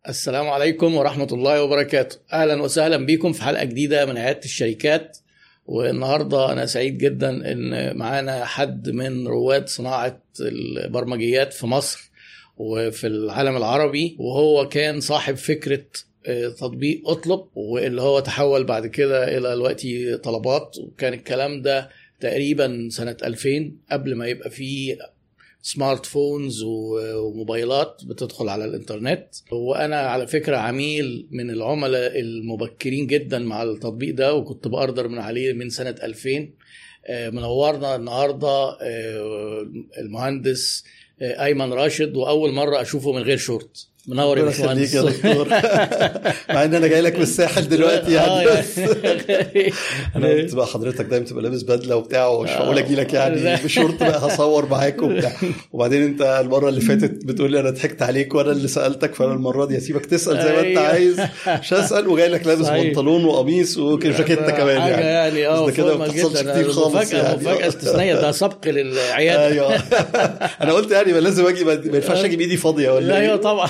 السلام عليكم ورحمة الله وبركاته. أهلا وسهلا بكم في حلقة جديدة من عيادة الشركات. والنهاردة أنا سعيد جدا إن معانا حد من رواد صناعة البرمجيات في مصر وفي العالم العربي، وهو كان صاحب فكرة تطبيق اطلب، واللي هو تحول بعد كده إلى دلوقتي طلبات. وكان الكلام ده تقريبا سنة 2000 قبل ما يبقى فيه سمارت فونز وموبايلات بتدخل على الانترنت. وانا على فكرة عميل من العملاء المبكرين جدا مع التطبيق ده، وكنت بأردر من عليه من سنة 2000. منورنا النهاردة المهندس أيمن راشد، وأول مرة أشوفه من غير شورت. منور يا باشمهندس. يا دكتور. مع ان انا جاي لك من الساحل دلوقتي يعني بس انا قلت بقى حضرتك دايما تبقى لابس بدله وبتاع، ومش هقول اجي لك يعني بشورت بقى هصور معاك وبتاع. وبعدين انت المره اللي فاتت بتقول لي انا ضحكت عليك وانا اللي سالتك، فانا المره دي هسيبك تسال زي ما انت عايز، مش هسال. وجاي لك لابس بنطلون وقميص وجاكيته كمان يعني ده كده ما بتحصلش كتير خالص يعني. مفاجاه استثنائيه، ده سبق للعياده. ايوه انا قلت يعني لازم اجي، ما ينفعش اجي بايدي فاضيه ولا ايوه طبعا.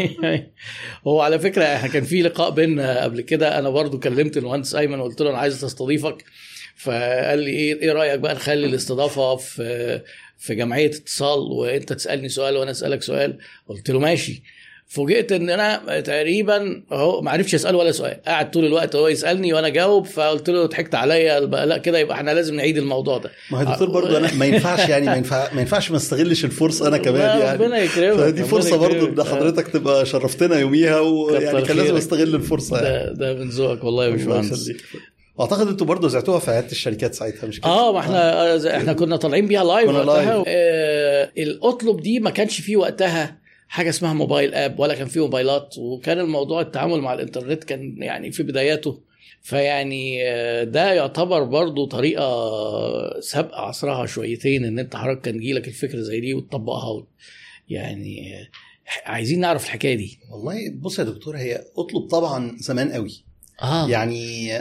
هو على فكرة احنا كان في لقاء بيننا قبل كده، انا برضو كلمت المهندس ايمن وقلت له انا عايز استضيفك، فقال لي ايه رأيك بقى نخلي الاستضافة في جمعية اتصال، وانت تسألني سؤال وانا اسألك سؤال. قلت له ماشي. فوجئت ان انا تقريبا هو ما عرفش اساله ولا سؤال، قاعد طول الوقت هو يسالني وانا جاوب. فقلت له ضحكت عليا، لا كده يبقى احنا لازم نعيد الموضوع ده. ما هو دكتور برضو انا ما ينفعش يعني ما ينفعش ما استغلش الفرصه انا كمان يعني. ربنا يكرمك. فدي فرصه برضو ان حضرتك تبقى شرفتنا يوميها، ويعني كان لازم استغل الفرصه يعني. ده من ذوقك والله يا باشمهندس. اعتقد انتوا برضو زعتوها في عيادة الشركات ساعتها، مش كده؟ ما احنا كنا طالعين بيها لايف وقتها. الاطلب دي ما كانش فيه وقتها حاجة اسمها موبايل اب، ولا كان فيه موبايلات، وكان الموضوع التعامل مع الانترنت كان يعني في بداياته. فيعني ده يعتبر برضو طريقة سابقة عصرها شويتين، ان انت حضرتك كان جيلك الفكرة زي دي وتطبقها. يعني عايزين نعرف الحكاية دي. والله بص يا دكتور، هي اطلب طبعا زمان قوي. يعني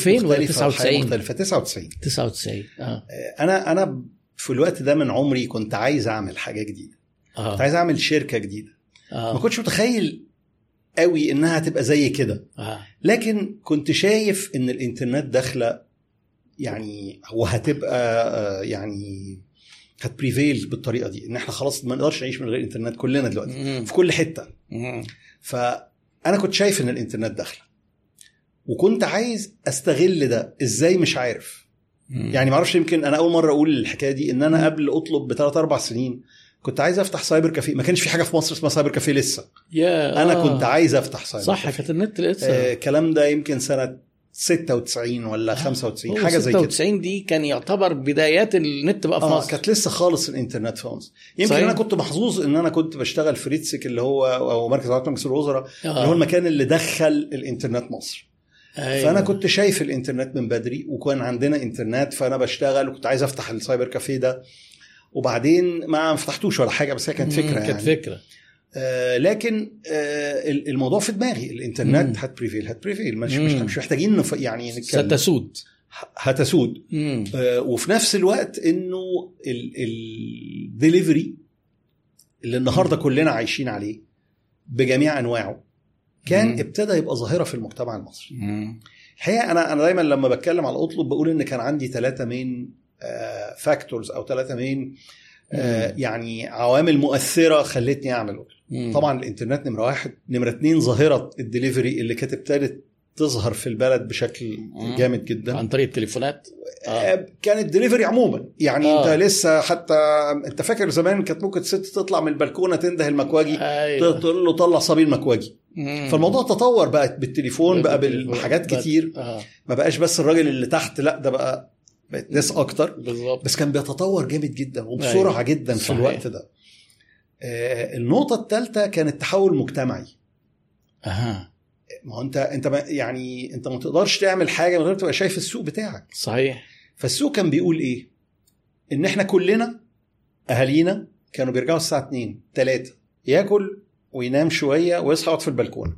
2099 انا في الوقت ده من عمري كنت عايز اعمل حاجة جديدة. كنت عايز اعمل شركة جديدة. ما كنتش متخيل قوي انها تبقى زي كده. لكن كنت شايف ان الانترنت داخله يعني وهتبقى يعني هتبريفيل بالطريقه دي، ان احنا خلاص ما نقدرش نعيش من غير الانترنت كلنا دلوقتي في كل حته. فانا كنت شايف ان الانترنت داخله، وكنت عايز استغل ده ازاي مش عارف. يعني معرفش، يمكن انا اول مره اقول الحكايه دي ان انا قبل اطلب ب3-4 سنين كنت عايز افتح سايبر كافيه. ما كانش في حاجه في مصر اسمها سايبر كافيه لسه. انا كنت عايز افتح سايبر صح كافيه. كانت النت لسه. الكلام ده يمكن سنه 96 ولا 95 حاجه زي كده. 96 دي كان يعتبر بدايات النت بقى في مصر. كانت لسه خالص الانترنت في مصر. يمكن صحيح. انا كنت محظوظ ان انا كنت بشتغل في ريتسك اللي هو او مركز علاقات مجلس الوزراء اللي هو المكان اللي دخل الانترنت مصر. فانا كنت شايف الانترنت من بدري، وكان عندنا انترنت، فانا بشتغل وكنت عايز افتح السايبر كافيه ده. وبعدين ما فتحتوش ولا حاجه، بس هي كانت فكره يعني. كانت فكره. لكن الموضوع في دماغي، الانترنت هتبريفيل مش محتاجين يعني نتكلم. هتسود. وفي نفس الوقت انه الدليفري اللي النهارده كلنا عايشين عليه بجميع انواعه كان ابتدى يبقى ظاهره في المجتمع المصري. الحقيقه انا دايما لما بتكلم على اطلب بقول ان كان عندي 3 مين فاكتورز او 3 مين يعني عوامل مؤثرة خلتني أعمل. طبعا الإنترنت نمرة 1، نمرة 2 ظاهرة الدليفري اللي كانت ابتدت تظهر في البلد بشكل جامد جدا عن طريق التليفونات. كانت الدليفري عموما يعني انت لسه حتى انت فاكر زمان كانت ممكن ست تطلع من البلكونة تنده المكواجي تقول له طلع صابين مكواجي. فالموضوع تطور بقى بالتليفون، بقى بالحاجات كتير. ما بقاش بس الراجل اللي تحت، لا ده بقت ناس اكتر بالضبط. بس كان بيتطور جامد جدا وبسرعه جدا في الوقت ده. النقطه الثالثه كانت تحول مجتمعي. ما هو انت يعني انت ما تقدرش تعمل حاجه من غير تبقى شايف السوق بتاعك. صحيح. فالسوق كان بيقول ايه؟ ان احنا كلنا اهالينا كانوا بيرجعوا الساعه 2-3 ياكل وينام شويه ويصحى يقعد في البلكونه.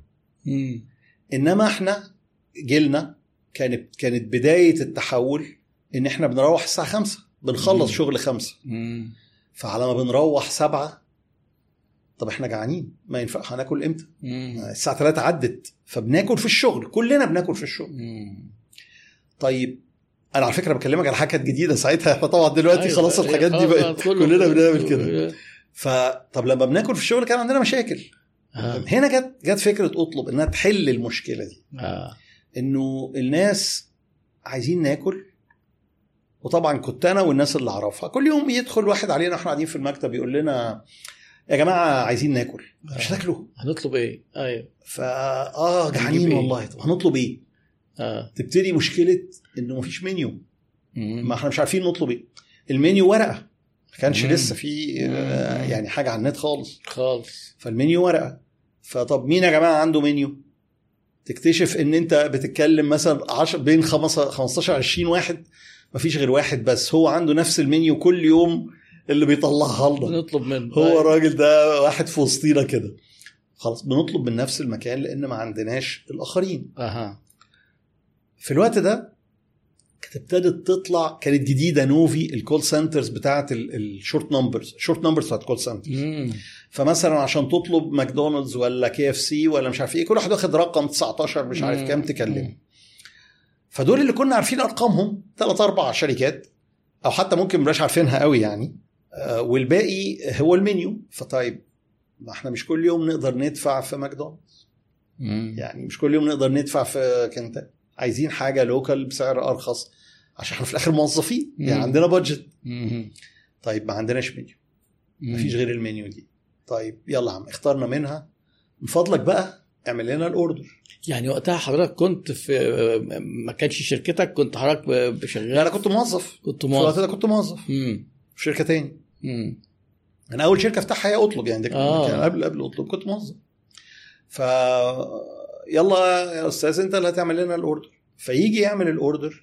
انما احنا جيلنا كانت بدايه التحول ان احنا بنروح الساعة 5 بنخلص شغل 5. فعلى ما بنروح 7 طب احنا جعانين ما ينفع، هناكل امتى؟ الساعه 3 عدت، فبناكل في الشغل، كلنا بناكل في الشغل. طيب انا على فكره بكلمك على حاجات جديده ساعتها، احنا طبعا دلوقتي خلاص الحاجات دي بقت كلنا بنعمل كده. فطب لما بناكل في الشغل كان عندنا مشاكل. هنا جت فكره اطلب انها تحل المشكله دي. انه الناس عايزين ناكل، وطبعا كنت انا والناس اللي اعرفها كل يوم يدخل واحد علينا احنا قاعدين في المكتب يقول لنا يا جماعه عايزين ناكل. مش هتاكلوا؟ هنطلب ايه؟ ايوه جعانين والله. طب هنطلب ايه؟ تبتدي مشكله انه مفيش منيو. ما احنا مش عارفين نطلب ايه. المنيو ورقه، ما كانش لسه في يعني حاجه على النت خالص. فالمنيو ورقه. فطب مين يا جماعه عنده منيو؟ تكتشف ان انت بتتكلم مثلا 10 بين 15 20 واحد، مفيش غير واحد بس هو عنده نفس المنيو كل يوم اللي بيطلعها لنا، نطلب منه. هو الراجل ده واحد في وسطينا كده. خلاص بنطلب من نفس المكان لان ما عندناش الاخرين. في الوقت ده كانت ابتدت تطلع، كانت جديده نوفي الكول سنترز بتاعت الشورت نمبرز بتاعت الكول سنترز. فمثلا عشان تطلب ماكدونالدز ولا KFC ولا مش عارف ايه، كل واحد واخد رقم 19 مش عارف كام تكلم. فدول اللي كنا عارفين ارقامهم 3-4 شركات، او حتى ممكن مش عارفينها قوي يعني، والباقي هو المنيو. فطيب ما احنا مش كل يوم نقدر ندفع في ماكدونالدز، يعني مش كل يوم نقدر ندفع في كنتاكي، عايزين حاجه لوكال بسعر ارخص عشان احنا في الاخر موظفين يعني عندنا بادجت. طيب ما عندناش منيو، مفيش غير المنيو دي. طيب يلا عم اخترنا منها، من فضلك بقى اعمل لنا الاوردر. يعني وقتها حضرتك كنت في، ما كانش شركتك، كنت حضرتك شغال؟ لا انا كنت موظف. في الوقت ده كنت موظف في شركه تاني. انا اول شركه افتحها هي اطلب، يعني ده كان قبل اطلب كنت موظف. ف يلا يا استاذ انت اللي هتعمل لنا الاوردر. فيجي يعمل الاوردر،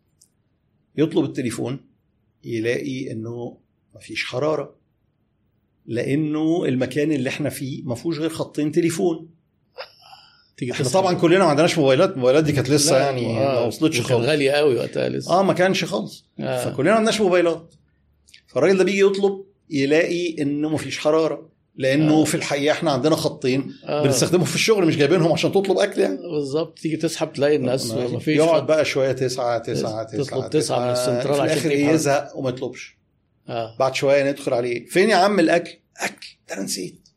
يطلب التليفون، يلاقي انه مفيش حراره، لانه المكان اللي احنا فيه ما فيهوش غير خطين تليفون. احنا طبعا كلنا ما عندناش موبايلات دي كانت لسه يعني ما وصلتش خالص، غاليه قوي وقتها لسه. ما كانش خالص. فكلنا ما عندناش موبايلات. فالراجل ده بيجي يطلب يلاقي انه مفيش حراره، لانه في الحقيقه احنا عندنا خطين بنستخدمهم في الشغل، مش جايبينهم عشان تطلب اكل يعني. بالظبط. تيجي تسحب تلاقي الناس مفيش، يقعد بقى شويه 9 تطلب 9 من السنترال عشان في الاخر يزهق وما يطلبش. بعد شويه ندخل عليه، فين يا عم الاكل؟ اكل ده انا نسيت.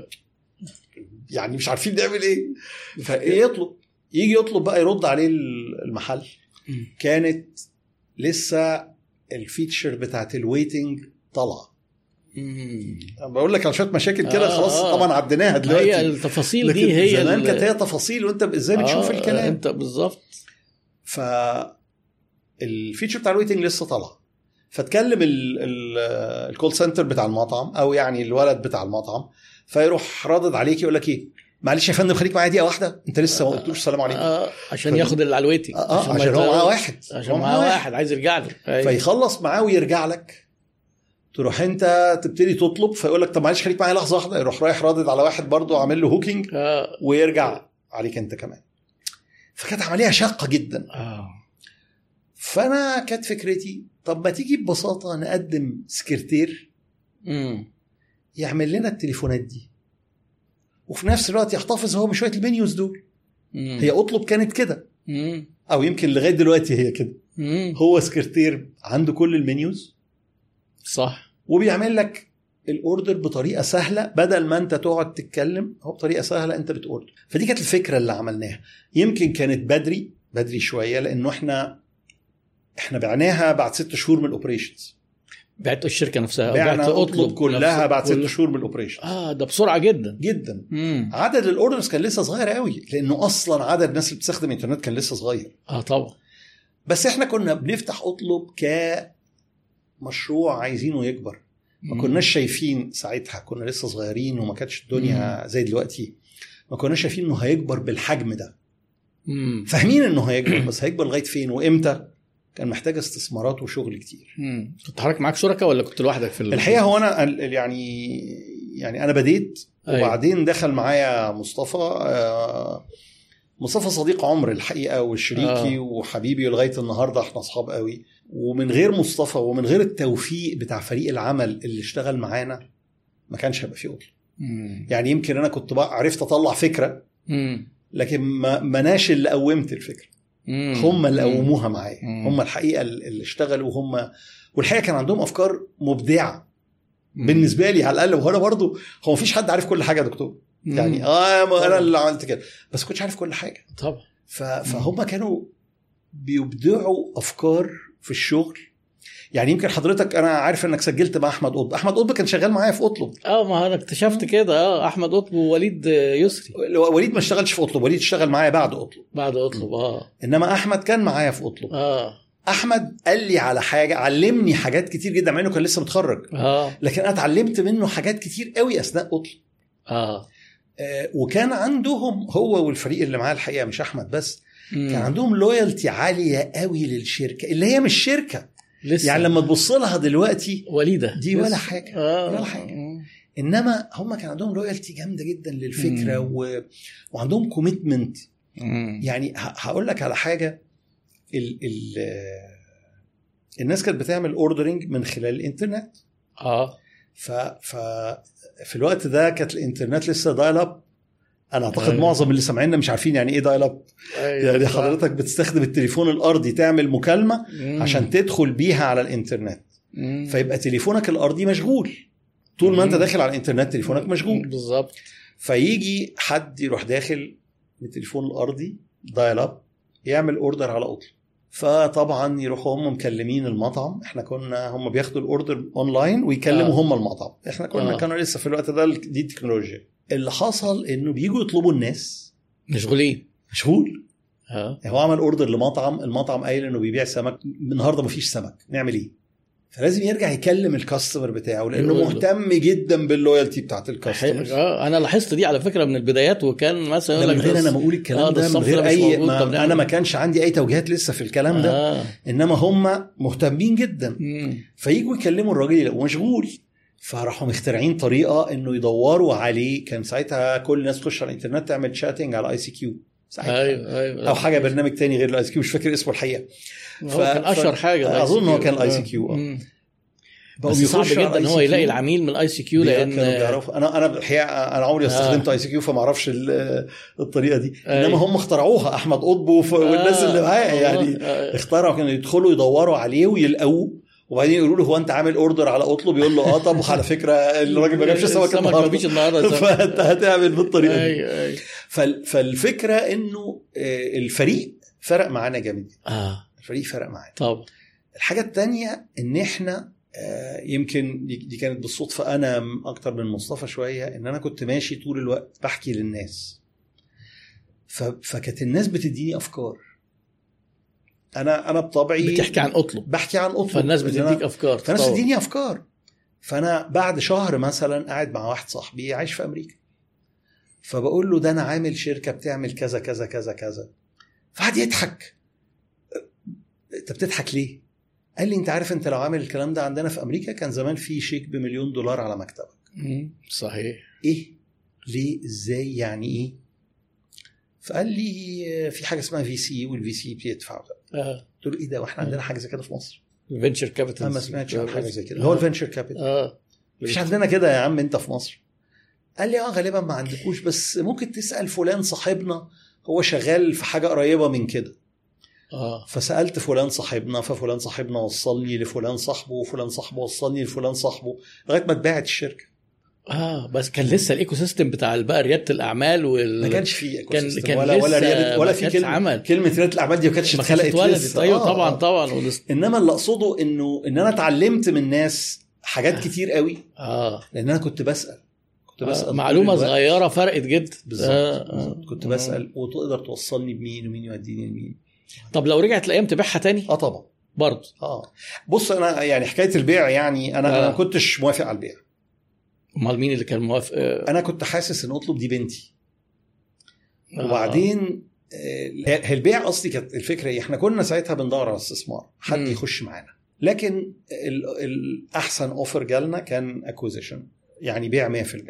يعني مش عارفين نعمل ايه. فيطلب، يجي يطلب بقى، يرد عليه المحل. كانت لسه الفيتشر بتاعت الويتنج طالعه. بقول لك على شويه مشاكل كده خلاص طبعا عديناها دلوقتي. هي التفاصيل دي هي زمان كانت هي تفاصيل، وانت ازاي بتشوف الكلام انت بالظبط. فالفيتشر بتاع الويتنج لسه طالعه. فتكلم الكول سنتر بتاع المطعم، او يعني الولد بتاع المطعم، فيروح رادد عليك يقول لك ايه، معلش يا فندم خليك معايا دقيقه واحده، انت لسه ما قلتوش السلام عليكم. عشان ياخد اللي على الويتنج. عشان هو معاه واحد، عشان معاه واحد عايز يرجع له. فيخلص معاه ويرجع لك، تروح انت تبتدي تطلب، فيقول لك طب معلش خليك معايا لحظه واحده، يروح رايح رادد على واحد برضه عامل له هوكينج ويرجع عليك انت كمان. فكانت عمليه شاقه جدا. فانا كانت فكرتي طب ما تيجي ببساطه نقدم سكرتير يعمل لنا التليفونات دي، وفي نفس الوقت يحتفظ هو بشويه المنيوز دول. هي اطلب كانت كده، او يمكن لغايه دلوقتي هي كده. هو سكرتير عنده كل المنيوز صح، وبيعمل لك الاوردر بطريقه سهله، بدل ما انت تقعد تتكلم هو بطريقه سهله انت بتوردر. فدي كانت الفكره اللي عملناها. يمكن كانت بدري شويه، لانه احنا بعناها بعد 6 شهور من الاوبريشنز. بعت الشركه نفسها، بعت اطلب كلها بعد 6 شهور من الاوبريشن. ده بسرعه جدا جدا. عدد الاوردرز كان لسه صغير قوي، لانه اصلا عدد الناس اللي بتستخدم الانترنت كان لسه صغير. طبعا. بس احنا كنا بنفتح اطلب كمشروع عايزينه يكبر. ما كناش شايفين ساعتها، كنا لسه صغيرين وما كانتش الدنيا زي دلوقتي. ما كناش شايفين انه هيكبر بالحجم ده. فاهمين انه هيكبر، بس هيكبر لغايه فين وامتى؟ كان محتاج استثمارات وشغل كتير. كنت حضرتك معاك شركاء ولا كنت لوحدك في الحقيقه؟ هو انا يعني انا بديت. وبعدين دخل معايا مصطفى صديق عمر الحقيقه وشريكي وحبيبي، ولغايه النهارده احنا اصحاب قوي. ومن غير مصطفى ومن غير التوفيق بتاع فريق العمل اللي اشتغل معانا ما كانش هيبقى فيه اطلب. يعني يمكن انا كنت بقى عرفت اطلع فكره لكن ما ناش اللي قومت الفكره. هم اللي قوموها معايا، هم الحقيقه اللي اشتغلوا هم، والحقيقه كان عندهم افكار مبدعه بالنسبه لي على الاقل. وهنا برضو هو مفيش حد عارف كل حاجه يا دكتور، يعني انا اللي عملت كده بس كنتش عارف كل حاجه طبعا. فهم كانوا بيبدعوا افكار في الشغل. يعني يمكن حضرتك انا عارف انك سجلت مع احمد قطب كان شغال معايا في اطلب. ما انا اكتشفت كده. احمد قطب ووليد يسري. وليد ما اشتغلش في اطلب، وليد اشتغل معايا بعد اطلب. انما احمد كان معايا في اطلب. احمد قال لي على حاجه، علمني حاجات كتير جدا مع انه كان لسه متخرج. لكن انا اتعلمت منه حاجات كتير قوي اثناء اطلب. وكان عندهم هو والفريق اللي معاه الحقيقه مش احمد بس، كان عندهم لويالتي عاليه قوي للشركه اللي هي مش شركه لسه. يعني لما تبص لها دلوقتي وليده دي ولا حاجه ولا حاجه. انما هم كان عندهم لويالتي جامده جدا للفكره وعندهم كوميتمنت. يعني هقول لك على حاجه، الناس كانت بتعمل اوردرنج من خلال الانترنت. في الوقت ده كانت الانترنت لسه دايل اب. انا اعتقد معظم اللي سامعيننا مش عارفين يعني ايه دايل اب. يعني حضرتك بتستخدم التليفون الارضي تعمل مكالمه عشان تدخل بيها على الانترنت. فيبقى تليفونك الارضي مشغول طول ما انت داخل على الانترنت، تليفونك مشغول بالظبط. فيجي حد يروح داخل بالتليفون الارضي دايل اب يعمل اوردر على اطلب. فطبعا يروحوا هم مكلمين المطعم. احنا كنا هم بياخدوا الاوردر اونلاين ويكلموا هم المطعم. احنا كانوا لسه في الوقت ده دي التكنولوجيا. اللي حصل انه بييجوا يطلبوا الناس مشغول. هو عمل اوردر لمطعم، المطعم قايل انه بيبيع سمك النهارده مفيش سمك، نعمل ايه؟ فلازم يرجع يكلم الكاستمر بتاعه لانه مهتم جدا باللويالتي بتاعت الكاستمر. انا لاحظت دي على فكره من البدايات. وكان مثلا يقول لك انا بقول الكلام ده من غير اي انا ما كانش عندي اي توجيهات لسه في الكلام ده. انما هم مهتمين جدا. فييجوا يكلموا الراجل يلاقوه مشغول، فراحوا مخترعين طريقه انه يدوروا عليه. كان ساعتها كل الناس تخش على الانترنت تعمل شاتنج على اي سي كيو أيوة. او حاجه برنامج تاني غير الاي سي كيو، مش فاكر اسمه الحقيقه. كان اشهر حاجه اظن هو كان الاي سي كيو. بس صعب جدا ان هو يلاقي العميل من الاي سي كيو لان انا الحقيقه انا عمري استخدمت اي سي كيو فما اعرفش الطريقه دي. انما هم اخترعوها، احمد قطب والناس اللي معاه يعني اخترعوا. كانوا يدخلوا يدوروا عليه ويلقوه وبعدين يقولوا له هو انت عامل اوردر على اطلب؟ يقول له طب على فكره الراجل ما جابش سمك النهارده فانت هتعمل بالطريقه دي. فالفكره انه الفريق فرق معانا جامد. الفريق فرق معانا. طب الحاجه الثانيه ان احنا يمكن دي كانت بالصدفه انا اكتر من مصطفى شويه، ان انا كنت ماشي طول الوقت بحكي للناس فكانت الناس بتديني افكار. انا بطبعي بتحكي عن اطلب، بحكي عن اطلب، فالناس بتديك افكار، فالناس تديني افكار. فانا بعد شهر مثلا قاعد مع واحد صاحبي عايش في امريكا، فبقول له ده انا عامل شركه بتعمل كذا كذا كذا كذا. فقعد يضحك. انت بتضحك ليه؟ قال لي انت عارف انت لو عامل الكلام ده عندنا في امريكا كان زمان في شيك $1 مليون على مكتبك. صحيح. ايه ليه ازاي يعني ايه؟ فقال لي في حاجه اسمها VC والVC بيدفع. قلت له ايه ده واحنا عندنا حاجه زي كده في مصر؟ الفينشر كابيتال. انا ما سمعتش عن حاجه زي كده. هو الفينشر كابيتال مفيش عندنا كده يا عم انت في مصر. قال لي غالبا ما عندكوش، بس ممكن تسال فلان صاحبنا هو شغال في حاجه قريبه من كده. فسألت فلان صاحبنا، ففلان صاحبنا وصلني لفلان صاحبه، وفلان صاحبه وصلني لفلان صاحبه، لغايه ما اتباعت الشركه. بس كان لسه الايكو سيستم بتاع بقى رياده الاعمال ما كانش فيه ايكو سيستم كان ولا رياده ولا في كلمه رياده الاعمال دي ما كانتش اتخلقت لسه. ايوه طبعا انما اللي اقصده ان انا اتعلمت من ناس حاجات كتير قوي. لان انا كنت بسال معلومه صغيره فرقت جدا. بالظبط. كنت بسال وتقدر توصلني بمين ومين يوديني لمين. طب لو رجعت الايام تبيعها تاني؟ طبعا برضه. بص انا يعني حكايه البيع يعني انا ما كنتش موافق على البيع. امال مين اللي كان موافق؟ انا كنت حاسس ان اطلب دي بنتي. وبعدين البيع اصلي كانت الفكره احنا كنا ساعتها بندور على استثمار حد يخش معانا، لكن الاحسن اوفر جالنا كان اكوزيشن، يعني بيع 100%.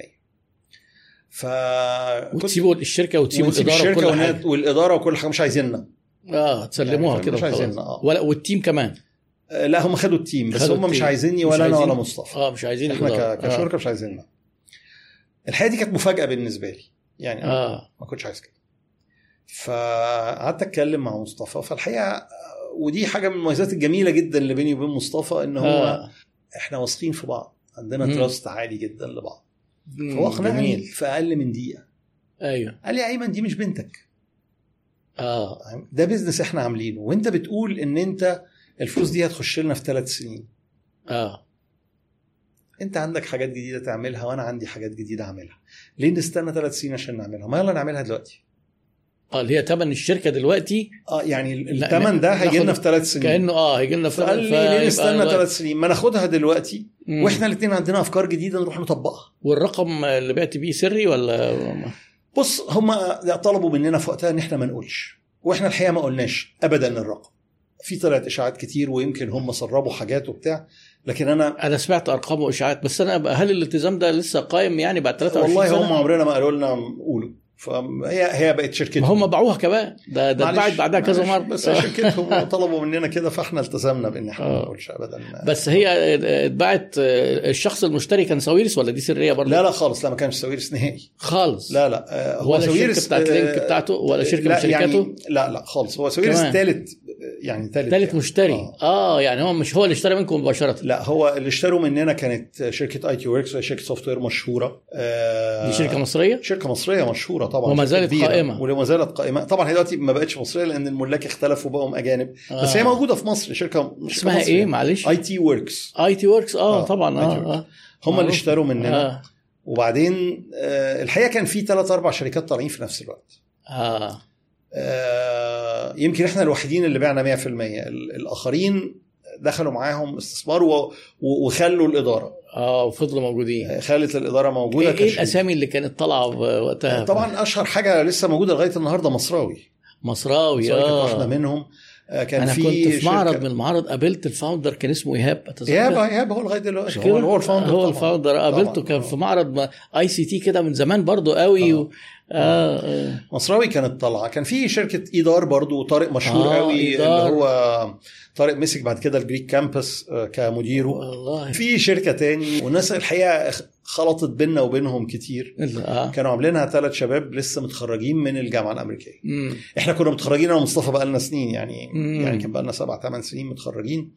وتسيبوا الشركه وتسيبوا الاداره وكل حاجه، والاداره وكل حاجه مش عايزيننا. تسلموها يعني كده مش عايزيننا. والتيم كمان. لا هم خدوا التيم بس هم مش عايزيني ولا انا ولا مصطفى. مش عايزين احنا كشركه مش عايزيننا. الحقيقه دي كانت مفاجاه بالنسبه لي يعني. ما كنتش عايز كده. فقعدت اتكلم مع مصطفى. فالحقيقه ودي حاجه من المميزات الجميله جدا اللي بيني وبين مصطفى، ان هو احنا واثقين في بعض، عندنا تراست عالي جدا لبعض. فهو اقنعني في اقل من دقيقه. ايوه. قال لي يا ايمن دي مش بنتك، ده بيزنس احنا عاملينه، وانت بتقول ان انت الفلوس دي هتخش لنا في 3 سنين. انت عندك حاجات جديده تعملها وانا عندي حاجات جديده اعملها، ليه نستنى 3 سنين عشان نعملها؟ ما يلا نعملها دلوقتي. اللي هي ثمن الشركه دلوقتي. يعني الثمن ده هيجي لنا في 3 سنين كانه هيجي لنا في. قال لي ليه نستنى 3 سنين؟ ما ناخدها دلوقتي واحنا الاثنين عندنا افكار جديده نروح نطبقها. والرقم اللي بعت بيه سري ولا؟ بص، هم طلبوا مننا في وقتها ان احنا ما نقولش، واحنا الحقيقه ما قلناش ابدا الرقم. في طلعت اشاعات كتير ويمكن هم سربوا حاجات وبتاع، لكن انا سمعت ارقام واشاعات. بس انا هل الالتزام ده لسه قايم يعني بعد 23 والله سنه؟ هم عمرنا ما قالوا لنا قولوا. فهي بقت شركتهم. هم باعوها كمان، ده اتباعت بعدها كذا مره. بس شركتهم طلبوا مننا كده، فاحنا التزمنا بان احنا ما نقولش ابدا. بس هي اتباعت. الشخص المشتري كان ساويرس ولا دي سريه برضه؟ لا خالص، لا ما كانش ساويرس نهائي خالص. لا هو ساويرس بتاعت لينك بتاعته ولا شركه من شركاته؟ يعني لا خالص، هو ساويرس ثالث يعني ثالث مشتري. يعني هو مش هو اللي اشترى منكم مباشره؟ لا، هو اللي اشتروا مننا كانت شركه IT Works، شركه سوفت وير مشهوره. دي شركه مصريه؟ شركه مصريه مشهوره طبعا، وما زالت قائمه. وما زالت قائمه طبعا. هي دلوقتي ما بقتش مصريه لان الملاك اختلفوا بقوا اجانب. بس هي موجوده في مصر. شركه اسمها ايه معلش؟ IT Works. طبعا. هم اللي اشتروا مننا. وبعدين الحقيقه كان في 3-4 شركات طالعين في نفس الوقت. يمكن احنا الوحيدين اللي بعنا 100%. الآخرين دخلوا معاهم استثمار وخلوا الإدارة. وفضلوا موجودين. خلت الإدارة موجودة. ايه الأسامي اللي كانت طالعة وقتها؟ طبعا أشهر حاجة لسه موجودة لغاية النهاردة مصراوي. كانت واحدة منهم. كان أنا كنت في معرض من المعارض، قابلت الفاوندر كان اسمه إيهاب هو لغاية دلوقتي هو الفاوندر. قابلته كان في معرض ICT كده من زمان برضو قوي. مصراوي كانت طالعه. كان في شركه إيدار برضو، طارق مشهور قوي اللي هو طارق مسك بعد كده الجريك كامبس كمديره والله. في شركه تاني، والناس الحقيقه خلطت بيننا وبينهم كتير. كانوا عاملينها 3 شباب لسه متخرجين من الجامعه الامريكيه. احنا كنا متخرجين انا ومصطفى بقى لنا سنين يعني. يعني كان بقى لنا 7-8 سنين متخرجين.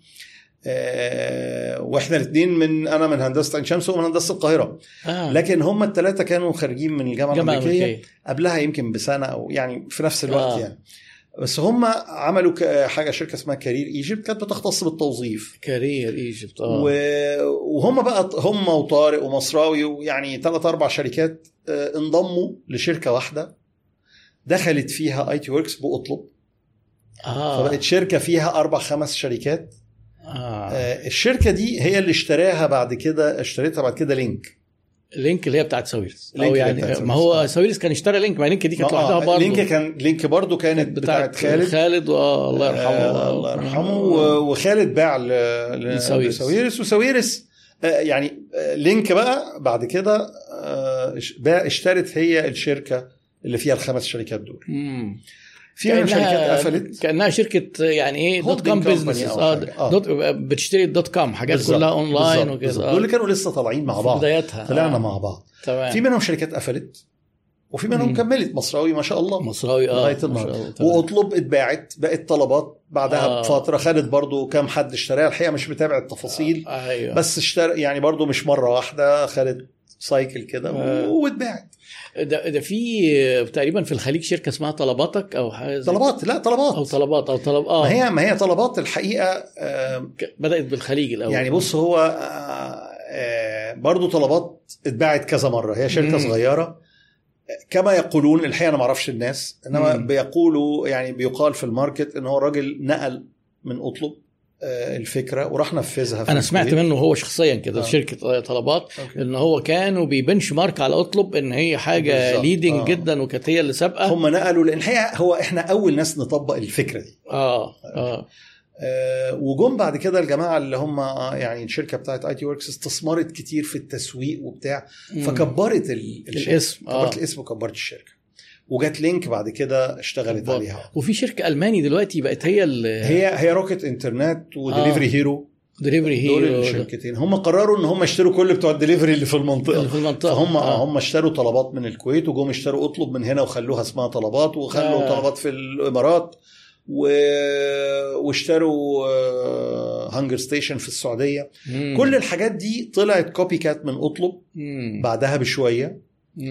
واحنا الاثنين انا من هندسه عين شمس ومن هندسه القاهره. لكن هم ال3 كانوا خارجين من الجامعه الامريكيه قبلها يمكن بسنه او يعني في نفس الوقت يعني. بس هم عملوا حاجه، شركه اسمها كارير ايجيبت، كانت بتختص بالتوظيف. كارير ايجيبت. وهم بقى هم وطارق ومصراوي ويعني 3-4 شركات انضموا لشركه واحده دخلت فيها IT Works بأطلب. فبقت شركه فيها 4-5 شركات. الشركه دي هي اللي اشتريتها بعد كده لينك اللي هي بتاعت ساويرس. او يعني ما هو ساويرس كان اشترى لينك، ما لينك دي كانت لوحدها برضه. لينك برضه كانت بتاعت خالد الله يرحمه. الله يرحمه. وخالد باع لساويرس. وساويرس يعني لينك بقى بعد كده اشترت هي الشركه اللي فيها ال5 شركات دول. في شركات قفلت كأنها شركة يعني ايه دوت كوم بيزنس. بتشتري الدوت كوم حاجات بالزبط. كلها اونلاين وكده. دول اللي كانوا لسه طالعين مع بعض بدايتها. طلعنا مع بعض. في منهم شركات قفلت وفي منهم كملت. مصراوي ما شاء الله، مصراوي لغايه النهارده. واطلب اتباعت بقت طلبات بعدها بفتره. خدت برضو كام حد اشتراها الحقيقه مش متابع التفاصيل. أيوة. بس اشترى يعني برضو مش مره واحده، خدت سايكل كده واتباعت. ده في تقريبا في الخليج شركه اسمها طلباتك او حاجه طلبات ما هي طلبات الحقيقه. بدات بالخليج الاول يعني. بص هو برضو طلبات اتباعت كذا مره. هي شركه صغيره كما يقولون، الحقيقه انا ما اعرفش الناس، انما بيقولوا يعني بيقال في الماركت ان هو راجل نقل من اطلب الفكره وراح نفذها. انا سمعت منه هو شخصيا كده شركه طلبات ان هو كانوا بيبنش مارك على اطلب ان هي حاجه ليدنج جدا، وكانت هي اللي سابقه. هم نقلوا لان هو احنا اول ناس نطبق الفكره دي. وجم بعد كده الجماعه اللي هم يعني الشركه بتاعت IT Works استثمرت كتير في التسويق وبتاع، فكبرت الاسم. كبرت الاسم وكبرت الشركه. وجات لينك بعد كده اشتغلت عليها. وفي شركه الماني دلوقتي بقت هي روكت انترنت ودليفري هيرو. دليفري دول هيرو الشركتين هم قرروا ان هم يشتروا كل بتوع الدليفري اللي في المنطقه فهم هم اشتروا طلبات من الكويت وجم اشتروا اطلب من هنا وخلوها اسمها طلبات وخلوا طلبات في الامارات واشتروا هانجر ستيشن في السعوديه. كل الحاجات دي طلعت كوبي كات من اطلب بعدها بشويه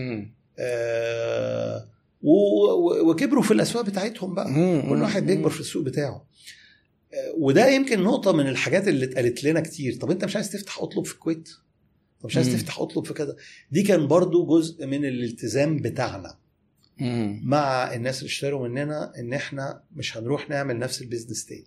وكبروا في الاسواق بتاعتهم بقى. كل واحد بيكبر في السوق بتاعه. وده يمكن نقطة من الحاجات اللي اتقالت لنا كتير. طب انت مش عايز تفتح اطلب في الكويت؟ طب مش عايز تفتح اطلب في كذا؟ دي كان برضو جزء من الالتزام بتاعنا مع الناس اللي اشتروا مننا ان احنا مش هنروح نعمل نفس البيزنس تاني.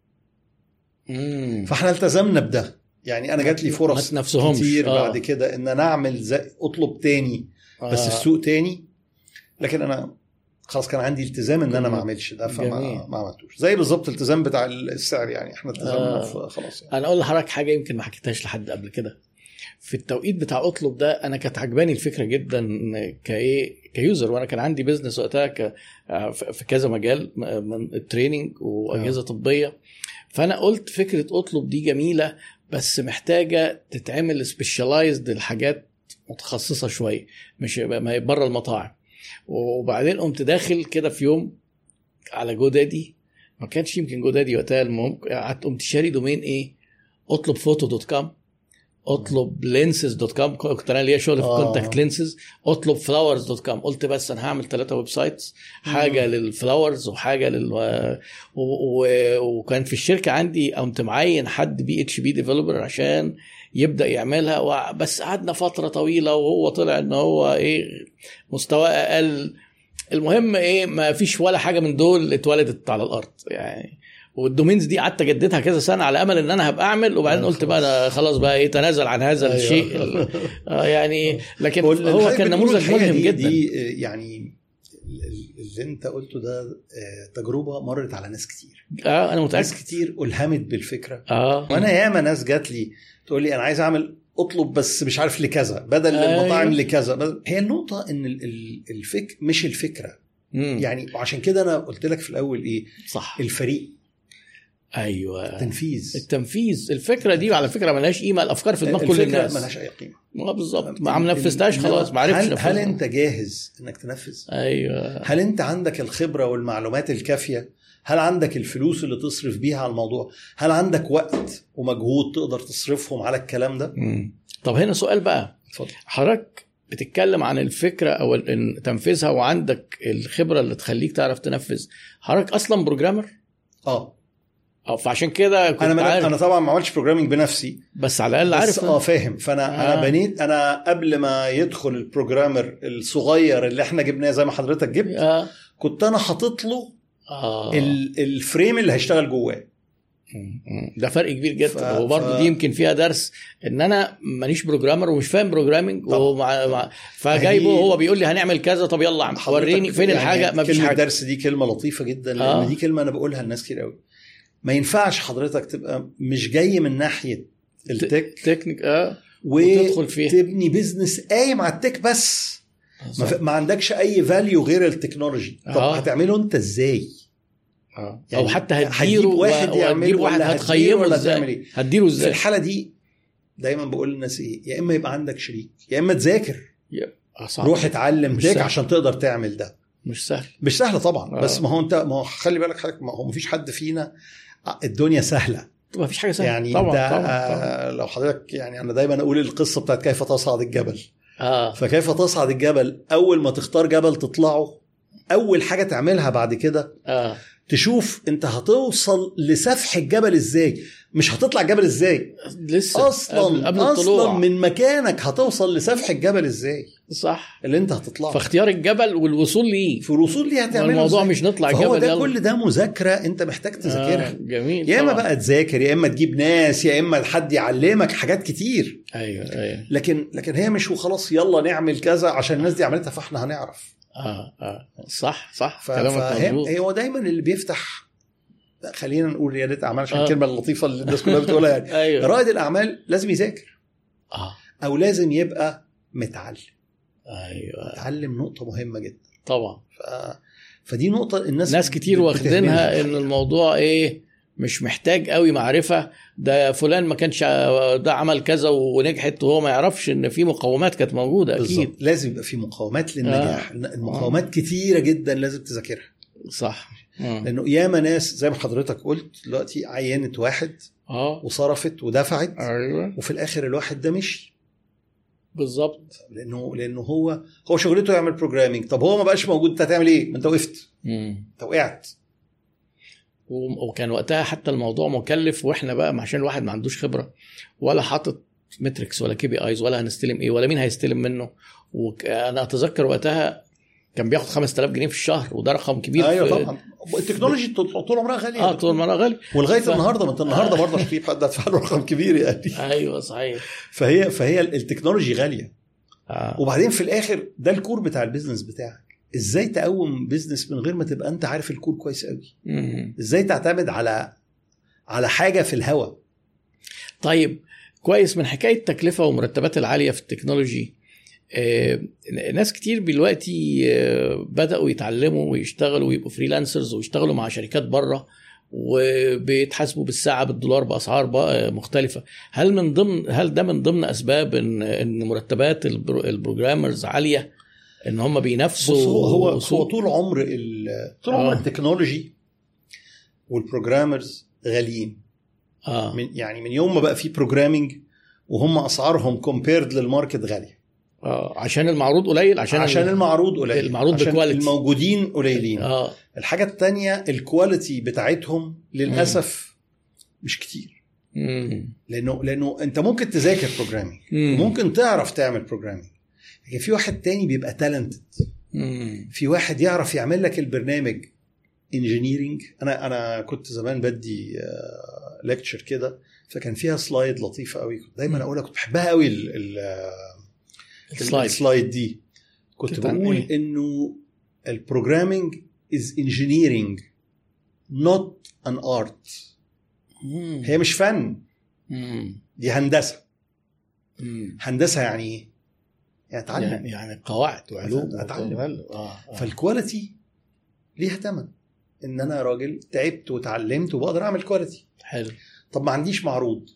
فاحنا التزمنا بده. يعني انا جات لي فرص كتير بعد كده ان انا اعمل زي اطلب تاني بس في سوق تاني، لكن انا خلاص كان عندي التزام ان انا ما اعملش ده فما عملتوش. زي بالظبط التزام بتاع السعر، يعني احنا التزمنا خلاص. يعني انا اقول لحضرتك حاجه يمكن ما حكيتهاش لحد قبل كده. في التوقيت بتاع اطلب ده انا كانت عجباني الفكره جدا كيوزر، وانا كان عندي بيزنس وقتها في كذا مجال من التريننج واجهزه طبيه. فانا قلت فكره اطلب دي جميله بس محتاجه تتعمل سبيشالايزد لحاجات متخصصه شويه، مش ما بره المطاعم. وبعدين قمت داخل كده في يوم على جودادي، ما كانش يمكن جودادي وقتها، المهم قمت شاري دومين اطلب فوتو.com، اطلب lenses.com، كنت انا ليا شغل في كونتاكت لينسز، اطلب flowers.com. قلت بس انا هعمل 3 ويب سايتس، حاجه للفلاورز وحاجه وكان في الشركه عندي قمت معين حد PHP ديفلوبر عشان يبدا يعملها. بس قعدنا فتره طويله وهو طلع ان هو مستواه اقل. المهم ما فيش ولا حاجه من دول اتولدت على الارض يعني. والدومينز دي قعدت اجددها كذا سنه على امل ان انا هبقى اعمل، وبعدين قلت بقى خلاص بقى تنازل عن هذا الشيء يعني. لكن هو كان نموذج مهم جدا. دي يعني اللي انت قلته ده تجربه مرت على ناس كتير. انا متاكد ناس كتير الهمت بالفكره. وانا ياما ناس جات لي تقول لي انا عايز اعمل اطلب بس مش عارف لكذا بدل المطاعم لكذا. هي النقطه ان الفكر مش الفكره يعني. وعشان كده انا قلت لك في الاول صح، الفريق. ايوه، التنفيذ. الفكره دي على فكره ملهاش قيمه. الافكار في دماغ كل الناس ملهاش اي قيمه. بالظبط، ما نفذتهاش خلاص، ما عرفتش. هل انت جاهز انك تنفذ؟ ايوه. هل انت عندك الخبره والمعلومات الكافيه؟ هل عندك الفلوس اللي تصرف بيها على الموضوع؟ هل عندك وقت ومجهود تقدر تصرفهم على الكلام ده؟ طب هنا سؤال بقى. حضرتك بتتكلم عن الفكره او تنفيذها وعندك الخبره اللي تخليك تعرف تنفذ. حضرتك اصلا بروجرامر؟ فعشان كده كنت انا طبعا ما عملتش بروجرامينج بنفسي، بس على الاقل عارف فاهم. فانا انا بنيت. انا قبل ما يدخل البروجرامر الصغير اللي احنا جبناه زي ما حضرتك جبت كنت انا حاطط له الفريم اللي هيشتغل جواه. ده فرق كبير جدا. وبرضه دي يمكن فيها درس ان انا مانيش بروجرامر ومش فاهم بروجرامينج فجايبه هو بيقول لي هنعمل كذا، طب يلا وريني فين الحاجه. يعني ما فيش حاجه. الدرس دي كلمه لطيفه جدا لان دي كلمه انا بقولها للناس كتير قوي. ما ينفعش حضرتك تبقى مش جاي من ناحيه التكنيك وتدخل فيها تبني بيزنس قايم على التك بس ما عندكش اي فاليو غير التكنولوجي. طب هتعمله انت ازاي؟ يعني او حتى هتجيب واحد يعمل واحد هتقيمه ازاي، هتديره ازاي. في الحاله دي دايما بقول للناس يا اما يبقى عندك شريك يا اما تذاكر. روح اتعلم تك عشان تقدر تعمل ده. مش سهل، مش سهل طبعا. بس ما هو خلي بالك حضرتك، ما هو مفيش حد فينا الدنيا سهله. ما فيش حاجه سهله يعني طبعا. لو حضرتك يعني انا دايما اقول القصه بتاعت كيف تصعد الجبل. فكيف تصعد الجبل؟ اول ما تختار جبل تطلعه، اول حاجه تعملها بعد كده تشوف انت هتوصل لسفح الجبل ازاي، مش هتطلع الجبل ازاي لسه اصلا من مكانك هتوصل لسفح الجبل ازاي. صح، اللي انت هتطلعه. فاختيار الجبل والوصول ليه، في الوصول ليه هتعمله الموضوع ازاي؟ مش نطلع الجبل ده كل ده مذاكره انت محتاج تذاكرها. جميل. يا اما بقى تذاكر يا اما تجيب ناس يا اما حد يعلمك حاجات كتير. ايوه. لكن هي مش وخلاص يلا نعمل كذا عشان الناس دي عملتها فاحنا هنعرف. صح كلامك مظبوط. هو دايما اللي بيفتح، خلينا نقول ريادة اعمال عشان الكلمه اللطيفه اللي الناس كلها بتقولها يعني. أيوة. رائد الاعمال لازم يذاكر او لازم يبقى متعلم. متعلم نقطه مهمه جدا طبعا. فدي نقطه الناس كتير واخدينها ان الموضوع مش محتاج قوي معرفة ده فلان ما كانش ده عمل كذا ونجحت وهو ما يعرفش ان في مقومات كانت موجودة. اكيد بالزبط. لازم يبقى في مقومات للنجاح. المقومات كتيرة جدا لازم تذاكرها. صح. لانه ياما ناس زي ما حضرتك قلت دلوقتي عينت واحد وصرفت ودفعت. أيوة. وفي الاخر الواحد ده مشي. بالظبط. لانه هو شغلته يعمل بروجرامينج. طب هو ما بقاش موجود، انت هتعمل ايه؟ ما انت وقفت. انت وقعت. وكان وقتها حتى الموضوع مكلف، واحنا بقى عشان الواحد ما عندوش خبرة ولا حاطط متريكس ولا KPIs ولا هنستلم ايه ولا مين هيستلم منه. وانا اتذكر وقتها كان بياخد 5000 جنيه في الشهر، وده رقم كبير. ايوه طبعا. التكنولوجي طول عمرها غاليه. طول عمرها غالي ولغايه النهارده. ما انت النهارده برضه عشان تجيب حد هتدفع له رقم كبير يعني. ايوه صحيح. فهي التكنولوجي غاليه. وبعدين في الاخر ده الكور بتاع البيزنس بتاعك. ازاي تقوم بيزنس من غير ما تبقى انت عارف الكور كويس قوي؟ ازاي تعتمد على حاجه في الهوا؟ طيب كويس. من حكايه تكلفه ومرتبات العاليه في التكنولوجي، ناس كتير دلوقتي بدأوا يتعلموا ويشتغلوا ويبقوا فريلانسرز ويشتغلوا مع شركات بره وبيتحاسبوا بالساعة بالدولار بأسعار مختلفة. هل ده من ضمن أسباب إن مرتبات البروجرامرز عالية، إن هم بينافسوا؟ هو طول عمر التكنولوجي والبروجرامرز غاليين. من يوم ما بقى في بروجرامينج وهم أسعارهم كومبيرد للماركت غالية. عشان المعروض قليل. عشان المعروض قليل. المعروض عشان بكواليتي. الموجودين قليلين. الحاجة التانية الكواليتي بتاعتهم للأسف مش كتير. لأنه أنت ممكن تذاكر بروجرامينج وممكن تعرف تعمل بروجرامينج، لكن في واحد تاني بيبقى تالنتد. في واحد يعرف يعمل لك البرنامج انجينيرينج. أنا كنت زمان بدي ليكتشر كده، فكان فيها سلايد لطيفة قوي دايما أقولها، كنت بحبها قوي السلايد دي. كنت بقول إنه البروجرامينج is engineering not an art. هي مش فن، دي هندسة. هندسة يعني ايه؟ يعني اتعلم، يعني قواعد وعلوم اتعلم. فالكواليتي ليها ثمن. ان انا راجل تعبت وتعلمت وبقدر اعمل كواليتي. حلو. طب ما عنديش معروض،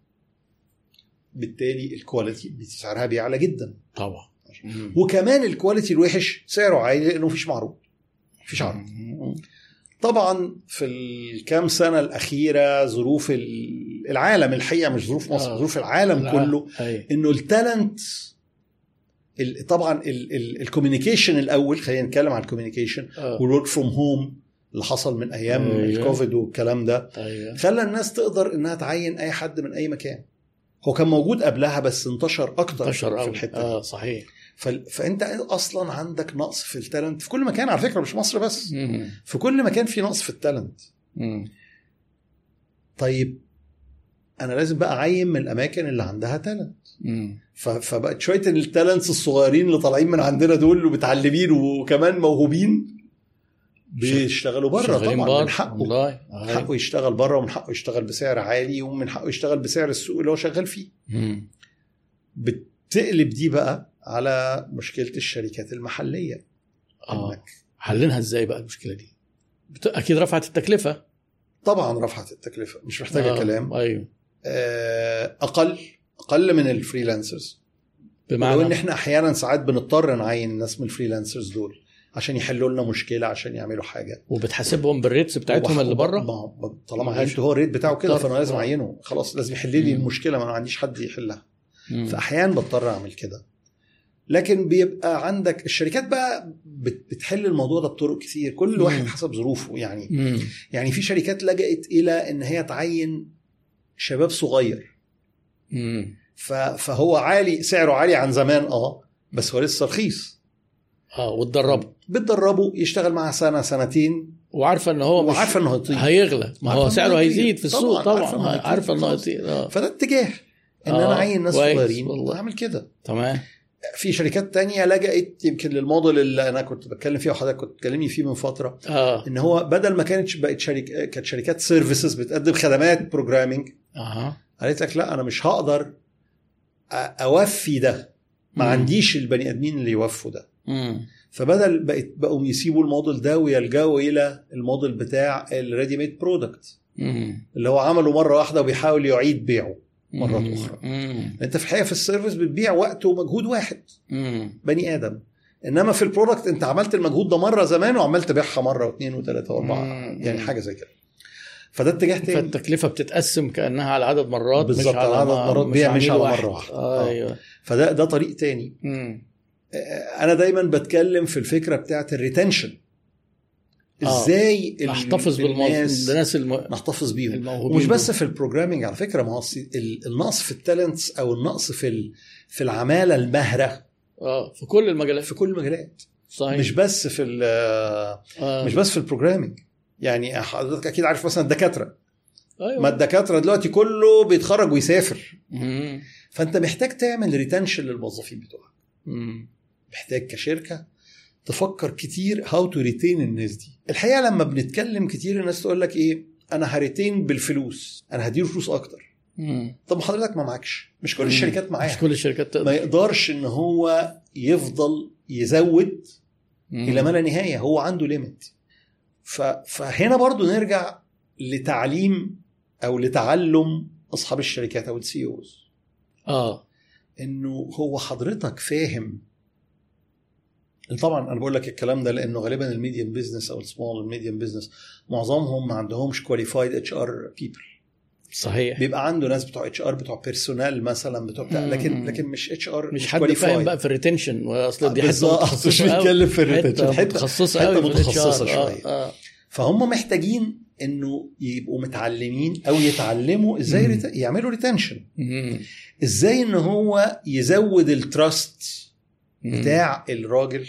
بالتالي الكواليتي سعرها بيعلى جدا طبعا. وكمان الكواليتي الوحش سعره عالي لانه مفيش معروض، مفيش عرض. طبعا في الكام سنة الأخيرة ظروف العالم الحقيقة، مش ظروف مصر، ظروف العالم كله، إنه التالنت طبعا الكوميونيكيشن الأول. خلينا نتكلم عن الكوميونيكيشن والورك فروم هوم اللي حصل من أيام الكوفيد والكلام ده. خلى الناس تقدر إنها تعين أي حد من أي مكان. هو كان موجود قبلها بس انتشر أكتر في الحتة. صحيح. فانت اصلا عندك نقص في التالنت في كل مكان على فكره، مش مصر بس. في كل مكان في نقص في التالنت. طيب انا لازم بقى اعين من الاماكن اللي عندها تالنت. فبقت شويه التالنتس الصغيرين اللي طالعين من عندنا دول ومتعلمين وكمان موهوبين بيشتغلوا بره. طبعا من حقه يشتغل بره، ومن حقه يشتغل بسعر عالي، ومن حقه يشتغل بسعر السوق اللي هو شغال فيه. بتقلب دي بقى على مشكلة الشركات المحلية. حلنها ازاي بقى المشكلة دي؟ اكيد رفعت التكلفة. طبعا رفعت التكلفة، مش محتاجة كلام. ايوه. اقل من الفريلانسرز، بمعنى ان احنا احيانا ساعات بنضطر نعين الناس من الفريلانسرز دول عشان يحلوا لنا مشكلة، عشان يعملوا حاجة. وبتحاسبهم بالريتس بتاعتهم اللي بره. طالما عينته هو الريت بتاعه كده، فانا لازم اعينه. خلاص لازم يحل لي المشكلة، ما انا عنديش حد يحلها. فاحيانا بضطر اعمل كده. لكن بيبقى عندك الشركات بقى بتحل الموضوع ده بطرق كثير، كل واحد حسب ظروفه. يعني في شركات لجأت الى ان هي تعين شباب صغير. فهو عالي، سعره عالي عن زمان، بس هو لسه رخيص. بتدربه يشتغل معها سنة سنتين، وعارفه ان هو وعارفه انه هيغلى، ما هو سعره هيزيد في السوق. طبعا عارفه انه هيزيد. فده اتجاه ان انا اعين ناس صغيرين واعمل كده. تمام. في شركات تانية لجأت يمكن للموديل اللي انا كنت بتكلم فيه وحضرتك كنت تكلمني فيه من فتره. ان هو بدل ما كانت بقت كانت شركات سيرفيسز بتقدم خدمات بروجرامينج. قالت لك لا، انا مش هقدر اوفي ده، ما عنديش البني ادمين اللي يوفوا ده. فبدل بقوا يسيبوا الموديل ده ويلجأوا الى الموديل بتاع الريدي ميد برودكت اللي هو عمله مره واحده وبيحاول يعيد بيعه مرات اخرى. انت في الحقيقه في السيرفيس بتبيع وقت ومجهود واحد بني ادم، انما في البرودكت انت عملت المجهود ده مره زمان وعملت تبيعها مره واثنين وثلاثه واربعه، يعني حاجه زي كده. فده اتجاه تاني. فالتكلفه بتتقسم كانها على عدد مرات، بالظبط، على عدد مرات بيع مش على مره واحده. ايوه. فده طريق تاني. انا دايما بتكلم في الفكره بتاعت الريتنشن، ازاي نحتفظ بالناس نحتفظ بيهم. ومش بس في البروجرامينج على فكره، ما هو النقص في التالنتس او النقص في العماله الماهره في كل المجالات، في كل المجالات صحيح. مش بس في مش بس في البروجرامينج. يعني حضرتك اكيد عارف مثلا الدكاتره. أيوة. ما الدكاتره دلوقتي كله بيتخرج ويسافر. فانت محتاج تعمل ريتنشن للموظفين بتوعك. محتاج كشركه تفكر كتير هاو تو ريتين الناس دي. الحقيقه لما بنتكلم كتير الناس تقول لك ايه، انا هريتين بالفلوس، انا هديله فلوس اكتر. طب حضرتك ما معكش، مش كل الشركات معاها، مش كل الشركات تقدر. ما يقدرش ان هو يفضل يزود الى ما لا نهايه، هو عنده ليميت. فهنا برضو نرجع لتعليم او لتعلم اصحاب الشركات او السي اوز. انه هو حضرتك فاهم. طبعا انا بقول لك الكلام ده لانه غالبا الميديم بيزنس او السمول الميديم بيزنس معظمهم ما عندهمش كواليفايد اتش ار بيبل. صحيح. بيبقى عنده ناس بتوع اتش ار، بتوع بيرسونال مثلا، بتوع لكن مش اتش ار، مش حد فاهم بقى في الريتنشن. واصل دي حته مش بيتكلم في الريتنشن، حته متخصصه شويه. فهم محتاجين انه يبقوا متعلمين او يتعلموا ازاي يعملوا ريتنشن، ازاي ان هو يزود التراست بتاع الراجل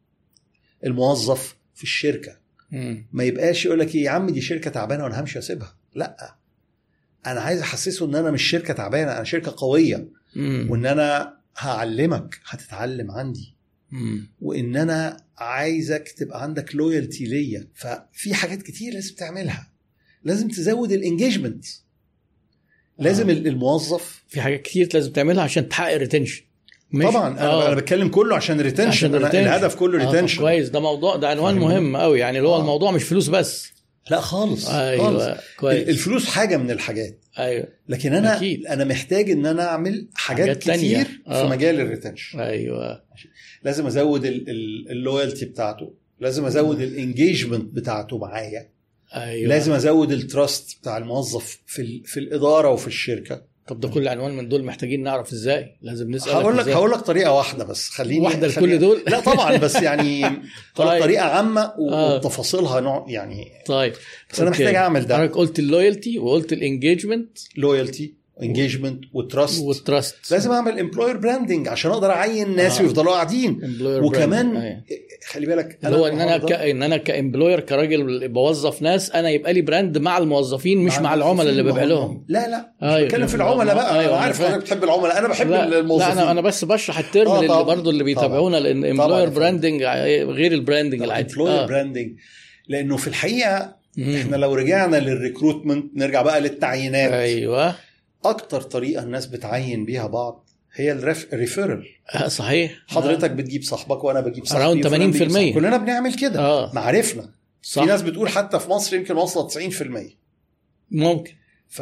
الموظف في الشركه. ما يبقاش يقول لك يا عم دي شركه تعبانه وانا همشي اسيبها. لا، انا عايز احسسه ان انا مش شركه تعبانه، انا شركه قويه، وان انا هعلمك، هتتعلم عندي، وان انا عايزك تبقى عندك لويالتي ليا. ففي حاجات كتير لازم تعملها. لازم تزود الانجيجمنت. لازم الموظف في حاجات كتير لازم تعملها عشان تحقق ريتنشن. طبعا انا بتكلم كله عشان ريتنشن. الهدف كله ريتنشن. كويس، ده موضوع، ده عنوان مهم قوي. يعني اللي هو الموضوع مش فلوس بس، لا خالص. أيوة. كويس. الفلوس حاجه من الحاجات. ايوه. لكن انا محتاج ان انا اعمل حاجات كتير في مجال الريتنشن. ايوه. لازم ازود اللويالتي بتاعته، لازم ازود الانجيجمنت بتاعته معايا. أيوة. لازم ازود التراست بتاع الموظف في الاداره وفي الشركه. طب ده كل عنوان من دول محتاجين نعرف ازاي. لازم نسال. هقول لك طريقه واحده بس. خليني واحده لكل دول. لا طبعا، بس يعني طريقه عامه وتفاصيلها نوع يعني. طيب بس انا محتاج اعمل ده. انا قلت اللويالتي وقلت الانجيجمنت. لويالتي، انجيجمنت، والتراست. لازم اعمل امبلوير براندنج عشان اقدر اعين ناس ويفضلوا قاعدين. وكمان خلي بالك هو ان انا كامبلوير كراجل بوظف ناس، انا يبقى لي براند مع الموظفين مش مع العملاء اللي ببيع لهم. لا مش بتكلم في العملاء بقى. انا عارف انك بتحب العملاء، انا بحب الموظفين. لا انا بس بشرح الترم اللي برضو اللي بيتابعونا، لان امبلوير براندنج غير البراندنج العادي. امبلوير براندنج لانه في الحقيقه احنا لو رجعنا للريكروتمنت، نرجع بقى للتعيينات. ايوه. اكتر طريقه الناس بتعين بيها بعض هي الريفيرال. صحيح. حضرتك بتجيب صاحبك وانا بجيب صاحبي. 80% كلنا بنعمل كده. معرفنا. في ناس بتقول حتى في مصر يمكن وصلت 90%. ممكن.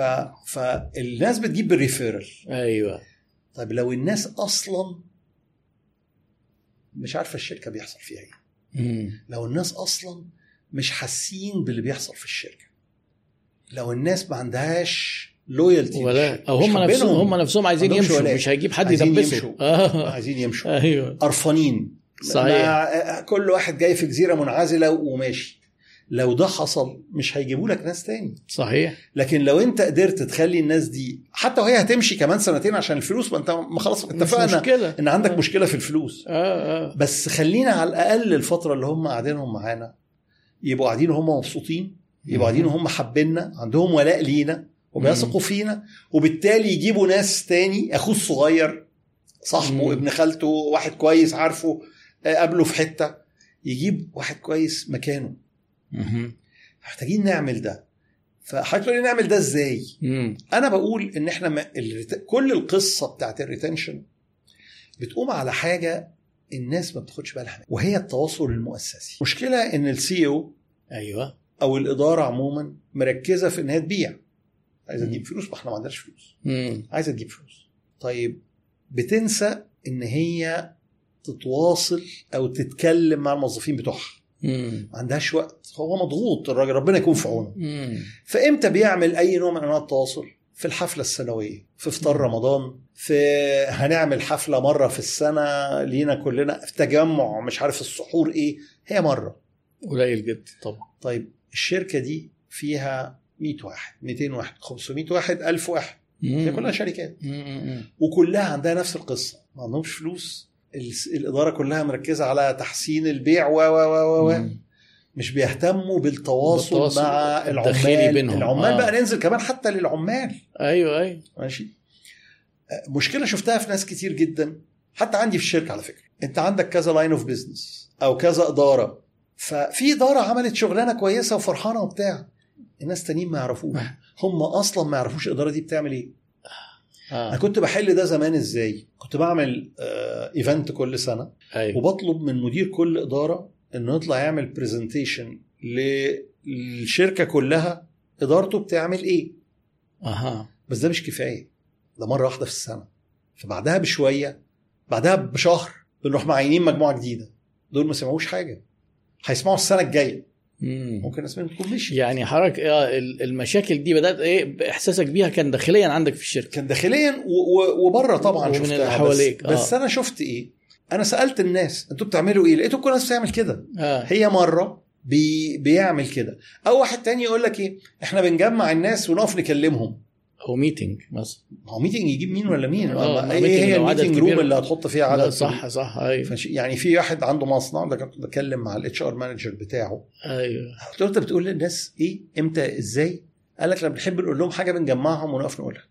فالناس بتجيب بالريفيرال. ايوه. طيب لو الناس اصلا مش عارفه الشركه بيحصل فيها ايه، لو الناس اصلا مش حاسين باللي بيحصل في الشركه، لو الناس ما عندهاش لويالتي ولا او هم نفسهم عايزين يمشوا، مش هيجيب حد يدبسه. عايزين يمشوا. ايوه. قرفانين. صحيح. كل واحد جاي في جزيره منعزله وماشي. لو ده حصل مش هيجيبوا لك ناس تاني. صحيح. لكن لو انت قدرت تخلي الناس دي حتى وهي هتمشي كمان سنتين عشان الفلوس، ما انت ما خلاص اتفقنا ان عندك مشكله في الفلوس. بس خلينا على الاقل الفتره اللي هم قاعدينهم معانا يبقوا قاعدين وهم مبسوطين، يبقوا قاعدين وهم حابيننا، عندهم ولاء لينا وبيثقوا فينا، وبالتالي يجيبوا ناس تاني، اخوه الصغير، صاحبه، ابن خالته، واحد كويس عارفه، قابله في حته، يجيب واحد كويس مكانه. محتاجين نعمل ده. فحضرتك تقول لي نعمل ده ازاي؟ انا بقول ان احنا كل القصه بتاعت الريتنشن بتقوم على حاجه الناس ما بتاخدش بالها، وهي التواصل المؤسسي. مشكلة ان السي او ايوه او الاداره عموما مركزه في انها تبيع، عايزه تجيب فلوس، ما احنا ما عندناش فلوس، عايزه تجيب فلوس. طيب بتنسى ان هي تتواصل او تتكلم مع الموظفين بتوعها، ما عندهاش وقت، هو مضغوط الراجل، ربنا يكون في عونه. فامتى بيعمل اي نوع من انواع التواصل؟ في الحفله السنويه، في افطار رمضان، في هنعمل حفله مره في السنه لينا كلنا، في تجمع مش عارف السحور ايه، هي مره، قليل جدا طبعا. طيب الشركه دي فيها 100 واحد، 200 واحد، 500 واحد، 1000 واحد، هي كلها شركات وكلها عندها نفس القصه، ما عندهمش فلوس، الاداره كلها مركزه على تحسين البيع و مش بيهتموا بالتواصل مع العمال بينهم. العمال بقى ننزل كمان حتى للعمال. ايوه ماشي. مشكله شفتها في ناس كتير جدا، حتى عندي في الشركه على فكره، انت عندك كذا لاين اوف بيزنس او كذا اداره، ففي اداره عملت شغلانه كويسه وفرحانه وبتاع، الناس تانيين ما يعرفوش، هم اصلا ما يعرفوش الاداره دي بتعمل ايه. انا كنت بحل ده زمان ازاي؟ كنت بعمل ايفنت كل سنه، وبطلب من مدير كل اداره انه يطلع يعمل بريزنتيشن للشركه كلها ادارته بتعمل ايه. بس ده مش كفايه، ده مره واحده في السنه، فبعدها بشويه، بعدها بشهر بنروح معينين مجموعه جديده، دول ما سمعوش حاجه، هيسمعوا السنه الجايه. ممكن اسمع تكون مشي. يعني حضرتك المشاكل دي بدات ايه احساسك بيها؟ كان داخليا عندك في الشركه؟ كان داخليا وبره طبعا شفتها حواليك. بس انا شفت ايه؟ انا سالت الناس انتوا بتعملوا ايه؟ لقيتوا كل الناس بتعمل كده. هي مره بيعمل كده، او واحد تاني يقول لك ايه، احنا بنجمع الناس ونقف نكلمهم. هو ميتنج مثلا، هو ميتنج يجيب مين ولا مين؟ ايه هي الميتنج روم اللي هتحط فيها عدد؟ صح ايوه. يعني في واحد عنده مصنع، ده كنت بتكلم مع الاتش ار مانجر بتاعه. ايوه قلت له انت بتقول للناس ايه امتى ازاي؟ قال لك لما بنحب نقول لهم حاجه بنجمعهم ونقف نقولها.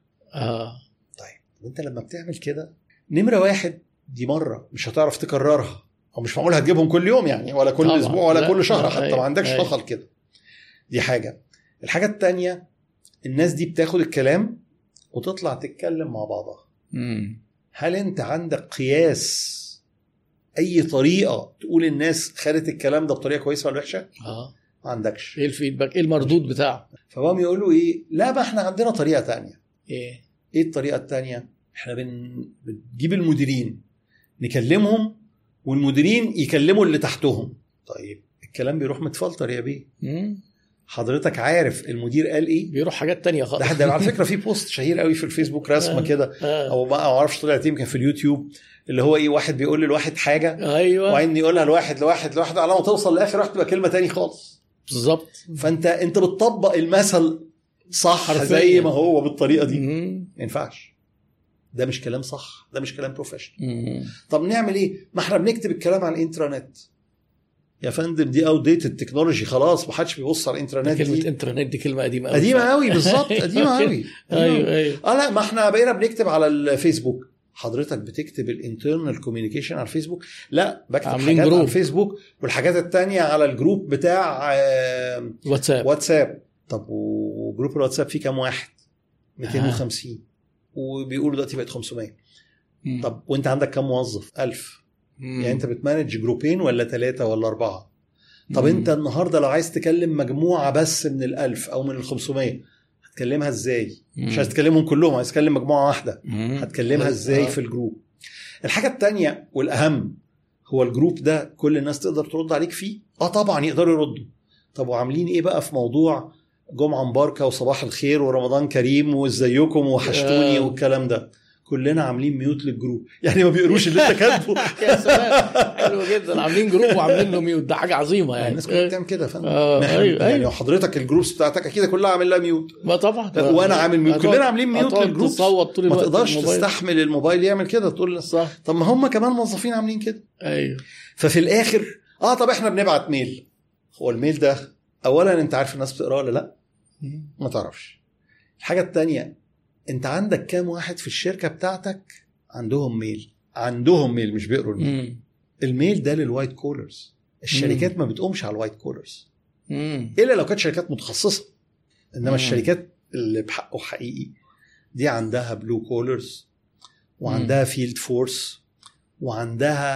طيب انت لما بتعمل كده، نمره واحد دي مره مش هتعرف تكررها، او مش معقول هتجيبهم كل يوم يعني، ولا كل اسبوع ولا كل شهر حتى، ما عندكش دخل كده. دي حاجه. الحاجه الثانيه، الناس دي بتاخد الكلام وتطلع تتكلم مع بعضها. هل انت عندك قياس اي طريقه تقول الناس خدت الكلام ده بطريقه كويسه ولا وحشه؟ ما عندكش. ايه الفيدباك؟ ايه المردود بتاعه؟ فهم يقولوا ايه، لا ما احنا عندنا طريقه تانية. ايه الطريقه التانية؟ احنا بنجيب المديرين نكلمهم، والمديرين يكلموا اللي تحتهم. طيب الكلام بيروح متفلتر يا بيه. حضرتك عارف المدير قال ايه؟ بيروح حاجات تانية خالص. ده على فكره في بوست شهير قوي في الفيسبوك، رسمه كده او ما اعرفش طلعت يمكن في اليوتيوب، اللي هو ايه، واحد بيقول للواحد حاجه، ايوه، وبعدين يقولها لواحد على ما توصل لاخر واحد تبقى كلمه تاني خالص. بالظبط. فانت بتطبق المثل صح حرفيا زي ما هو بالطريقه دي. ما ينفعش، ده مش كلام صح، ده مش كلام بروفيشنال. طب نعمل ايه؟ ما احنا بنكتب الكلام على الانترنت يا فندم، دي اوت تكنولوجي خلاص، ما حدش بيبص على الانترنت. كلمه انترنت دي كلمه قديمه قوي بالظبط، قديمه قوي. ايوه لا ما احنا بقينا بنكتب على الفيسبوك. حضرتك بتكتب الانترنال كوميونيكيشن على الفيسبوك؟ لا، بكتب حاجات جروب على الفيسبوك، والحاجات التانية على الجروب بتاع واتساب. طب وجروب الواتساب فيه كام واحد؟ 250 وبيقولوا دلوقتي بقت 500. طب وانت عندك كام موظف؟ 1000. يعني انت بتمانج جروبين ولا 3 ولا 4؟ طب انت النهاردة لو عايز تكلم مجموعة بس من 1000 او من 500 هتكلمها ازاي؟ مش هتكلمهم كلهم، عايز تكلم مجموعة واحدة، هتكلمها ازاي في الجروب؟ الحاجة التانية والأهم، هو الجروب ده كل الناس تقدر ترد عليك فيه؟ طبعا يقدروا يردوا. طب وعاملين ايه بقى في موضوع جمعة مباركة وصباح الخير ورمضان كريم وازيكم وحشتوني والكلام ده؟ كلنا عاملين ميوت للجروب، يعني ما بيقروش اللي انت كاتبه. يا سلام، حلو جدا، عاملين جروب وعاملين له ميوت، ده حاجه عظيمه يعني. الناس كلها بتعمل كده يا فندم. يعني وحضرتك الجروبس بتاعتك اكيد كلها عامل لها ميوت. ما طبعا، وانا عامل ميوت، كلنا عاملين ميوت للجروبس. ما تقدرش تستحمل الموبايل يعمل كده، تقول صح. طب ما هم كمان موظفين عاملين كده. ايوه. ففي الاخر طب احنا بنبعت ميل. هو الميل ده اولا انت عارف الناس بتقراه ولا لا؟ ما تعرفش. الحاجه الثانيه، انت عندك كام واحد في الشركه بتاعتك عندهم ميل مش بيقروا الميل. الميل ده للوايت كولرز. الشركات ما بتقومش على الوايت كولرز الا لو كانت شركات متخصصه، انما الشركات اللي بحقه حقيقي دي عندها بلو كولرز، وعندها فيلد فورس، وعندها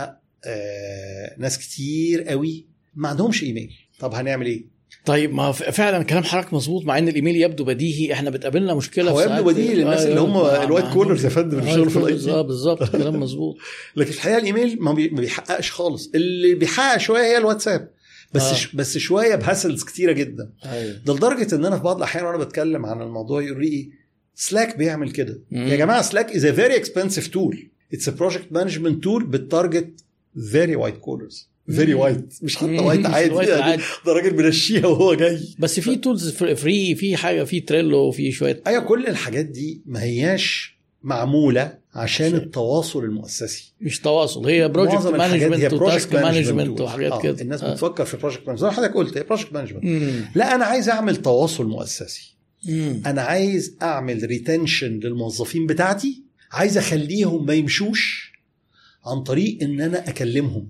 ناس كتير قوي ما عندهمش ايميل. طب هنعمل ايه؟ طيب ما فعلا كلام حضرتك مظبوط، مع ان الايميل يبدو بديهي. احنا بتقابلنا مشكله هو يبدو بديهي للناس اللي هم الوايت كولرز يا فندم في الشغل في الاي تي. بالظبط كلام مظبوط. لكن في الحقيقه الايميل ما بيحققش خالص. اللي بيحقق شويه هي الواتساب بس شويه بهاسلز كتيره جدا. ده لدرجه ان انا في بعض الاحيان وانا بتكلم عن الموضوع يقول لي سلاك بيعمل كده. يا جماعه سلاك is a very expensive tool. It's a project management tool بالتارجت very white collars. فيري وايت، مش حتى وايت عادي يعني. ده راجل بنشيها وهو جاي. بس في تولز فري، في حاجه، في تريلو، في شويه. ايوه كل الحاجات دي ما هياش معموله عشان التواصل المؤسسي. مش تواصل، هي بروجكت مانجمنت وتاسك مانجمنت وحاجات كده. الناس بتفكر في بروجكت مانجمنت زي ما حضرتك قلت، هي بروجكت مانجمنت. لا انا عايز اعمل تواصل مؤسسي. انا عايز اعمل ريتنشن للموظفين بتاعتي، عايز اخليهم ما يمشوش عن طريق ان انا اكلمهم.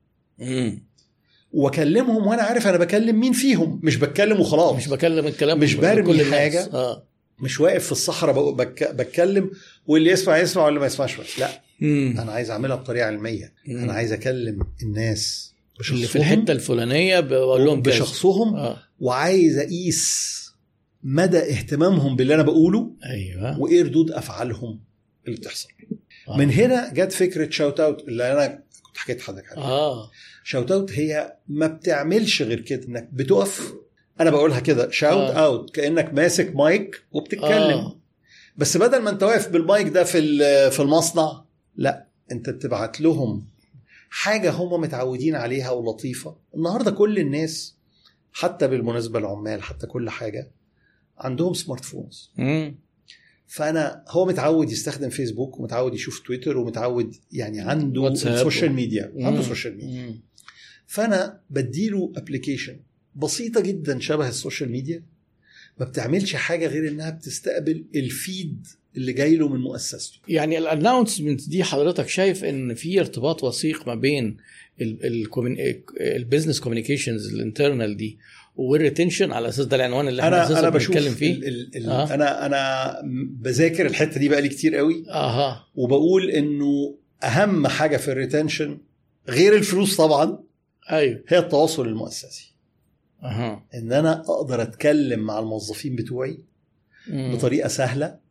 واكلمهم وانا عارف انا بكلم مين فيهم، مش بتكلم وخلاص، مش بكلم الكلام، مش برمي حاجه. مش واقف في الصحراء بتكلم واللي يسمع واللي ما يسمعش بس. لا انا عايز اعملها بطريقه علميه. انا عايز اكلم الناس اللي في الحته الفلانيه، بقول لهم بشخصهم وعايز اقيس مدى اهتمامهم باللي انا بقوله. ايوه، وايه ردود افعالهم اللي بتحصل. من هنا جت فكره شاوت اوت اللي انا كنت حكيت لحضرتك عليها. شاوت اوت هي ما بتعملش غير كده، انك بتقف، انا بقولها كده شاوت اوت كانك ماسك مايك وبتتكلم. بس بدل ما انت واقف بالمايك ده في المصنع، لا انت تبعت لهم حاجه هم متعودين عليها ولطيفه. النهارده كل الناس حتى بالمناسبه العمال حتى كل حاجه عندهم سمارت فونز. فانا هو متعود يستخدم فيسبوك ومتعود يشوف تويتر ومتعود يعني عنده السوشيال ميديا، عنده سوشيال ميديا. فانا بديله ابليكيشن بسيطه جدا شبه السوشيال ميديا، ما بتعملش حاجه غير انها بتستقبل الفيد اللي جاي له من مؤسسته. يعني الاناونسمنت دي حضرتك شايف ان في ارتباط وثيق ما بين البيزنس كوميونيكيشنز الانترنال دي والريتنشن، على اساس ده العنوان اللي احنا بنتكلم فيه. انا بذاكر الحته دي بقالي كتير قوي. وبقول انه اهم حاجه في الريتنشن غير الفلوس طبعا، ايوه، هي التواصل المؤسسي. ان انا اقدر اتكلم مع الموظفين بتوعي بطريقه سهله،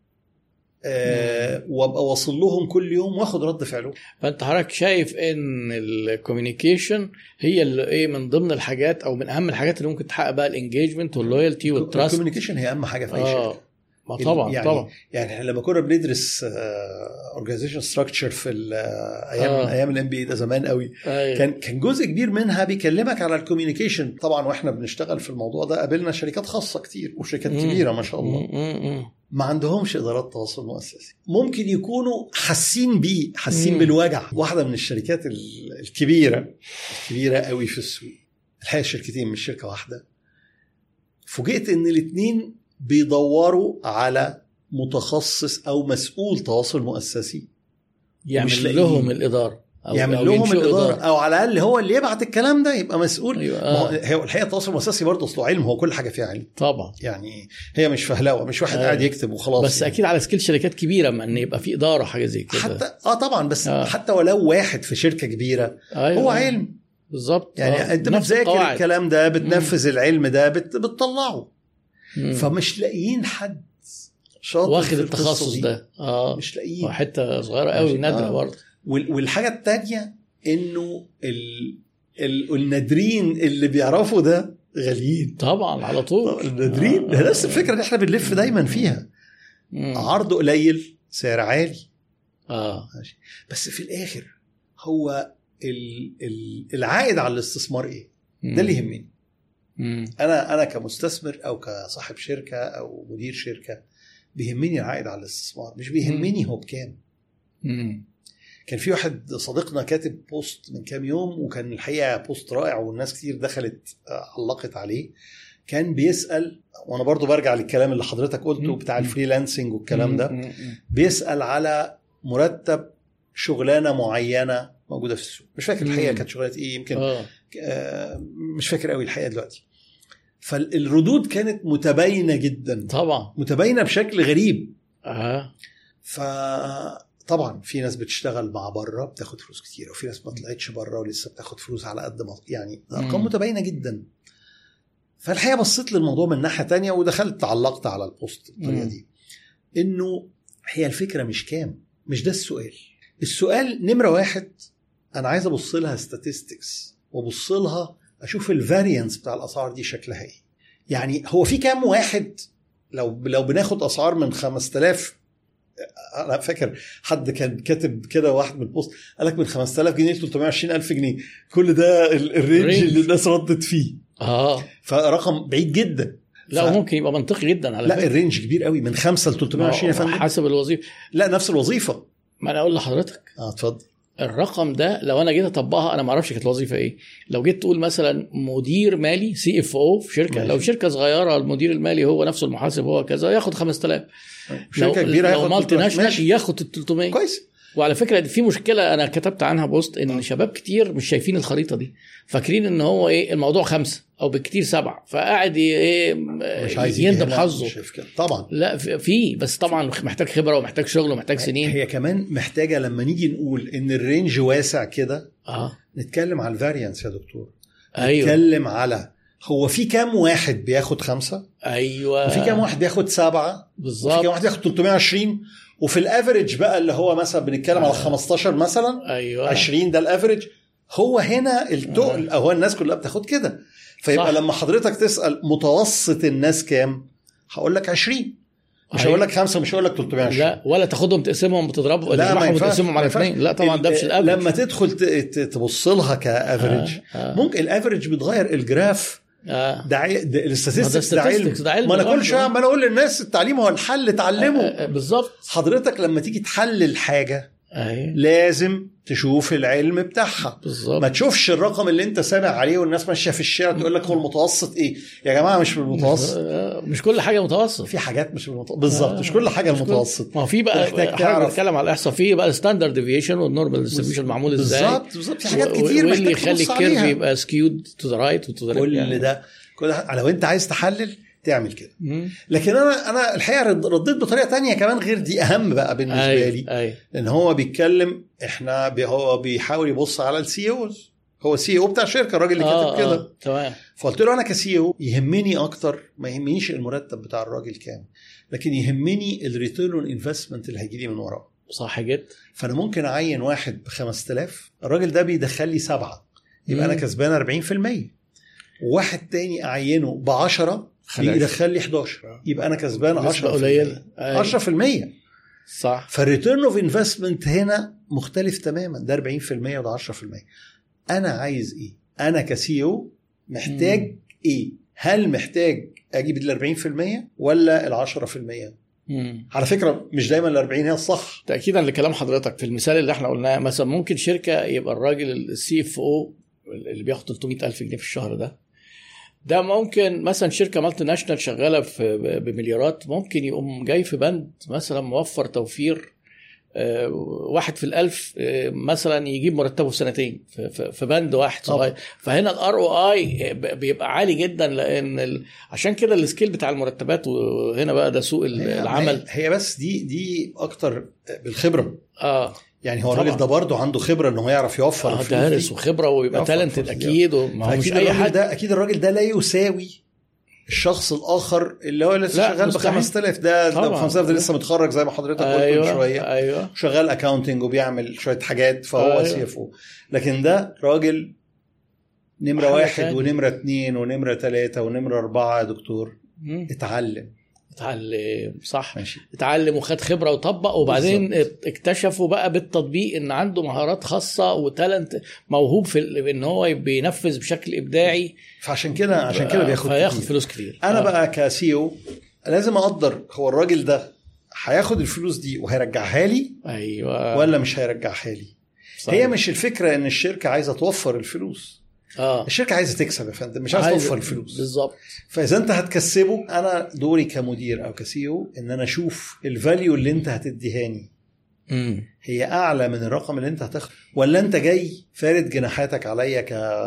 وابقى واصل لهم كل يوم واخد رد فعله. فانت حضرتك شايف ان الكوميونيكيشن هي اللي ايه من ضمن الحاجات او من اهم الحاجات اللي ممكن تحقق بقى الانجيجمنت واللويالتي والتراست. الكوميونيكيشن هي اهم حاجه في اي شركه. طبعا يعني طبعا. يعني لما كنا بندرس اورجانيزيشن ستراكشر في ايام الام بي ده زمان قوي، كان جزء كبير منها بيكلمك على الكوميونيكيشن. طبعا واحنا بنشتغل في الموضوع ده قابلنا شركات خاصه كتير وشركات كبيره ما شاء الله ما عندهمش ادارات تواصل مؤسسي. ممكن يكونوا حاسين بالوجع. واحده من الشركات الكبيره قوي في السوق، الحقيقه الشركتين مش شركه واحده، فوجئت ان الاثنين بيدوروا على متخصص او مسؤول تواصل مؤسسي يعمل لهم الاداره، يعمل لهم الاداره، او على الاقل هو اللي يبعت الكلام ده يبقى مسؤول. هي الحقيقه التواصل المؤسسي برضه اصله علم، هو كل حاجه فيها علم طبعا. يعني هي مش فهلوه، مش واحد قاعد يكتب وخلاص. بس يعني. اكيد على سكيل شركات كبيره ما ان يبقى في اداره حاجه زي كده حتى طبعا. بس حتى ولو واحد في شركه كبيره هو علم بالظبط. يعني انت بتذاكر الكلام ده، بتنفذ العلم ده، بتطلعه. فمش لاقيين حد شاطر واخد التخصص ده. مش لاقيين، حته صغيره قوي نادره برضه. والحاجه الثانيه انه النادرين اللي بيعرفوا ده غاليين طبعا على طول. النادرين ده نفس الفكره اللي احنا بنلف دايما فيها. عرضه قليل سعر عالي. بس في الاخر هو العائد على الاستثمار ايه؟ ده اللي يهمني. انا كمستثمر او كصاحب شركه او مدير شركه بيهمني العائد على الاستثمار، مش بيهمني هو بكام. كان في واحد صديقنا كاتب بوست من كام يوم، وكان الحقيقه بوست رائع والناس كتير دخلت علقت عليه. كان بيسأل، وانا برضو برجع للكلام اللي حضرتك قلته بتاع الفريلانسنج والكلام ده، بيسأل على مرتب شغلانه معينه موجوده في السوق. مش فاكر الحقيقه كانت شغلانه ايه، يمكن مش فاكر قوي الحقيقه دلوقتي. فالردود كانت متباينه جدا، طبعا متباينه بشكل غريب. طبعا في ناس بتشتغل مع بره بتاخد فلوس كتير، وفي ناس ما طلعتش بره ولسه بتاخد فلوس على قد ما يعني ارقام متباينه جدا. فالحقيقه بصيت للموضوع من ناحيه تانية ودخلت تعلقت على البوست بالطريقه دي، انه هي الفكره مش كام، مش ده السؤال. السؤال نمره واحد انا عايز ابص لها statistics، وابص لها اشوف الفاريانس بتاع الاسعار دي شكلها ايه. يعني هو في كام واحد لو بناخد اسعار من 5000، انا فاكر حد كان كاتب كده واحد من البوست قال لك من 5000 جنيه ل 320,000 جنيه، كل ده الرينج اللي الناس ردت فيه. فرقم بعيد جدا. لا ممكن يبقى منطقي جدا على فكرة. لا الرينج كبير قوي، من 5 ل 320 يا فندم حسب الوظيفه. لا نفس الوظيفه. ما انا اقول لحضرتك اتفضل. الرقم ده لو انا جيت اطبقها، انا ما اعرفش كانت الوظيفه ايه، لو جيت تقول مثلا مدير مالي CFO في شركه، لو شركه صغيره المدير المالي هو نفسه المحاسب هو كذا ياخد 5000، شركه كبيره ياخد مالتي ناشونال ياخد 300. كويس. وعلى فكره في مشكله انا كتبت عنها بوست، ان شباب كتير مش شايفين الخريطه دي، فاكرين ان هو ايه الموضوع 5 او بالكتير 7، فقاعد مش عايز يندب حظه. طبعا لا في بس طبعا محتاج خبره ومحتاج شغل ومحتاج سنين. هي كمان محتاجه لما نيجي نقول ان الرينج واسع كده نتكلم على الفاريانس يا دكتور. أيوة. نتكلم على هو في كام واحد بياخد 5، ايوه، وفي كام واحد بياخد 7 بالظبط، وفي كام واحد بياخد 320، وفي الافريج بقى اللي هو مثلا بنتكلم على 15 مثلا. أيوة. 20 ده الافريج. هو هنا التقل هو الناس كلها بتاخد كده. فيبقى صح. لما حضرتك تسأل متوسط الناس كام، هقول لك 20، مش هقول لك 5، مش هقول لك 320. لا ولا تاخدهم تقسمهم وتضربهم وتقسمهم على 2. لا طبعا ده مش الافريج. لما تدخل تبص لها كافريج ممكن الافريج بتغير الجراف. ده الاستاتستكس ده علم. ما انا كل شويه عمال اقول للناس التعليم هو الحل، اتعلموا. بالظبط. حضرتك لما تيجي تحلل حاجه لازم تشوف العلم بتاعها. بالظبط. ما تشوفش الرقم اللي انت سامع عليه والناس ماشيه في الشارع تقول لك هو المتوسط ايه. يا جماعه مش بالمتوسط، مش كل حاجه متوسط، في حاجات مش بالمتوسط. بالظبط مش كل حاجه المتوسط. ما في بقى حاجه بنتكلم على الاحصاء، في بقى الستاندرد ديفيشن والنورمال ديستريبيوشن معمول ازاي. بالظبط في حاجات كتير واللي يخلي الكيرف يبقى سكيود تو ذا رايت وتو ذا كل يعني. ده لو انت عايز تحلل تعمل كده. لكن انا الحقيقه رديت بطريقه تانية كمان غير دي، اهم بقى بالنسبه لي. لان هو بيتكلم هو بيحاول يبص على الCEOs، هو CEO بتاع شركه، الراجل اللي كاتب كده. تمام. فقلت له انا كCEO يهمني اكتر، ما يهمنيش المرتب بتاع الراجل كام، لكن يهمني الريتيرن اون انفستمنت اللي هيجي لي من وراه. صح جدا. فانا ممكن اعين واحد ب5000، الراجل ده بيدخل لي 7، يبقى انا كسبان 40%. وواحد تاني اعينه ب10 يدخل لي 11، يبقى انا كسبان 10%. صح. فالريتيرن اوف انفستمنت هنا مختلف تماما، ده 40% وده 10%. انا عايز ايه؟ انا كCEO محتاج ايه؟ هل محتاج اجيب ال40% ولا ال10%؟ على فكره مش دايما ال40 هي الصح. تاكيدا لكلام حضرتك في المثال اللي احنا قلناه، مثلا ممكن شركه يبقى الراجل الCFO اللي بياخد 300,000 جنيه في الشهر ده ممكن مثلا شركة مالتي ناشونال شغالة بمليارات، ممكن يقوم جاي في بند مثلا موفر توفير 1 في 1000 مثلا يجيب مرتبه سنتين في بند واحد صغير. فهنا الROI بيبقى عالي جدا، لأن عشان كده السكيل بتاع المرتبات، وهنا بقى ده سوق العمل. هي بس دي أكتر بالخبرة. يعني هو الراجل ده برضه عنده خبره انه يعرف يوفر دارس وخبره ويبقى تالنتد اكيد، وما مش اي حد. اكيد الراجل ده لا يساوي الشخص الاخر اللي هو لسه شغال ب5000. ده 5000 ده لسه متخرج زي ما حضرتك قلت من شويه. شغال اكاونتنج وبيعمل شويه حاجات، فهو CFO. لكن ده راجل نمره 1 ونمره 2 ونمره 3 ونمره 4 يا دكتور. اتعلم صح ماشي. اتعلم وخد خبرة وطبق، وبعدين بالزبط. اكتشفوا بقى بالتطبيق ان عنده مهارات خاصة وتالنت موهوب في ان هو بينفذ بشكل ابداعي. فعشان كده فياخد فلوس كتير. انا بقى كCEO لازم اقدر هو الراجل ده هياخد الفلوس دي وهيرجعها لي ولا مش هيرجعها لي. صحيح. هي مش الفكرة ان الشركة عايزة توفر الفلوس. الشركة عايزة تكسب يا فندم، مش عايزة توفر الفلوس. بالظبط. فإذا أنت هتكسبه، أنا دوري كمدير أو كCEO إن أنا أشوف الفاليو اللي أنت هتديهاني هي أعلى من الرقم اللي أنت هتاخده، ولا أنت جاي فارد جناحاتك عليا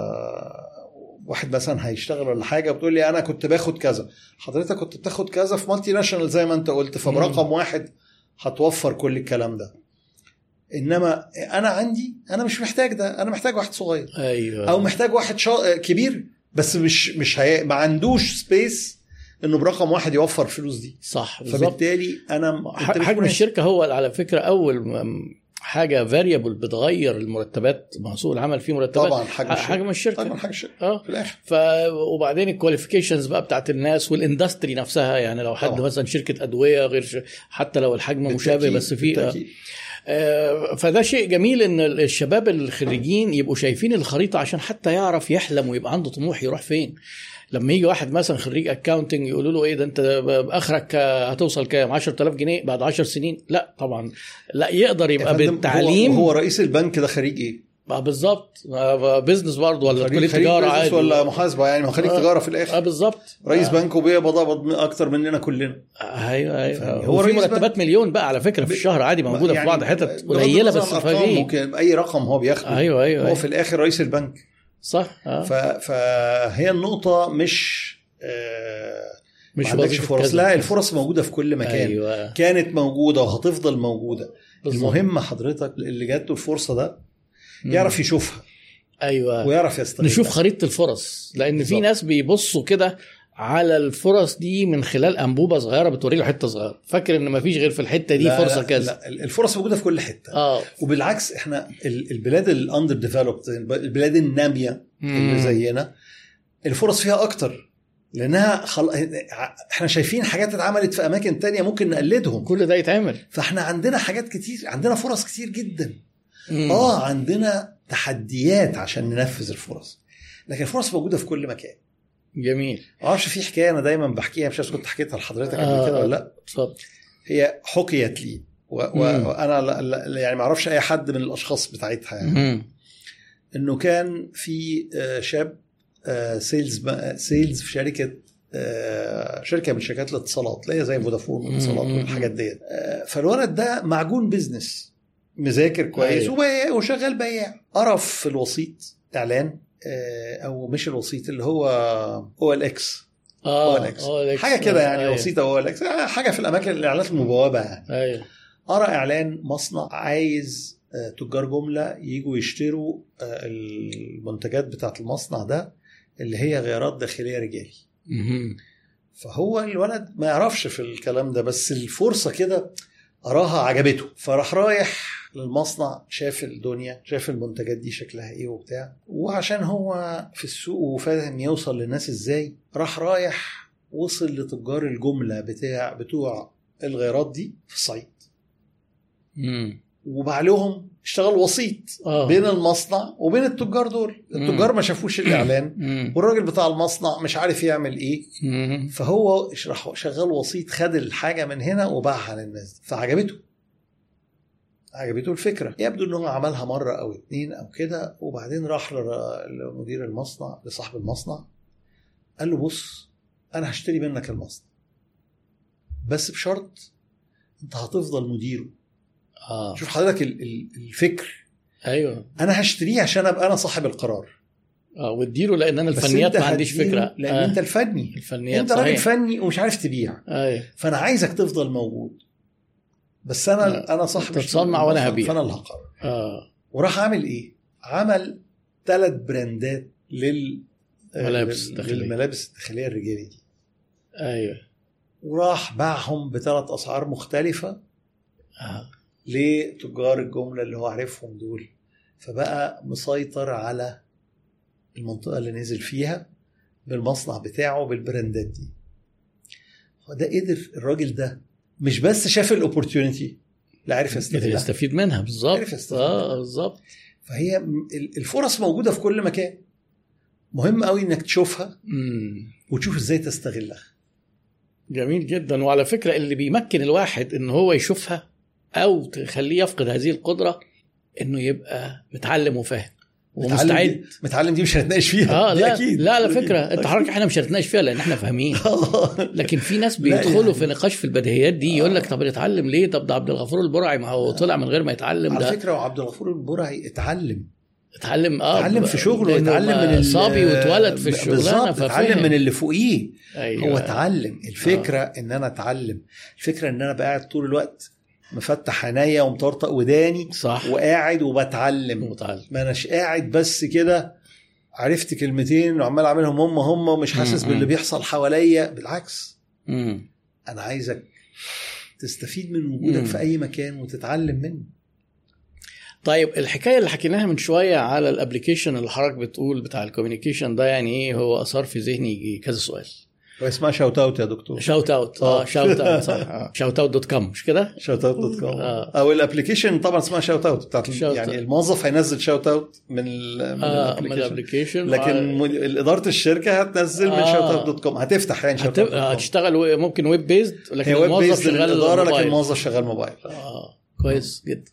واحد مثلا هيشتغل ولا حاجة بتقول لي أنا كنت باخد كذا، حضرتك كنت بتاخد كذا في مالتي ناشونال زي ما أنت قلت، فبرقم واحد هتوفر كل الكلام ده. انما انا مش محتاج ده، انا محتاج واحد صغير. ايوه. او محتاج واحد كبير بس مش ما عندوش سبيس انه برقم واحد يوفر فلوس دي. صح. فبالتالي انا حجم الشركه هو على فكره اول حاجه فاريبل بتغير المرتبات. سوق العمل فيه مرتبات طبعا حجم الشركه طبعا حجم الشركه في الاخر. وبعدين الكواليفيكيشنز بقى بتاعت الناس والاندستري نفسها. يعني لو حد طبعا. مثلا شركه ادويه غير حتى لو الحجم مشابه بس في فده شيء جميل ان الشباب الخريجين يبقوا شايفين الخريطه عشان حتى يعرف يحلم ويبقى عنده طموح يروح فين. لما يجي واحد مثلا خريج اكاونتنج يقولوا له ايه ده انت اخرك هتوصل كام 10,000 جنيه بعد 10 سنين؟ لا طبعا لا، يقدر يبقى بالتعليم. هو رئيس البنك ده خريج ايه بالظبط؟ بيزنس برضه ولا كليه تجاره عادي ولا محاسبه؟ يعني ما خريج تجاره في الاخر. بالظبط. رئيس بنك وبيقبض اكتر مننا كلنا. ايوه هو في مرتبات مليون بقى على فكره في الشهر عادي موجوده يعني في بعض حتت قليله بس ممكن اي رقم هو بياخده. ايوه هو في الاخر رئيس البنك. صح. فهي النقطه مش عندكش فرص. لا، الفرص موجوده في كل مكان. أيوة. كانت موجوده وهتفضل موجوده. المهم حضرتك اللي جاته الفرصه ده يعرف يشوفها. ايوه. ويعرف يستغلها. نشوف خريطه الفرص، لان بالزبط. في ناس بيبصوا كده على الفرص دي من خلال انبوبه صغيره بتوري له حته صغيره، فاكر ان مفيش غير في الحته دي فرصه كذا. لا، الفرص موجوده في كل حته. وبالعكس احنا البلاد الاندر ديفلوبد، البلاد الناميه اللي زينا، الفرص فيها اكتر، لانها احنا شايفين حاجات اتعملت في اماكن تانية ممكن نقلدهم. كل ده يتعمل. فاحنا عندنا حاجات كتير، عندنا فرص كتير جدا. عندنا تحديات عشان ننفذ الفرص، لكن الفرص موجوده في كل مكان. جميل. معرفش، في حكايه انا دايما بحكيها، مش عارف كنت حكيتها لحضرتك قبل كده ولا لا. اتفضل. هي حكيت لي وانا يعني ما اعرفش اي حد من الاشخاص بتاعتها يعني. انه كان في شاب سيلز في شركه من شركات الاتصالات اللي هي زي فودافون واتصالات والحاجات ديت. فالولد ده معجون بزنس، مذاكر كويس وشغال بياع. قرف في الوسيط اعلان، او مش الوسيط اللي هو الاكس. حاجه كده يعني. وسيطه هو الاكس، حاجه في الاماكن الاعلانات المبوابه يعني. قرا اعلان مصنع عايز تجار جمله ييجوا يشتروا المنتجات بتاعه المصنع ده اللي هي غيارات داخليه رجالي. فهو الولد ما يعرفش في الكلام ده، بس الفرصه كده قراها عجبته، فراح رايح للمصنع، شاف الدنيا، شاف المنتجات دي شكلها ايه وبتاع، وعشان هو في السوق وفاهم يوصل للناس ازاي، راح رايح وصل لتجار الجملة بتوع الغيارات دي في الصعيد. وباع لهم، اشتغل وسيط بين المصنع وبين التجار دول. التجار ما شافوش الاعلان، والراجل بتاع المصنع مش عارف يعمل ايه، فهو شغال وسيط، خد الحاجة من هنا وباعها للناس، فعجبته الفكرة. يبدو انه عملها مرة او 2 او كده، وبعدين راح لمدير المصنع، لصاحب المصنع، قال له بص انا هشتري منك المصنع بس بشرط انت هتفضل مديره. شوف حضرتك الفكر. ايوه، انا هشتريه عشان ابقى انا صاحب القرار. واديله، لان انا الفنيات ما عنديش فكرة. لان انت الفنيات انت راجل فني ومش عارف تبيع. فانا عايزك تفضل موجود، بس انا صاحب تصنع وانا هبيع، فانا اللي هقرر. وراح عامل ايه؟ عمل 3 براندات للملابس الداخليه الرجالي دي. وراح باعهم ب3 اسعار مختلفه لتجار الجمله اللي هو عارفهم دول. فبقى مسيطر على المنطقه اللي نزل فيها بالمصنع بتاعه بالبراندات دي. وده قدر الراجل ده مش بس شاف الاوبورتيونيتي، لا عارف يستفيد منها. بالظبط. بالظبط. فهي الفرص موجوده في كل مكان، مهم قوي انك تشوفها وتشوف ازاي تستغلها. جميل جدا. وعلى فكره اللي بيمكن الواحد ان هو يشوفها او تخليه يفقد هذه القدره انه يبقى متعلم وفاهم ومستعد. متعلم دي مش هنتناقش فيها. لا أكيد. لا على فكره انت حضرتك احنا مش هنتناقش فيها لان احنا فاهمين. لكن في ناس بيدخلوا يعني في نقاش في البديهيات دي، يقول لك طب نتعلم ليه؟ طب ده عبد الغفور البرعي ما هو طلع من غير ما يتعلم. على فكره وعبد الغفور البرعي اتعلم في شغله، اتعلم من صبي واتولد في الشغلانه، اتعلم من اللي فوقيه. هو اتعلم. الفكره ان انا اتعلم، الفكره ان انا بقعد طول الوقت مفتح عينيا ومطرطق وداني، صح، وقاعد وبتعلم. ما اناش قاعد بس كده عرفت كلمتين وعمال اعملهم هم ومش حاسس باللي بيحصل حواليا. بالعكس، انا عايزك تستفيد من وجودك في اي مكان وتتعلم منه. طيب الحكايه اللي حكيناها من شويه على الابليكيشن اللي حضرتك بتقول بتاع الكوميونيكيشن ده، يعني ايه هو اثار في ذهني كذا سؤال. اسمها شاوت اوت يا دكتور. شاوت اوت، شاوت اوت، صح. شاوت اوت.com مش كده؟ شاوت اوت.com او الابلكيشن طبعا اسمها شاوت اوت بتاعت يعني الموظف هينزل شاوت اوت من الابلكيشن، لكن اداره الشركه هتنزل من شاوت اوت.com. هتفتح يعني شاوت اوت، هتشتغل ممكن ويب بيزد، لكن الموظف شغال الاداره، لكن الموظف شغال موبايل. كويس جدا.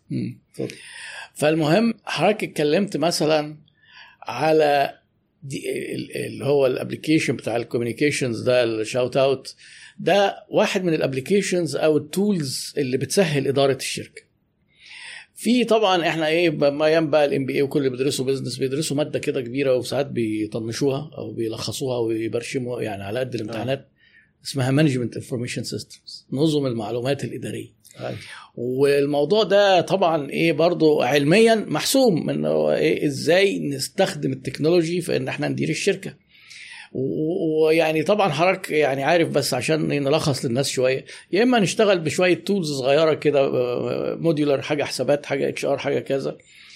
فالمهم حضرتك اتكلمت مثلا على اللي هو الابليكيشن بتاع الكوميونيكيشنز ده، الشاوت اوت ده واحد من الابليكيشنز او التولز اللي بتسهل اداره الشركه. في طبعا احنا ما ينبع الام بي اي وكل اللي بيدرسوا بيزنس بيدرسوا ماده كده كبيره وساعات بيطنشوها او بيلخصوها ويبرشموا يعني على قد الامتحانات، اسمها مانجمنت انفورميشن سيستمز، نظم المعلومات الاداريه. والموضوع ده طبعا برضو علميا محسوم انه ازاي نستخدم التكنولوجي في ان احنا ندير الشركه. ويعني طبعا حضرتك يعني عارف، بس عشان نلخص للناس شويه، يا اما نشتغل بشويه تولز صغيره كده موديولر، حاجه حسابات، حاجه اتش ار، حاجه كذا،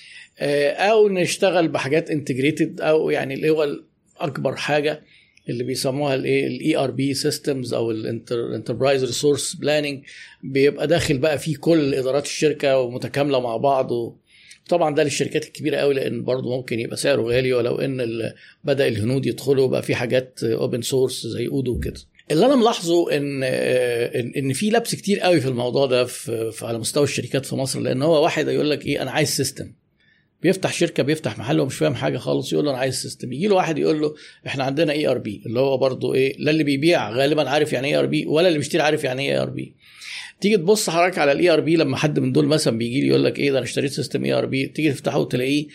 او نشتغل بحاجات انتجريتد، او يعني اللي هو اكبر حاجه اللي بيسموها الاي ار بي سيستمز او الانتربرايز ريسورس بلاننج، بيبقى داخل بقى فيه كل ادارات الشركه ومتكامله مع بعض. طبعا ده للشركات الكبيره قوي، لان برضو ممكن يبقى سعره غالي، ولو ان بدا الهنود يدخلوا بقى في حاجات اوبن سورس زي اودو وكده. اللي انا ملاحظه ان في لبس كتير قوي في الموضوع ده على مستوى الشركات في مصر، لان هو واحد يقول لك انا عايز سيستم، بيفتح شركه بيفتح محل ومش فاهم حاجه خالص، يقول له انا عايز سيستم. يجي له واحد يقول له احنا عندنا اي ار بي، اللي هو برضو لا اللي بيبيع غالبا عارف يعني ايه ار بي، ولا اللي بيشتري عارف يعني ايه ار بي. تيجي تبص حضرتك على الاي ار بي، لما حد من دول مثلا بيجي لي يقول لك ده انا اشتريت سيستم اي ار بي، تيجي تفتحه تلاقيه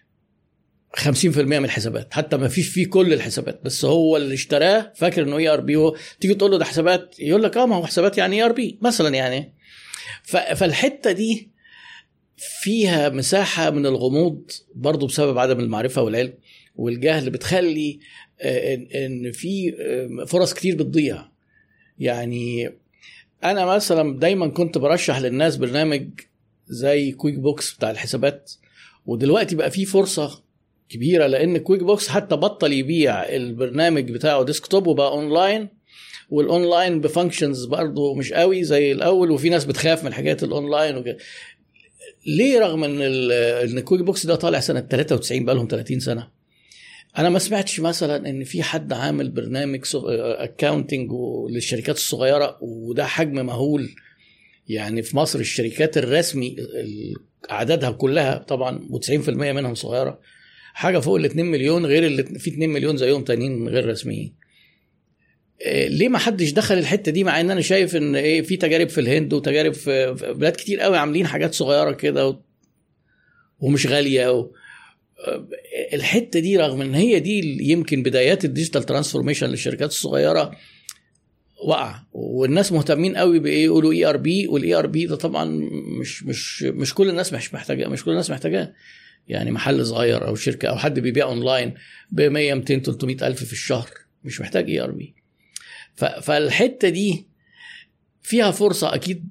50% من الحسابات، حتى ما فيش فيه كل الحسابات، بس هو اللي اشتراه فاكر انه اي ار بي. تيجي تقول له ده حسابات، يقول لك ما هو حسابات يعني اي ار بي مثلا يعني. فالحته دي فيها مساحة من الغموض برضو بسبب عدم المعرفة والعلم والجهل، بتخلي ان في فرص كتير بتضيع. يعني انا مثلا دايما كنت برشح للناس برنامج زي كويك بوكس بتاع الحسابات، ودلوقتي بقى في فرصة كبيرة، لان كويك بوكس حتى بطل يبيع البرنامج بتاعه ديسكتوب وبقى اونلاين، والاونلاين بفانكشنز برضو مش قوي زي الاول، وفي ناس بتخاف من حاجات الاونلاين وكده. ليه؟ رغم ان كويك بوكس ده طالع سنه 93، بقى لهم 30 سنه، انا ما سمعتش مثلا ان في حد عامل برنامج اكاونتنج للشركات الصغيره، وده حجم مهول. يعني في مصر الشركات الرسمي اعدادها كلها طبعا و90% منهم صغيره، حاجه فوق ال 2 مليون، غير اللي في 2 مليون زيهم تانيين غير رسميين. ليه ما حدش دخل الحته دي؟ مع ان انا شايف ان في تجارب في الهند وتجارب في بلاد كتير قوي عاملين حاجات صغيره كده ومش غاليه الحته دي رغم ان هي دي يمكن بدايات الديجيتال ترانسفورميشن للشركات الصغيره وقع، والناس مهتمين قوي يقولوا اي ار بي، والاي ار بي ده طبعا مش كل الناس مش كل الناس محتاجاه. يعني محل صغير او شركه او حد بيبيع اونلاين ب 100 200 300 الف في الشهر مش محتاج اي ار بي. فالحته دي فيها فرصه اكيد،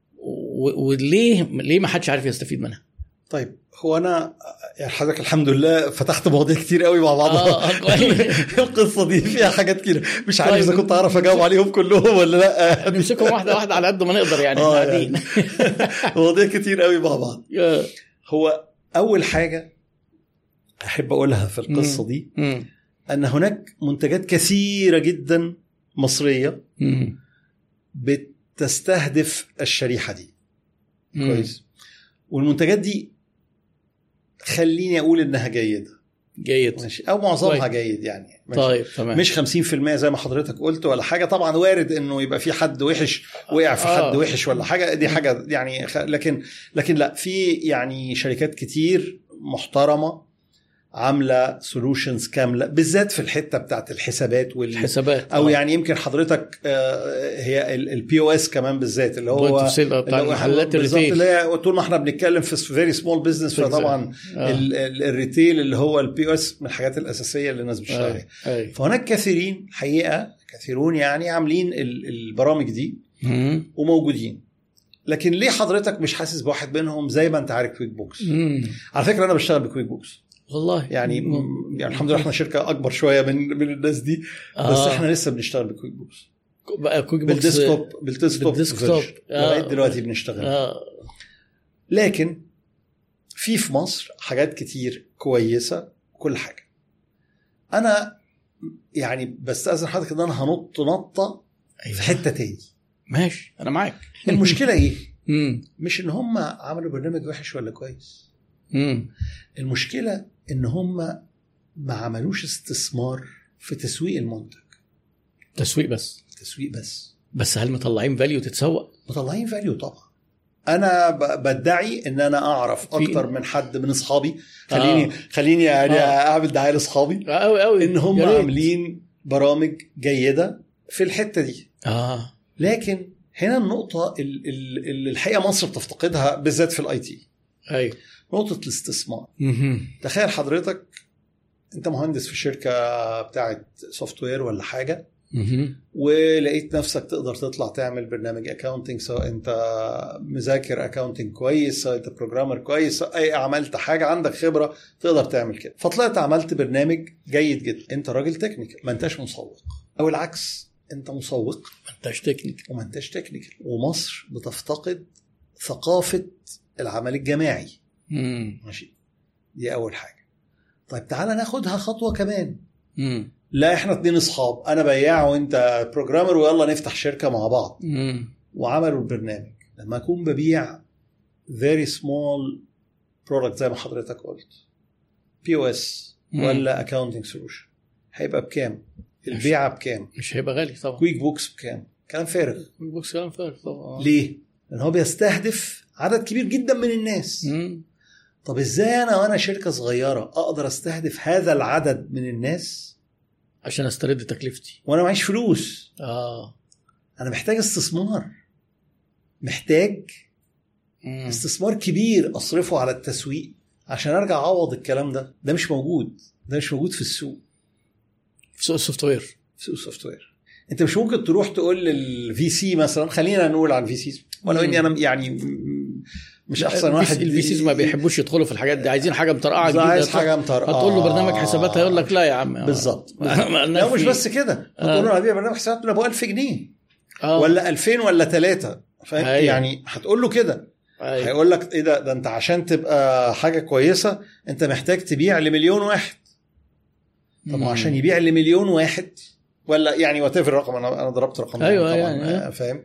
وليه ما حدش عارف يستفيد منها؟ طيب هو انا يعني حضرتك الحمد لله فتحت مواضيع كتير قوي مع بعضها. القصه دي فيها حاجات كتير مش عارف اذا كنت اعرف اجاوب عليهم كلهم ولا لا. نمسكهم واحده واحده على قد ما نقدر يعني. يعني مواضيع كتير قوي مع بعض. هو اول حاجه احب اقولها في القصه دي ان هناك منتجات كثيره جدا مصريه بتستهدف الشريحه دي كويس، والمنتجات دي خليني اقول انها جيده ماشي، او معظمها جيد يعني ماشي. طيب تمام. مش 50% زي ما حضرتك قلت ولا حاجه، طبعا وارد انه يبقى في حد وحش وقع في حد وحش ولا حاجه، دي حاجه يعني لكن لا، في يعني شركات كتير محترمه عامله سولوشنز كامله بالذات في الحته بتاعت الحسابات والحسابات او يعني يمكن حضرتك هي البي او اس كمان بالذات اللي هو محلات الريتيل اللي هي طول ما احنا بنتكلم في فيري سمول بزنس فطبعا الريتيل اللي هو البي او اس من الحاجات الاساسيه اللي الناس بتشتغل عليها. فهناك كثيرين حقيقه كثيرون يعني عاملين البرامج دي وموجودين، لكن ليه حضرتك مش حاسس بواحد منهم زي ما انت عارف كويك بوكس؟ على فكره انا بشتغل بكويك بوكس والله يعني الحمد لله احنا شركه اكبر شويه من الناس دي بس احنا لسه بنشتغل بكويك بوكس كويك بوكس بالديسكتوب لغايه دلوقتي بنشتغل لكن في مصر حاجات كتير كويسه كل حاجه. انا يعني بستأذن حضرتك ان انا هنط نطه في حته تاني. ماشي انا معاك. المشكله ايه؟ مش ان هم عملوا برنامج وحش ولا كويس. المشكله ان هم ما عملوش استثمار في تسويق المنتج. تسويق بس هل مطلعين فاليو تتسوق؟ مطلعين فاليو طبعا. انا بدعي ان انا اعرف اكتر من حد من اصحابي خليني يعني اعمل دعايه لاصحابي قوي ان هم عاملين برامج جيده في الحته دي. لكن هنا النقطه اللي الحقيقه مصر بتفتقدها بالذات في الاي تي، نقطه الاستثمار. تخيل حضرتك انت مهندس في شركه بتاعه سوفت وير ولا حاجه ولقيت نفسك تقدر تطلع تعمل برنامج اكاونتنج، سواء انت مذاكر اكاونتنج كويس، سواء انت بروجرامر كويس، اي عملت حاجه عندك خبره تقدر تعمل كده، فطلعت عملت برنامج جيد جدا. انت راجل تكنيكال ما انتش مسوق، او العكس انت مسوق ما انتش تكنيكال ومصر بتفتقد ثقافه العمل الجماعي. ماشي، دي اول حاجه. طيب تعالى ناخدها خطوه كمان. لا احنا 2 اصحاب، انا بياع وانت بروجرامر ويلا نفتح شركه مع بعض. وعملوا البرنامج. لما اكون ببيع very small product زي ما حضرتك قلت POS ولا accounting solution، هيبقى بكام؟ البيعه بكام؟ مش هيبقى غالي طبعا. كويك بوكس بكام؟ كلام فارغ. كويك بوكس كلام فارغ طبعا. ليه؟ لان هو بيستهدف عدد كبير جدا من الناس. طب ازاي انا وانا شركه صغيره اقدر استهدف هذا العدد من الناس عشان استرد تكلفتي وانا معيش فلوس؟ انا محتاج استثمار، محتاج استثمار كبير اصرفه على التسويق عشان ارجع اعوض الكلام ده. ده مش موجود في السوق، في سوق السوفت وير. انت مش ممكن تروح تقول للفي سي مثلا، خلينا نقول عن في سي ولو اني انا يعني مش احسن واحد. الفي سيز ما بيحبوش يدخلوا في الحاجات دي، عايزين حاجه مطرقعه جديده. عايز حاجه مطرقعه، هتقول له برنامج حسابات هيقول لك لا يا عم. بالظبط. لا مش بس كده، هتقول له هبيع برنامج حسابات ابو 1000 جنيه ولا 2000 ولا 3 يعني هتقول له كده. هيقول لك ايه ده انت عشان تبقى حاجه كويسه انت محتاج تبيع لمليون واحد. طب عشان يبيع لمليون واحد ولا يعني واتفر الرقم، انا ضربت رقم طبعا يعني فاهم،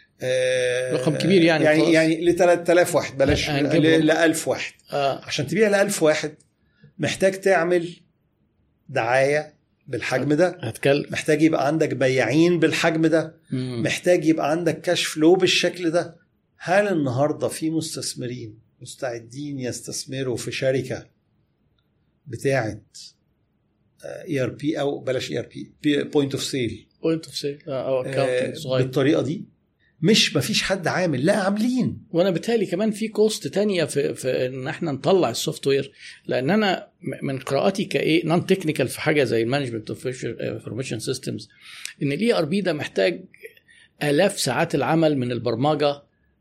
رقم كبير يعني ل 3000 واحد بلاش ل 1000 واحد. عشان تبيع ل 1000 واحد محتاج تعمل دعايه بالحجم ده، محتاج يبقى عندك بياعين بالحجم ده، محتاج يبقى عندك كاش فلو بالشكل ده. هل النهارده في مستثمرين مستعدين يستثمروا في شركه بتاعه ERP او بلاش ERP بوينت اوف سيل او اكاونتنج صغير بالطريقه دي؟ مش مفيش حد عامل، لا عاملين. وانا بالتالي كمان في كوست تانية في ان احنا نطلع السوفت وير، لان انا من قراءتي كايه نون تكنيكال في حاجه زي المانجمنت اوف انفورميشن سيستمز، ان الاي ار بي ده محتاج آلاف ساعات العمل من البرمجه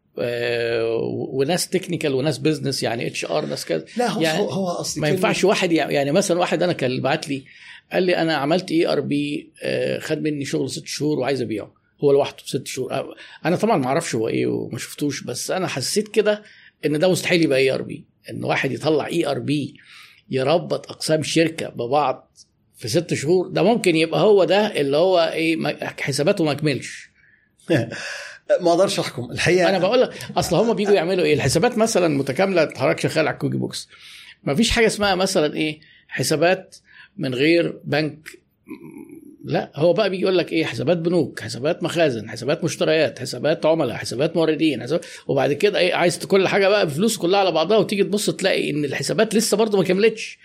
وناس تكنيكال وناس بيزنس، يعني اتش ار ناس كذا. لا هو يعني هو اصلا ما ينفعش واحد يعني مثلا واحد انا كان بعت لي قال لي انا عملت اي ار بي خد مني شغل 6 شهور وعايز ابيعه هو لوحده 6 شهور. انا طبعا ما اعرفش هو ايه وما شفتوش، بس انا حسيت كده ان ده مستحيل يبقى اي ار بي، ان واحد يطلع اي ار بي يربط اقسام شركه ببعض في 6 شهور. ده ممكن يبقى هو ده اللي هو ايه حساباته ما كملش. ما اقدرش احكم الحقيقه. انا بقول لك اصل هم بيجوا يعملوا ايه الحسابات مثلا متكامله حضرتك شغال على كوكي بوكس، ما فيش حاجه اسمها مثلا ايه حسابات من غير بنك. لا هو بقى بيجي يقول لك ايه حسابات بنوك، حسابات مخازن، حسابات مشتريات، حسابات عملاء، حسابات موردين، وبعد كده ايه عايز كل حاجه بقى بفلوس كلها على بعضها، وتيجي تبص تلاقي ان الحسابات لسه برضو ما كملتش.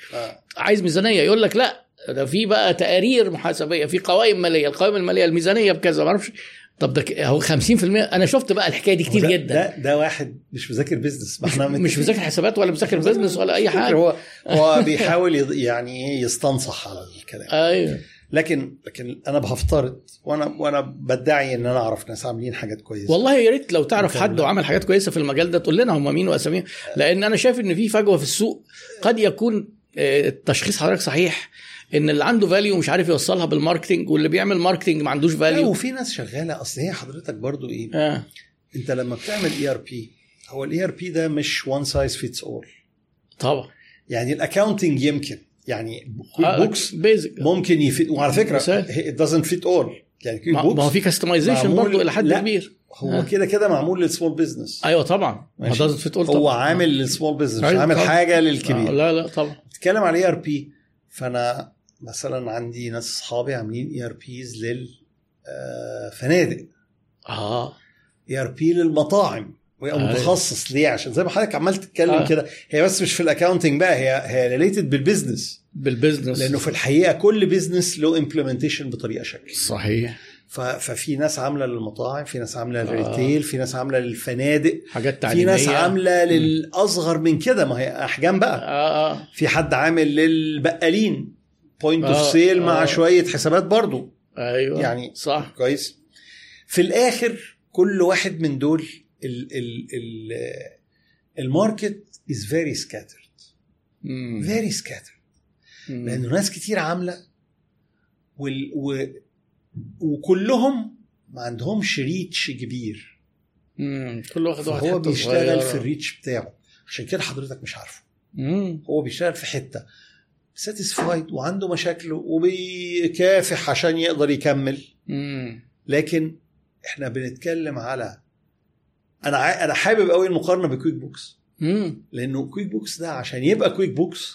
عايز ميزانيه، يقول لك لا ده في بقى تقارير محاسبيه، في قوائم ماليه، القوائم الماليه الميزانيه بكذا، ما اعرفش. طب ده هو 50%. انا شفت بقى الحكايه دي كتير جدا. ده واحد مش مذاكر بيزنس، مش مذاكر حسابات ولا مذاكر بيزنس ولا اي حاجه. هو بيحاول يعني يستنصح على الكلام. ايوه. لكن انا بفترض وانا بدعي ان انا اعرف ناس عاملين حاجات كويسه. والله يا ريت لو تعرف حد وعمل حاجات كويسه في المجال ده تقول لنا هم مين واساميهم، لان انا شايف ان في فجوه في السوق. قد يكون التشخيص حضرتك صحيح، ان اللي عنده فاليو مش عارف يوصلها بالماركتنج، واللي بيعمل ماركتنج ما عندوش فاليو. وفي ناس شغاله. اصل هي حضرتك برضو ايه انت لما بتعمل ERP، هو الERP ده مش one size fits all طبعا. يعني الاكاونتنج يمكن يعني بوكس ممكن يفيد، وعلى فكره it doesn't fit all يعني ما هو في كاستمايزيشن برضو الى حد كبير. هو كده معمول للسمول بزنس. ايوه طبعا ما doesn't fit all هو عامل للسمول بزنس، مش عامل حاجه للكبير. لا طبعا. بتتكلم على ERP، فانا مثلا عندي ناس اصحابي عاملين ERPs للفنادق، ERP للمطاعم، متخصص ليه؟ عشان زي ما حضرتك عمال تتكلم كده، هي بس مش في الاكاونتنج بقى، هي ريليتد بالبيزنس، لانه في الحقيقه كل بيزنس له امبلمنتيشن بطريقه شكل. صحيح. ففي ناس عامله للمطاعم، في ناس عامله للريتيل، في ناس عامله للفنادق، حاجات تعليميه، في ناس عامله للاصغر من كده، ما هي احجام بقى. في حد عامل للبقالين بوينت اوف سيل مع شويه حسابات برضو. ايوه يعني صح كويس. في الاخر كل واحد من دول الماركت is very scattered. very scattered. لأنه ناس كتير عاملة وكلهم ما عندهمش ريتش كبير. كل واحد هو بيشتغل في الريتش بتاعه، عشان كده حضرتك مش عارفه. هو بيشتغل في حتة satisfied وعنده مشاكله وبيكافح عشان يقدر يكمل. لكن احنا بنتكلم على انا حابب قوي المقارنه بكويك بوكس، لانه كويك بوكس ده عشان يبقى كويك بوكس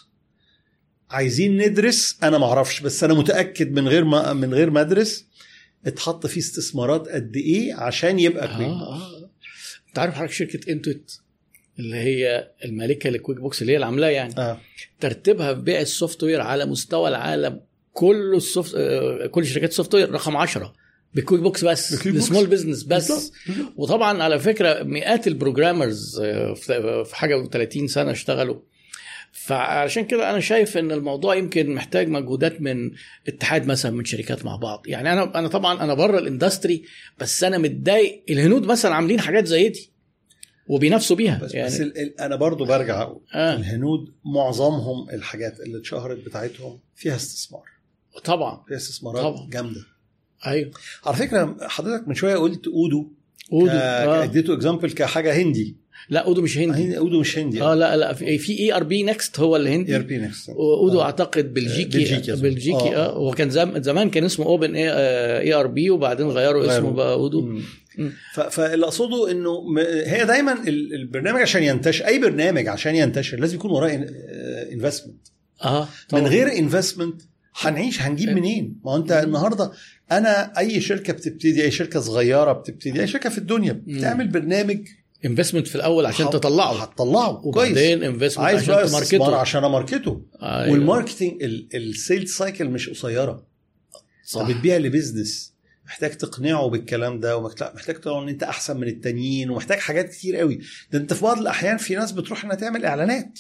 عايزين ندرس. انا ما اعرفش، بس انا متاكد من غير ما ادرس اتحط فيه استثمارات قد ايه عشان يبقى كويك بوكس. انت عارف حضرتك شركه انتويت اللي هي المالكه للكويك بوكس اللي هي اللي عاملاه يعني ترتيبها في بيع السوفت وير على مستوى العالم كل شركات السوفت وير رقم 10 بالكويك بوكس بس، السمول بزنس بس. وطبعا على فكره مئات البروجرامرز في حاجه 30 سنه اشتغلوا. فعشان كده انا شايف ان الموضوع يمكن محتاج مجهودات من اتحاد مثلا من شركات مع بعض. يعني انا طبعا انا بره الاندستري، بس انا متضايق الهنود مثلا عاملين حاجات زي دي وبينافسوا بيها. بس انا برضو برجع اقول الهنود معظمهم الحاجات اللي اتشهرت بتاعتهم فيها استثمار. طبعا فيها استثمارات جامده. ايوه على فكره حضرتك من شويه قلت اودو اديته اكزامبل كحاجه هندي. لا اودو مش هندي. اودو مش هندي. لا في ERP نكست هو اللي هندي. ERP نكست. اودو اعتقد بلجيكي. هو كان زمان كان اسمه اوبن ERP وبعدين غيروا اسمه بقى اودو. فاللي اقصده انه هي دايما البرنامج عشان ينتشر، اي برنامج عشان ينتشر لازم يكون وراه انفستمنت. من غير انفستمنت هنجيب منين؟ ما انت النهارده انا اي شركه بتبتدي، اي شركه صغيره بتبتدي، اي شركه في الدنيا بتعمل برنامج انفستمنت في الاول عشان هتطلعه وبعدين انفستمنت عشان تماركته، عشان اماركته. والماركتنج السيلز سايكل مش قصيره. صح. بتبيع لبزنس محتاج تقنعه بالكلام ده، ومحتاج تقول ان انت احسن من التانيين، ومحتاج حاجات كتير قوي. ده انت في بعض الاحيان في ناس بتروح انها تعمل اعلانات.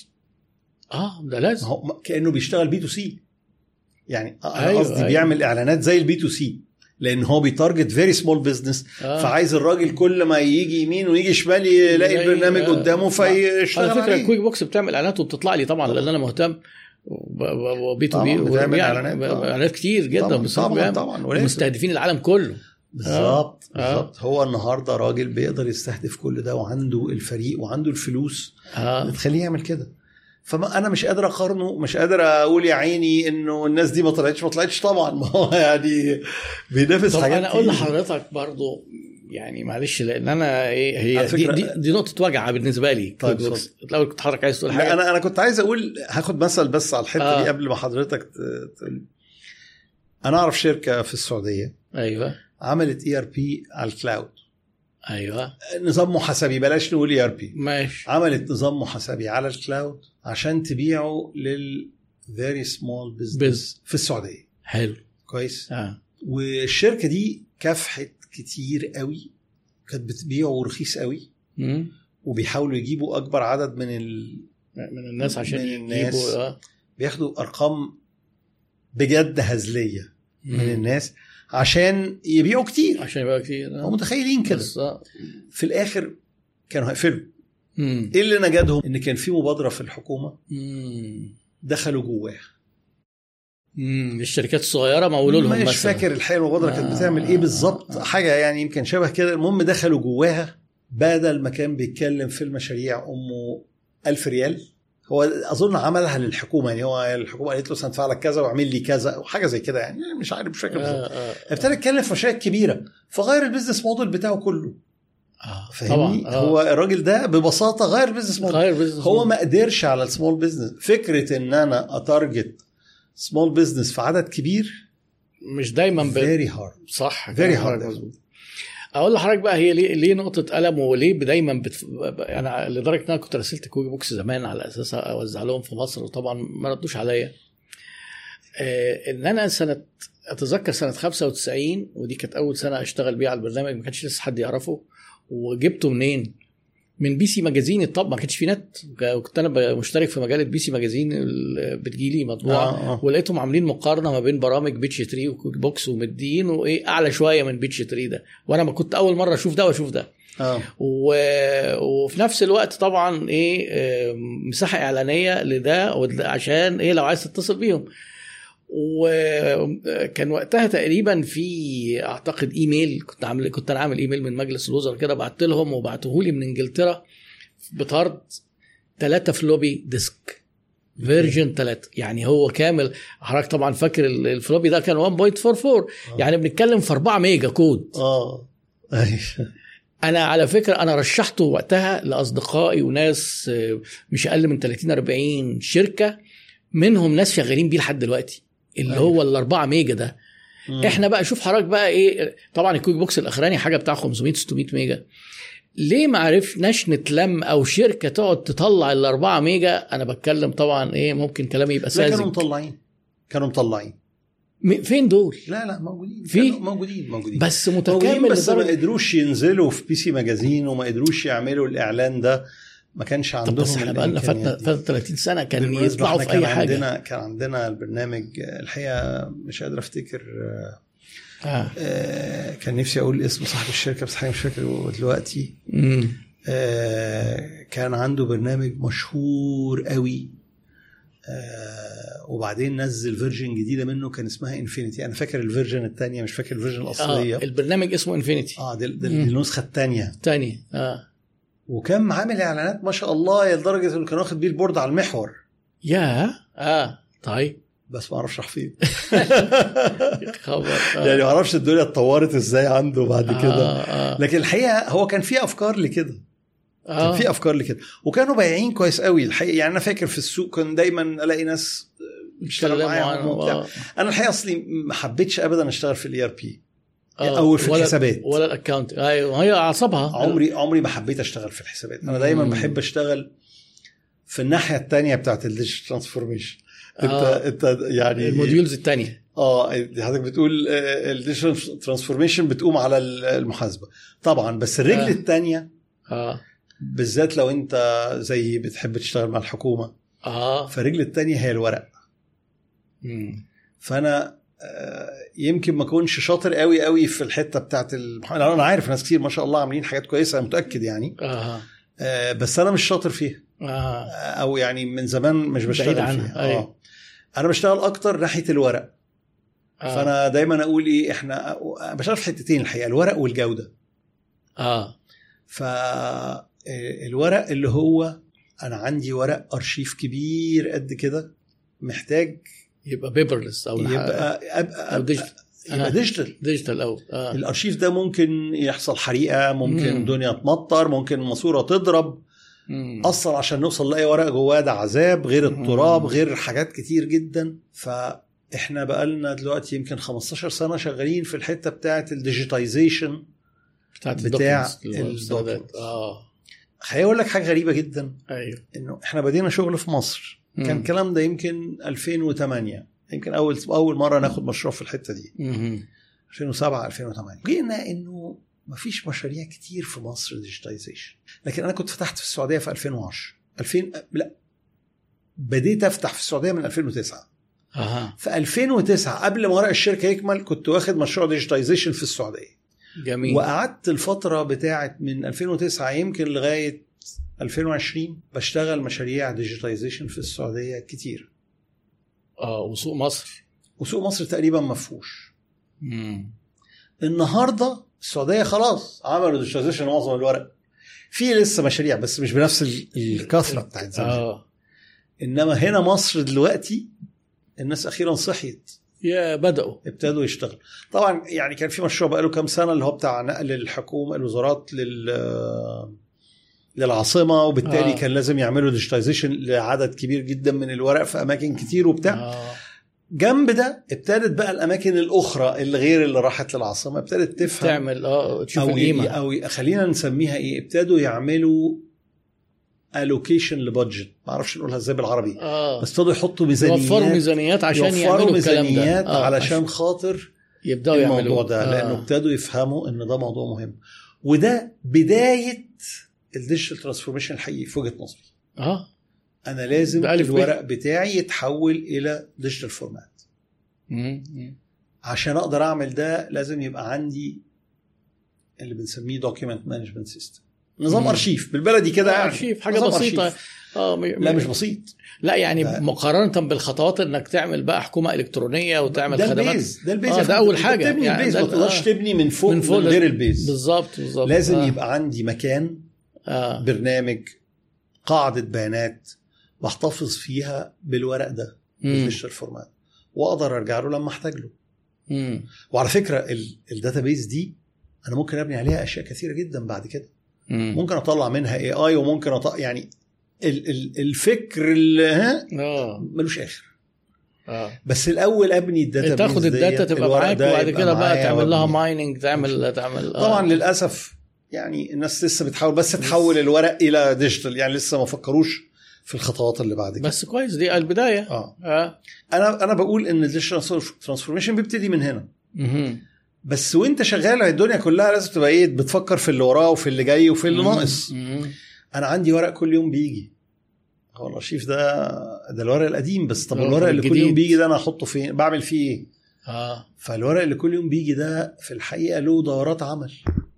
ده لازم كانه بيشتغل B2C يعني. قصدي بيعمل اعلانات زي الB2C، لان هو بيتارجت فيري سمول بزنس. فعايز الراجل كل ما يجي يمين ويجي شمال يلاقي البرنامج قدامه فيشتغل عليه. على فكره كويك بوكس بتعمل اعلانات وبتطلع لي طبعا لان انا مهتم B2B بتعمل اعلانات كتير جدا طبعا مستهدفين العالم كله. بالظبط. هو النهارده راجل بيقدر يستهدف كل ده، وعنده الفريق وعنده الفلوس تخليه يعمل كده. فانا مش قادر اقارنه، مش قادر اقول يا عيني انه الناس دي ما طلعتش طبعا. ما هو يعني بينافس حاجات. انا اقول لحضرتك برضو يعني معلش، لان انا هي دي نقطه وجع بالنسبه لي. طيب لو كنت حضرتك عايز تقول حاجه. انا كنت عايز اقول، هاخد مثل بس على الحته دي قبل ما حضرتك تقول. انا اعرف شركه في السعوديه عملت ERP على الكلاود. نظام محاسبي، بلاش نقول ERP. ماشي. عملت نظام محاسبي على الكلاود عشان تبيعه very small business في السعودية. حلو كويس. والشركة دي كافحت كتير قوي، كانت بتبيعوا رخيص قوي وبيحاولوا يجيبوا أكبر عدد من الناس عشان يجيبوا بياخدوا أرقام بجد هزلية من الناس عشان يبيعوا كتير، هم متخيلين كده. في الآخر كانوا هيقفلوا. إيه اللي نجدهم؟ إن كان في مبادرة في الحكومة دخلوا جواها. الشركات الصغيرة مولوا لهم مش فاكر الحقيقة المبادرة كانت بتعمل إيه بالظبط، حاجة يعني يمكن شبه كده. المهم دخلوا جواها، بدل ما كان بيتكلم في المشاريع أمه 1000 ريال، هو أظن عملها للحكومة، يعني هو الحكومة قالت له سندفع لك كذا واعمل لي كذا وحاجة زي كده، يعني مش عارف مش فاكر بالظبط. ابتدى يتكلم في مشاريع كبيرة فغير البيزنس موديل بتاعه كله. فهمني؟ هو الراجل ده ببساطة غير البيزنس موديل. هو ما قدرش على السمول بيزنس. فكرة ان انا اتارجت سمول بيزنس في عدد كبير مش دايما very hard. صح، very hard. اقول لحضرتك بقى هي ليه نقطه قلم، وليه دايما انا لدرجه ان انا كنت رسلت كوكي بوكس زمان على اساس اوزع لهم في مصر، وطبعا ما ردوش عليا. ان انا اتذكر سنه 95 ودي كانت اول سنه اشتغل بيها على البرنامج، ما كانش لسه حد يعرفه، وجبته منين؟ من بي سي ماجازين. طب ما كانش في نت، كنت انا مشترك في مجله بي سي ماجازين بتجيلي مطبوعه، ولقيتهم عاملين مقارنه ما بين برامج بيتش 3 وكوك بوكس ومدين وايه اعلى شويه من بيتش 3 ده، وانا ما كنت اول مره اشوف ده واشوف ده. وفي نفس الوقت طبعا ايه مساحه اعلانيه لده عشان ايه لو عايز تتصل بيهم. وكان وقتها تقريبا في اعتقد ايميل كنت انا عامل ايميل من مجلس الوزراء كده، بعت لهم وبعته لي من انجلترا بطرد 3 فلوبي ديسك فيرجن 3، يعني هو كامل. حضرتك طبعا فاكر الفلوبي ده كان 1.44 يعني بنتكلم في 4 ميجا كود. انا على فكره انا رشحته وقتها لاصدقائي وناس مش اقل من 30-40 شركه، منهم ناس شغالين بيه لحد دلوقتي، اللي هو ال4 ميجا ده. احنا بقى شوف حضرتك بقى ايه، طبعا الكويك بوكس الاخراني حاجه بتاع 500-600 ميجا. ليه ما عرفناش نتلم او شركه تقعد تطلع ال4 ميجا؟ انا بتكلم طبعا ايه ممكن كلامي يبقى ساذج. كانوا مطلعين فين دول؟ لا موجودين، موجودين بس متكامل، بس ما قدروش ينزلوا في بي سي ماجازين وما قدروش يعملوا الاعلان ده، ما كانش عندهم. بس احنا بقى لنا فتره 30 سنه كان يطلعوا في اي حاجه. كان عندنا البرنامج الحقيقه مش قادر افتكر. كان نفسي اقول اسم صاحب الشركه بس حاجه مش فاكر دلوقتي. كان عنده برنامج مشهور قوي، وبعدين نزل فيرجن جديده منه كان اسمها انفينيتي. انا فاكر الفيرجن الثانيه مش فاكر الفيرجن الاصليه. البرنامج اسمه انفينيتي. دي النسخه الثانيه. وكان عامل اعلانات ما شاء الله لدرجه انه كان واخد بيه البورد على المحور. طيب بس ما اعرفش راح فين. يعني ما اعرفش الدنيا اتطورت ازاي عنده بعد كده. لكن الحقيقه هو كان فيه افكار لكده. كان في افكار لكده، وكانوا بايعين كويس قوي الحقيقه. يعني انا فاكر في السوق كان دايما الاقي ناس بيشتغلوا معاهم. انا الحقيقه اصلي ما حبيتش ابدا اشتغل في الاي ار بي او في الحسابات ولا الاكاونت. ايوه هي اعصابها. عمري ما حبيت اشتغل في الحسابات. انا دايما بحب اشتغل في الناحيه الثانيه بتاعت الديجيتال ترانسفورميشن. انت يعني الموديولز الثانيه. حضرتك بتقول الديجيتال ترانسفورميشن بتقوم على المحاسبه طبعا، بس الرجل الثانيه بالذات لو انت زي بتحب تشتغل مع الحكومه فرجل الثانيه هي الورق. فانا يمكن ما اكونش شاطر قوي في الحته بتاعت انا عارف ناس كتير ما شاء الله عاملين حاجات كويسه متاكد يعني. بس انا مش شاطر فيها. او يعني من زمان مش بشتغل فيها. انا بشتغل اكتر ناحيه الورق. فانا دايما اقول ايه، احنا بشتغل في حتتين الحقيقه، الورق والجوده. فالورق اللي هو انا عندي ورق ارشيف كبير قد كده محتاج يبقى بيبرلس او يبقى ديجيتال او الارشيف ده ممكن يحصل حريقه، ممكن دنيا تمطر، ممكن ماسوره تضرب اصلا عشان نوصل لاي ورق جواه ده عذاب، غير التراب، غير حاجات كتير جدا. فاحنا بقالنا دلوقتي يمكن 15 سنه شغالين في الحته بتاعه الديجيتايزيشن بتاع الدوكيومنت. خليني اقول لك حاجه غريبه جدا. ايوه، انه احنا بدينا شغل في مصر كان الكلام ده يمكن 2008، يمكن اول مره ناخد مشروع في الحته دي. 2007 2008 جينا انه ما فيش مشاريع كتير في مصر ديجيتايزيشن. لكن انا كنت فتحت في السعوديه في 2010 بديت افتح في السعوديه من 2009. في 2009 قبل ما ورق الشركه يكمل كنت واخد مشروع ديجيتايزيشن في السعوديه. جميل. وقعدت الفتره بتاعت من 2009 يمكن لغايه 2020 بشتغل مشاريع ديجيتايزيشن في السعوديه كتير. وسوق مصر تقريبا مفهوش. النهارده السعوديه خلاص عملوا ديجيتايزيشن معظم الورق، في لسه مشاريع بس مش بنفس الكثره بتاعت زمان. انما هنا مصر دلوقتي الناس اخيرا صحيت، ابتدوا يشتغل. طبعا يعني كان في مشروع بقاله كام سنه اللي هو بتاع نقل الحكومه الوزارات للعاصمه، وبالتالي كان لازم يعملوا ديجيتايزيشن لعدد كبير جدا من الورق في اماكن كتير وبتاع. جنب ده ابتدت بقى الاماكن الاخرى اللي غير اللي راحت للعاصمه ابتدت تفهم تعمل تشوف القيمه، او خلينا نسميها ايه، ابتدوا يعملوا allocation لبادجت، ما اعرفش نقولها ازاي بالعربي. بس ابتدوا يحطوا ميزانيات عشان يعملوا الكلام ده، علشان خاطر يبداوا يعملوا الموضوع ده. لانه ابتدوا يفهموا ان ده موضوع مهم، وده بدايه الديجيتال ترانسفورميشن الحقيقي في وجهه نظري. انا لازم الورق بتاعي يتحول الى ديجيتال فورمات. عشان اقدر اعمل ده لازم يبقى عندي اللي بنسميه دوكيمنت مانجمنت سيستم، نظام ارشيف بالبلدي كده. يعني ارشيف حاجه بسيطه. لا مش بسيط، لا يعني مقارنه بالخطوات انك تعمل بقى حكومه الكترونيه وتعمل ده خدمات. البيز ده اول حاجه يعني البيز. ما تقدرش تبني من فوق من غير البيز. بالظبط. لازم يبقى عندي مكان، برنامج، قاعده بيانات واحتفظ فيها بالورق ده بالديجيتال فورمات، واقدر ارجع له لما احتاج له. وعلى فكره الداتابيز دي انا ممكن ابني عليها اشياء كثيره جدا بعد كده. ممكن اطلع منها AI، وممكن يعني الفكر اللي ملوش اخر. بس الاول ابني الداتا، تاخد الداتا تبقى معاك، وبعد كده بقى تعمل لها مايننج، تعمل طبعا للاسف يعني الناس لسه بتحاول بس تحول الورق الى ديجيتال، يعني لسه ما فكروش في الخطوات اللي بعد كده. بس كويس، دي البدايه. انا بقول ان الديجيتال ترانسفورميشن بيبتدي من هنا. بس وانت شغال الدنيا كلها لازم تبقى ايه، بتفكر في اللي وراه وفي اللي جاي وفي اللي ناقص. انا عندي ورق كل يوم بيجي، هو الارشيف ده الورق القديم، بس طب الورق اللي كل يوم بيجي ده انا احطه فين، بعمل فيه ايه؟ فالورق اللي كل يوم بيجي ده في الحقيقه له دورات عمل.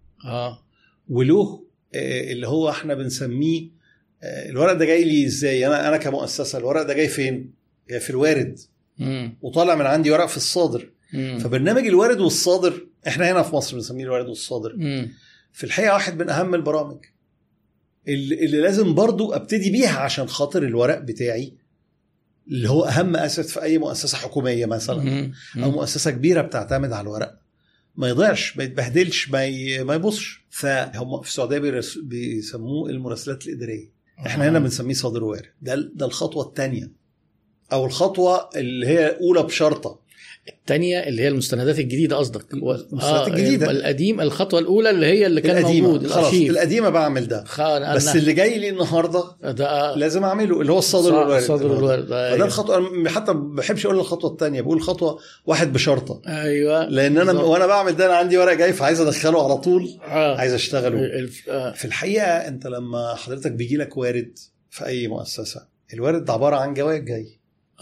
وله اللي هو احنا بنسميه الورق ده جاي لي ازاي. انا كمؤسسه الورق ده جاي فين؟ جاي في الوارد، وطالع من عندي ورق في الصادر. فبرنامج الوارد والصادر احنا هنا في مصر بنسميه الوارد والصادر. في الحقيقه واحد من اهم البرامج اللي لازم برضو ابتدي بيها عشان خاطر الورق بتاعي اللي هو اهم اسد في اي مؤسسه حكوميه مثلا او مؤسسه كبيره بتعتمد على الورق ما يضيعش، ما يتبهدلش، ما يبصش. فهم في السعوديه بيسموه المراسلات الاداريه، احنا هنا بنسميه صادر وارد. ده الخطوه الثانيه، او الخطوه اللي هي اولى بشرطه. الثانيه اللي هي المستندات الجديده قصدك؟ المستندات الجديده. القديم، الخطوه الاولى اللي هي اللي كان موجود الارشيف. القديمه بعمل ده بس اللي جاي لي النهارده لازم اعمله اللي هو الصادر والوارد. فده الخطوه. حتى ما بحبش اقول الخطوه الثانيه، بقول خطوه واحد بشرطه. ايوه، لان انا وانا بعمل ده انا عندي ورق جاي فعايز ادخله على طول. عايز اشتغله. في الحقيقه انت لما حضرتك بيجي لك وارد في اي مؤسسه، الوارد ده عباره عن جواب جاي.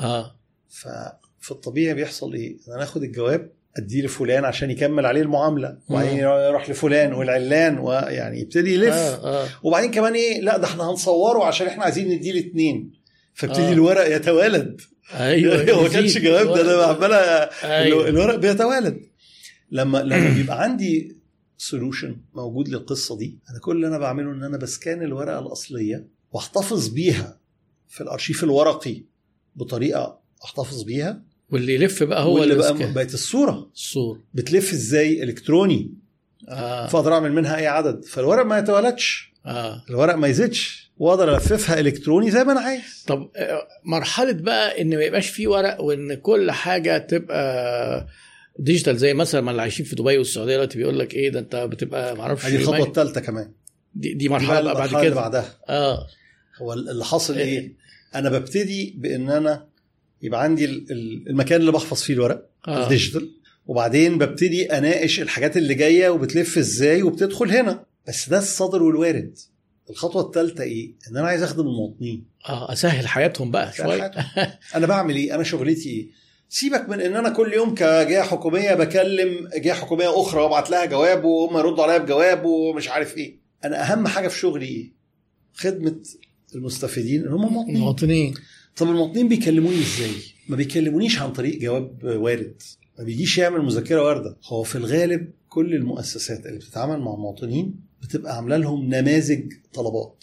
في الطبيعي بيحصل ايه؟ انا اخد الجواب اديه لفلان عشان يكمل عليه المعامله، وبعدين يروح لفلان والعلان، ويعني يبتدي يلف. وبعدين كمان ايه، لا ده احنا هنصوره عشان احنا عايزين نديه لاثنين، فابتدي الورق يتوالد. ايوه ما كانش جواب ده انا بعملها. الورق بيتوالد. لما بيبقى عندي سولوشن موجود للقصه دي، انا كل اللي انا بعمله ان انا بسكان الورقه الاصليه واحتفظ بيها في الارشيف الورقي بطريقه احتفظ بيها، واللي يلف بقى هو اللي بقت الصورة بتلف ازاي؟ الكتروني. فاقدر اعمل منها اي عدد، فالورق ما يتولدش. الورق ما يزيدش، واقدر الففها الكتروني زي ما انا عايز. طب مرحله بقى ان ما يبقاش فيه ورق، وان كل حاجه تبقى ديجيتال، زي مثلا ما اللي عايشين في دبي والسعوديه دلوقتي بيقول لك ايه ده، انت بتبقى ما اعرفش. دي الخطوه الثالثه كمان. دي مرحله بقى بعد كده. بعدها هو اللي حاصل ايه؟ انا ببتدي بان انا يبقى عندي المكان اللي بحفظ فيه الورق الديجيتال، وبعدين ببتدي اناقش الحاجات اللي جايه وبتلف ازاي وبتدخل هنا. بس ده الصادر والوارد. الخطوه الثالثه ايه؟ ان انا عايز اخدم المواطنين، اسهل حياتهم بقى شويه. انا بعمل ايه؟ انا شغلتي ايه؟ سيبك من ان انا كل يوم كجهه حكوميه بكلم جهه حكوميه اخرى وابعت لها جواب وهم يردوا عليا بجواب ومش عارف ايه. انا اهم حاجه في شغلي ايه؟ خدمه المستفيدين اللي هم المواطنين. طب المواطنين بيكلموني ازاي؟ ما بيكلمونيش عن طريق جواب وارد، ما بيجيش يعمل مذكره وارده. هو في الغالب كل المؤسسات اللي بتتعامل مع المواطنين بتبقى عامله لهم نماذج طلبات.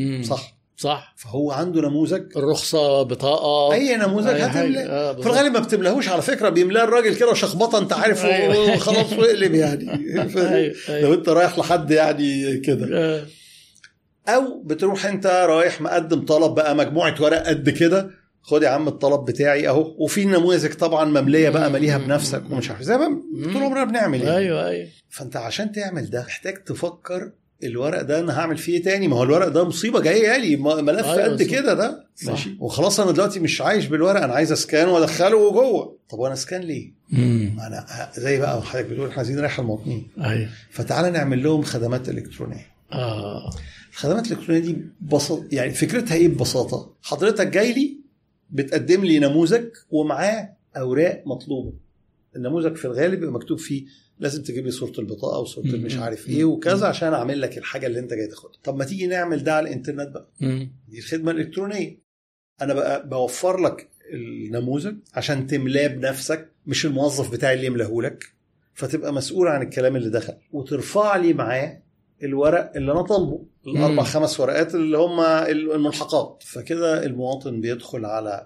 صح. فهو عنده نموذج، الرخصه، بطاقه، اي نموذج هتملاه. في الغالب ما بتملاهوش على فكره، بيملاه الراجل كده وشخبطه انت عارف وخلاص ويقلب يعني. لو انت رايح لحد يعني كده، او بتروح انت رايح مقدم طلب بقى مجموعه ورق قد كده، خد يا عم الطلب بتاعي اهو، وفي نموذج طبعا ممليه بقى ماليها بنفسك ومش عارف زي ما طول عمرنا بنعمل يعني. ايوه. فانت عشان تعمل ده محتاج تفكر الورق ده انا هعمل فيه تاني. ما هو الورق ده مصيبه جايه لي، ملف قد كده ده ماشي، وخلاص انا دلوقتي مش عايش بالورق، انا عايز اسكان وادخله جوه. طب وانا اسكان ليه؟ انا زي بقى حضرتك بتقول احنا عايزين نريح المواطنين. ايوه. فتعالى نعمل لهم خدمات الكترونيه. الخدمات الالكترونيه دي يعني فكرتها ايه ببساطه؟ حضرتك جاي لي بتقدم لي نموذج ومعاه اوراق مطلوبه. النموذج في الغالب بيبقى مكتوب فيه لازم تجيب لي صوره البطاقه وصوره مش عارف ايه وكذا عشان اعمل لك الحاجه اللي انت جاي تاخدها. طب ما تيجي نعمل ده على الانترنت بقى. دي الخدمه الالكترونيه. انا بقى بوفر لك النموذج عشان تملاه بنفسك، مش الموظف بتاعي اللي يملاه لك، فتبقى مسؤول عن الكلام اللي دخل، وترفع لي معاه الورق اللي انا طالبه، الاربع 5 ورقات اللي هم الملحقات. فكده المواطن بيدخل على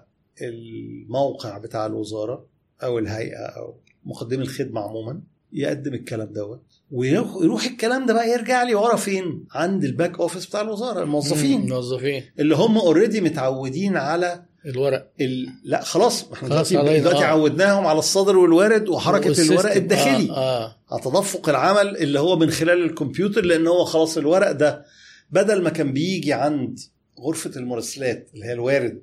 الموقع بتاع الوزاره او الهيئه او مقدمي الخدمه عموما، يقدم الكلام دوت، ويروح الكلام ده بقى يرجع لي ورا فين؟ عند الباك اوفيس بتاع الوزاره، الموظفين اللي هم اوريدي متعودين على الورق. لا خلاص احنا دلوقتي عودناهم على الصدر والوارد وحركه الورق الداخلي. على تدفق العمل اللي هو من خلال الكمبيوتر، لان هو خلاص الورق ده بدل ما كان بيجي عند غرفه المراسلات اللي هي الوارد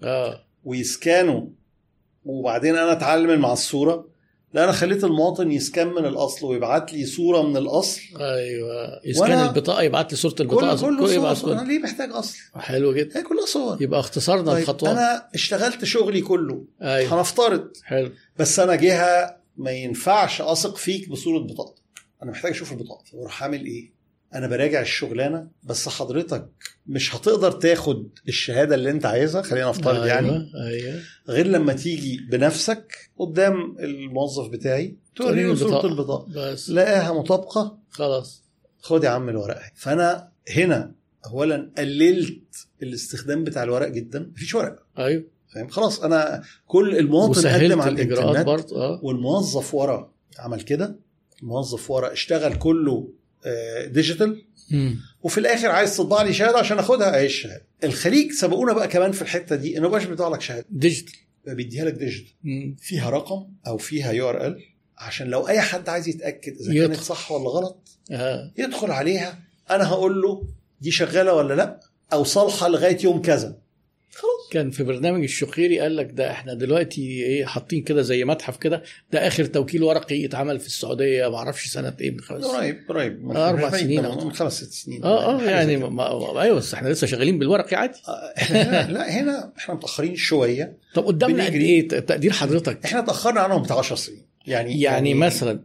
ويسكانوا وبعدين انا اتعلم مع الصوره، لا انا خليت المواطن يسكان من الاصل ويبعت لي صوره من الاصل. ايوه، يسكان البطاقه، يبعت لي صوره البطاقه. كله صور. انا ليه محتاج اصل؟ حلو جدا، هي كلها صور. يبقى اختصرنا الخطوات. انا اشتغلت شغلي كله. أيوة. هنفترض حلو، بس انا جهه ما ينفعش اثق فيك بصوره بطاقتك، انا محتاج اشوف البطاقه. واروح اعمل ايه؟ انا براجع الشغلانه، بس حضرتك مش هتقدر تاخد الشهاده اللي انت عايزها، خلينا نفترض. أيوة. يعني غير لما تيجي بنفسك قدام الموظف بتاعي توريله صوره البطاقه، لقاها مطابقه، خلاص خد يا عم الورقه. فانا هنا اولا قللت الاستخدام بتاع الورق جدا، مفيش ورق. ايوه فاهم؟ خلاص انا كل المواطن قدم على الانترنت والموظف ورا عمل كده، الموظف ورا اشتغل كله ديجيتال، وفي الاخر عايز تطبع لي شهاده عشان اخدها. اهي الشهاده. الخليج سبقونا بقى كمان في الحته دي، انه باش بيطلع لك شهاده ديجيتال، بيديها لك ديجيتال فيها رقم او فيها URL، عشان لو اي حد عايز يتاكد اذا كانت صح ولا غلط يدخل عليها. انا هقول له دي شغاله ولا لا، او صالحه لغايه يوم كذا. خلاص. كان في برنامج الشقيري قال لك ده احنا دلوقتي ايه حاطين كده زي متحف كده، ده اخر توكيل ورقي اتعمل في السعوديه، ما اعرفش سنه ايه، من 5 قريب من 4 سنين من 5-6 سنين. يعني ايوه، بس احنا لسه شغالين بالورقي عادي. لا هنا احنا متاخرين شويه. طب قدامنا قد ايه تقدير حضرتك؟ احنا تاخرنا عنهم بتاع 10 سنين. يعني مثلا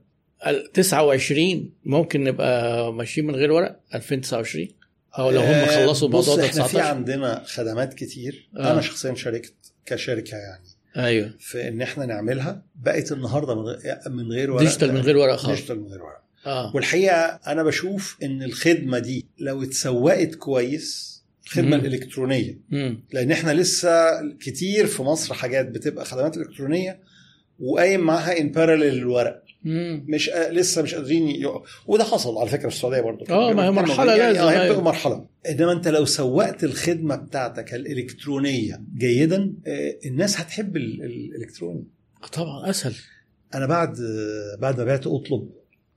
29 ممكن نبقى ماشيين من غير ورق 2029، او لو هم خلصوا الموضوع ده 19. احنا في عندنا خدمات كتير. انا شخصيا شاركت كشركه يعني. ايوه، في ان احنا نعملها. بقت النهارده من غير ورق، ديجيتال من غير ورق خالص، ديجيتال من غير ورق. والحقيقه انا بشوف ان الخدمه دي لو اتسوقت كويس، الخدمه الالكترونيه، لان احنا لسه كتير في مصر حاجات بتبقى خدمات الكترونيه وقايم معها ان باراليل الورق، مش لسه مش قادرين وده حصل على فكره في السعوديه برضو. ما هي مرحله يعني لازم هي مرحله. انما انت لو سوقت الخدمه بتاعتك الالكترونيه جيدا، الناس هتحب الالكتروني. طبعا اسهل. انا بعد ما بعت اطلب،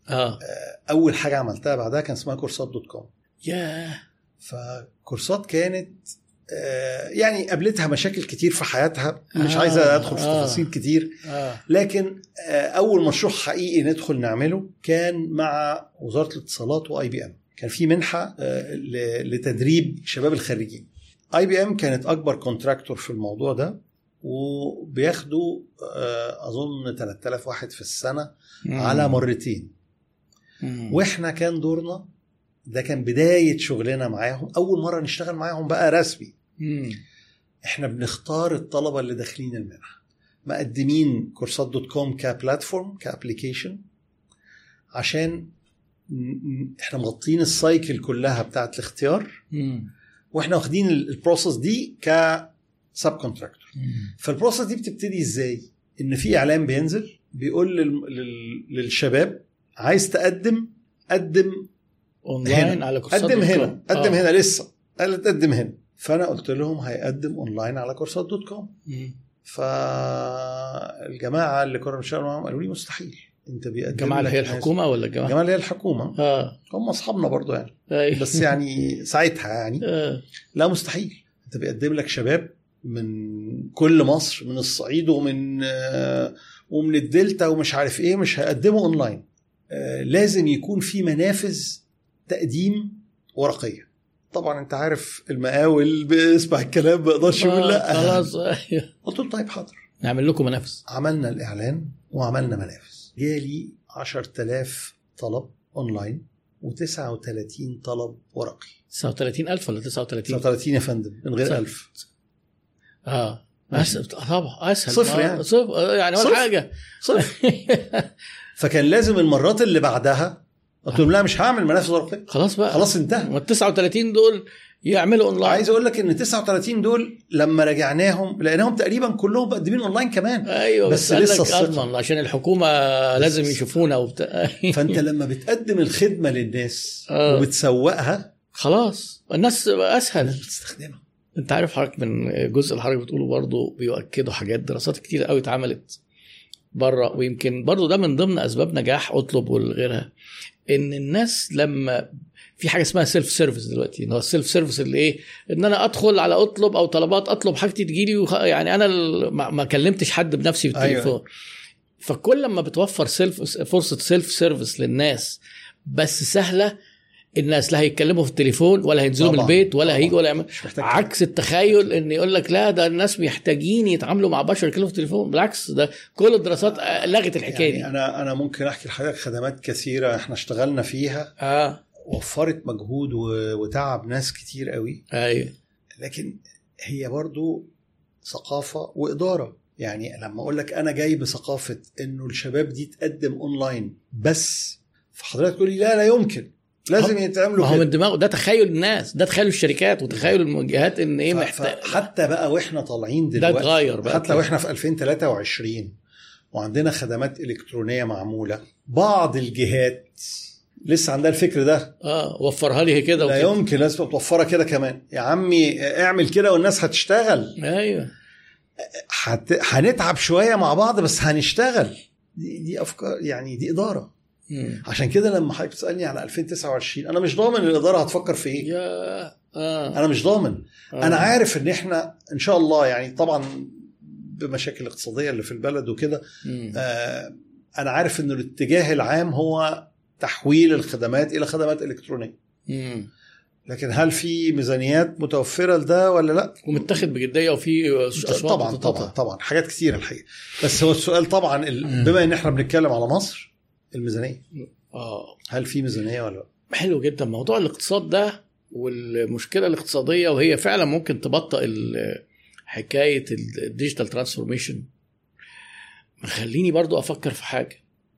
اول حاجه عملتها بعدها كان اسمها كورسات.com. ياه. فكورسات كانت يعني قابلتها مشاكل كتير في حياتها، مش عايزة أدخل في تفاصيل كتير. لكن أول مشروع حقيقي ندخل نعمله كان مع وزارة الاتصالات وآي بي إم. كان في منحة لتدريب شباب الخريجين. آي بي إم كانت أكبر كونتراكتور في الموضوع ده، وبياخدوا أظن 3000 واحد في السنة على مرتين. وإحنا كان دورنا ده، كان بداية شغلنا معاهم، أول مرة نشتغل معاهم بقى رسمي. إحنا بنختار الطلبة اللي داخلين المنحة، مقدمين كورسات.com كبلاتفورم كابليكيشن، عشان إحنا مغطين السايكل كلها بتاعت الاختيار، وإحنا واخدين البروسس دي كسب كونتراكتور. فالبروسس دي بتبتدي إزاي؟ إن في إعلان بينزل بيقول للشباب عايز قدم اونلاين على كورسات. قدم هنا لسه قال تقدم هنا. فانا قلت لهم هيقدم اونلاين على كورسات.com. فالجماعه اللي كنا بنشتغل معاهم قالوا لي مستحيل، انت بيقدم الجماعه اللي هي الحكومه ولا الجماعه اللي هي الحكومه؟ هم اصحابنا برضو يعني. بس يعني ساعتها يعني لا مستحيل، انت بيقدم لك شباب من كل مصر، من الصعيد ومن الدلتا ومش عارف ايه، مش هيقدموا اونلاين. لازم يكون في منافذ تقديم ورقية. طبعا انت عارف المقاول بيسمع الكلام ما يقدرش يقول لا. خلاص. قلت له طيب حاضر، نعمل لكم منافذ. عملنا الإعلان وعملنا منافذ. جالي 10,000 طلب أونلاين و39 طلب ورقي. 39,000 ولا 39؟ 39 يا فندم، من غير 1000. أسهل طبعا، أسهل. صفر يعني. صفر يعني ولا حاجة. صفر. فكان لازم المرات اللي بعدها قلت لهم لا مش هعمل منافذ ورقية. خلاص بقى، خلاص انتهى. وال 39 دول يعملوا اونلاين. عايز اقول لك ان 39 دول لما رجعناهم لقيناهم تقريبا كلهم مقدمين اونلاين كمان. ايوه بس لسه الصدمه عشان الحكومه لازم يشوفونا وبتاع. فانت لما بتقدم الخدمه للناس وبتسوقها خلاص الناس اسهل بتستخدمها. انت عارف حضرتك من جزء اللي حضرتك بتقوله برضه بيؤكدوا حاجات، دراسات كتير قوي اتعملت بره، ويمكن برضه ده من ضمن اسباب نجاح اطلب وغيرها، ان الناس لما في حاجه اسمها سيلف سيرفيس دلوقتي، ان هو السيلف سيرفيس اللي ايه، ان انا ادخل على اطلب او طلبات، اطلب حاجتي تجيلي يعني انا ما كلمتش حد بنفسي بالتليفون. أيوة. فكل لما بتوفر فرصه سيلف سيرفيس للناس بس سهله، الناس لا هيتكلموا في التليفون ولا هينزلوا من البيت ولا هيجوا ولا يعملوا، عكس التخيل ان يقول لك لا ده الناس محتاجين يتعاملوا مع بشر يتكلموا في التليفون. بالعكس ده كل الدراسات لغت الحكايه يعني دي. انا ممكن احكي لحضرتك خدمات كثيره احنا اشتغلنا فيها وفرت مجهود وتعب ناس كتير قوي. ايوه، لكن هي برضو ثقافه واداره. يعني لما اقول لك انا جاي بثقافه انه الشباب دي تقدم اونلاين بس، فحضرتك تقول لي لا يمكن، لازم يتعملوا كده. ما هو من دماغه، ده تخيل الناس، ده تخيل الشركات وتخيل المواجهات ان ايه محتاج. حتى بقى واحنا طالعين دلوقتي ده اتغير بقى، حتى واحنا في 2023 وعندنا خدمات الكترونيه معموله، بعض الجهات لسه عندها الفكر ده. وفرها لي كده لا يمكن، لازم توفرها كده كمان يا عمي، اعمل كده والناس هتشتغل. ايوه، هنتعب شويه مع بعض بس هنشتغل. دي افكار يعني، دي اداره. عشان كده لما حضرتك تسألني على 2029 أنا مش ضامن الإدارة هتفكر في إيه. أنا مش ضامن. أنا عارف إن إحنا إن شاء الله يعني طبعا بمشاكل الاقتصادية اللي في البلد وكده، أنا عارف إن الاتجاه العام هو تحويل الخدمات إلى خدمات إلكترونية. لكن هل في ميزانيات متوفرة لده ولا لا؟ ومتاخد بجدية وفي طبعا حاجات كثيرة الحقيقة. بس هو السؤال طبعا بما إن إحنا بنتكلم على مصر، الميزانية. هل في ميزانية ولا لا؟ حلو جدا موضوع الاقتصاد ده والمشكلة الاقتصادية، وهي فعلا ممكن تبطئ حكاية الديجيتال ترانسفورميشن. خليني برضو أفكر في حاجة،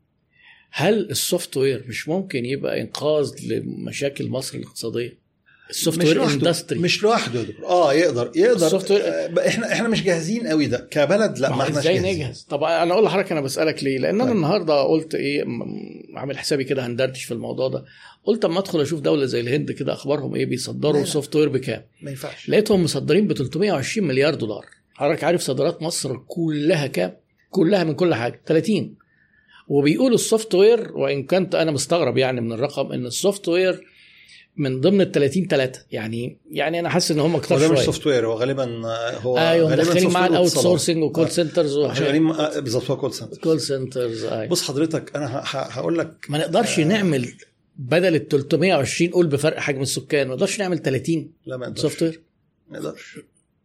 هل السوفت وير مش ممكن يبقى إنقاذ لمشاكل مصر الاقتصادية؟ السوفت وير اندستري مش لوحده يقدر احنا مش جاهزين قوي ده كبلد. لا ما احنا ازاي نجهز؟ طب انا اقول لحضرتك انا بسالك ليه، لان انا النهارده قلت ايه، عامل حسابي كده هندردش في الموضوع ده، قلت اما ادخل اشوف دوله زي الهند كده اخبارهم ايه، بيصدروا سوفت وير بكام؟ ما ينفعش. لقيتهم مصدرين ب 320 مليار دولار. حضرتك عارف صادرات مصر كلها كام؟ كلها من كل حاجه 30. وبيقولوا السوفت وير، وان كنت انا مستغرب يعني من الرقم، ان السوفت وير من ضمن ال 30 3 يعني انا حاسس ان هم اكتر شويه. هو مش سوفت وير، هو غالبا هو ايوه داخلين مع الاوت سورسنج وكول سنترز شغالين بالظبط. كول سنترز بص حضرتك انا هقول لك ما نقدرش نعمل بدل ال 320 قول بفرق حجم السكان ما نقدرش نعمل 30 سوفت وير. ما نقدرش،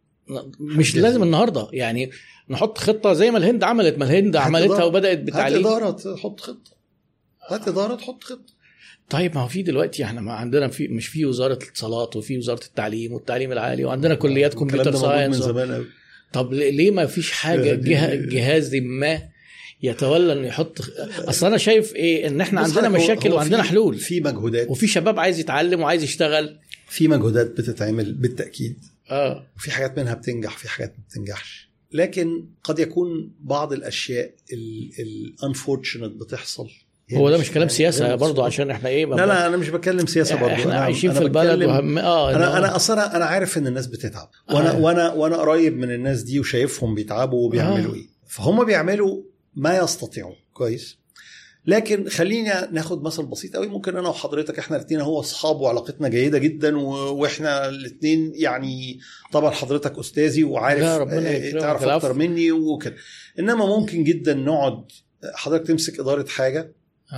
مش لازم النهارده يعني نحط خطه زي ما الهند عملت. ما الهند عملتها وبدات بتعليم. هات اداره تحط خطه، هات اداره تحط خطه. طيب ما هو في دلوقتي احنا ما عندنا مش في وزاره الاتصالات وفي وزاره التعليم والتعليم العالي وعندنا كليات كمبيوتر ساينس من زمان قوي. طب ليه ما فيش حاجه جهاز ما يتولى انه يحط؟ اصل انا شايف ايه ان احنا عندنا مشاكل وعندنا حلول، في مجهودات وفي شباب عايز يتعلم وعايز يشتغل، في مجهودات بتتعمل بالتاكيد. وفي حاجات منها بتنجح، في حاجات ما بتنجحش، لكن قد يكون بعض الاشياء الانفورتشنت بتحصل. هو ده مش كلام سياسه برضو عشان احنا ايه؟ لا انا مش بتكلم سياسه برضو. احنا عايشين في البلد انا اصلا انا عارف ان الناس بتتعب، وانا قريب من الناس دي وشايفهم بيتعبوا وبيعملوا ايه. فهم بيعملوا ما يستطيعوا كويس. لكن خلينا ناخد مثل بسيط قوي. ممكن انا وحضرتك احنا الاثنين هو اصحاب وعلاقتنا جيده جدا واحنا الاثنين يعني طبعا حضرتك استاذي وعارف تعرف اكتر مني وكده، انما ممكن جدا نقعد حضرتك تمسك اداره حاجه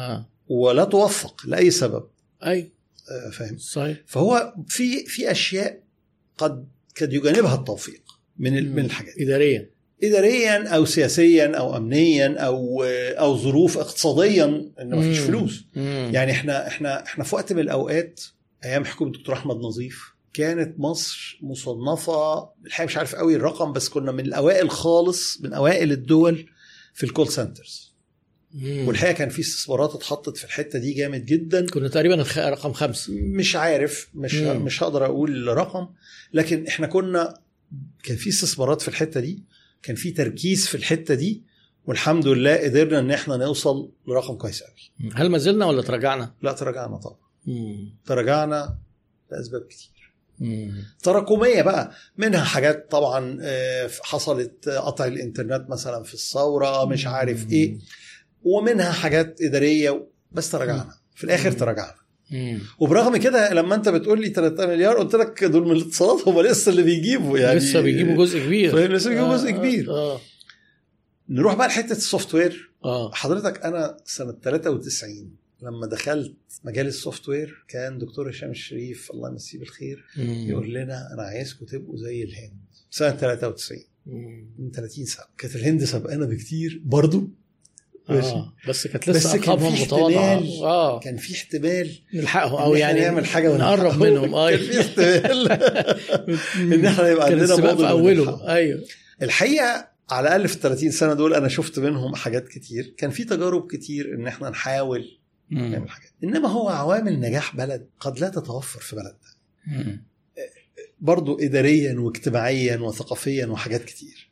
ولا توفق لاي سبب. اي فاهم صحيح. فهو في اشياء قد يجانبها التوفيق من الحاجات اداريا او سياسيا او امنيا او ظروف اقتصاديا ان ما فيش فلوس. يعني احنا في وقت من الاوقات ايام حكومه الدكتور احمد نظيف كانت مصر مصنفه الحقيقه مش عارف قوي الرقم، بس كنا من الاوائل خالص، من اوائل الدول في الكول سنترز. والحقيقه كان في استثمارات اتحطت في الحته دي جامد جدا. كنا تقريبا رقم 5، مش عارف، مش هقدر اقول رقم، لكن احنا كان في استثمارات في الحته دي، كان في تركيز في الحته دي، والحمد لله قدرنا ان احنا نوصل لرقم كويس قوي. هل ما زلنا ولا تراجعنا؟ لا تراجعنا طبعا. تراجعنا لاسباب كتير تراكميه بقى، منها حاجات طبعا حصلت قطع الانترنت مثلا في الثوره مش عارف ايه، ومنها حاجات اداريه، بس تراجعنا في الاخر تراجعنا. وبرغم كده لما انت بتقول لي 3 مليار قلت لك دول من الاتصالات، هم لسه اللي بيجيبوا يعني لسه بيجيبوا جزء كبير. لسه بيجيبوا جزء كبير. نروح بقى لحته السوفت وير. حضرتك انا سنه 93 لما دخلت مجال السوفت وير كان دكتور هشام الشريف الله يمسيه بالخير يقول لنا انا عايزكم تبقوا زي الهند. سنه 93 من 30 سنه كانت الهند سبقانا بكتير برضو. بس كانت لسه ارقامهم متواضعه. كان في احتمال نلحقهم او يعني نعمل حاجه ونقرب منهم. كان في احتمال ان احنا يبقى عندنا في اوله. ايوه الحقيقه على الاقل في 30 سنه دول انا شفت منهم حاجات كتير، كان في تجارب كتير ان احنا نحاول نعمل حاجات. انما هو عوامل نجاح بلد قد لا تتوفر في بلدنا برضو اداريا واجتماعيا وثقافيا وحاجات كتير.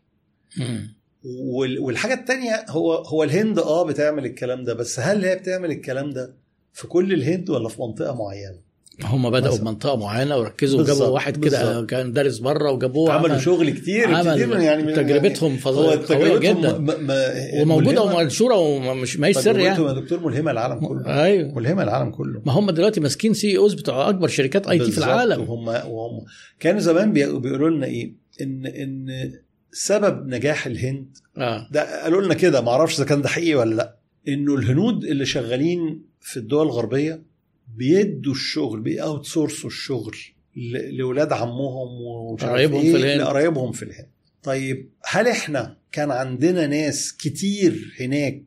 والحاجة التانية هو الهند بتعمل الكلام ده، بس هل هي بتعمل الكلام ده في كل الهند ولا في منطقة معينة؟ هم بدأوا بمنطقة معينة وركزوا وجابوا واحد كده كان دارس بره وجابوه عملوا شغل كتير يعني تجربتهم قوية جدا وموجودة ومنشورة ومش ما هي سر يعني. دكتور ملهمة العالم كله. ايوه ملهمة العالم كله. ما هم دلوقتي ماسكين CEO بتوع اكبر شركات IT في العالم. وهم كانوا زمان بيقولوا لنا ايه ان سبب نجاح الهند ده قالوا لنا كده، ما اعرفش اذا كان ده حقيقي ولا لا، انه الهنود اللي شغالين في الدول الغربيه بيدوا الشغل بيأوت سورسوا الشغل لاولاد عمهم وقرايبهم في الهند. طيب هل احنا كان عندنا ناس كتير هناك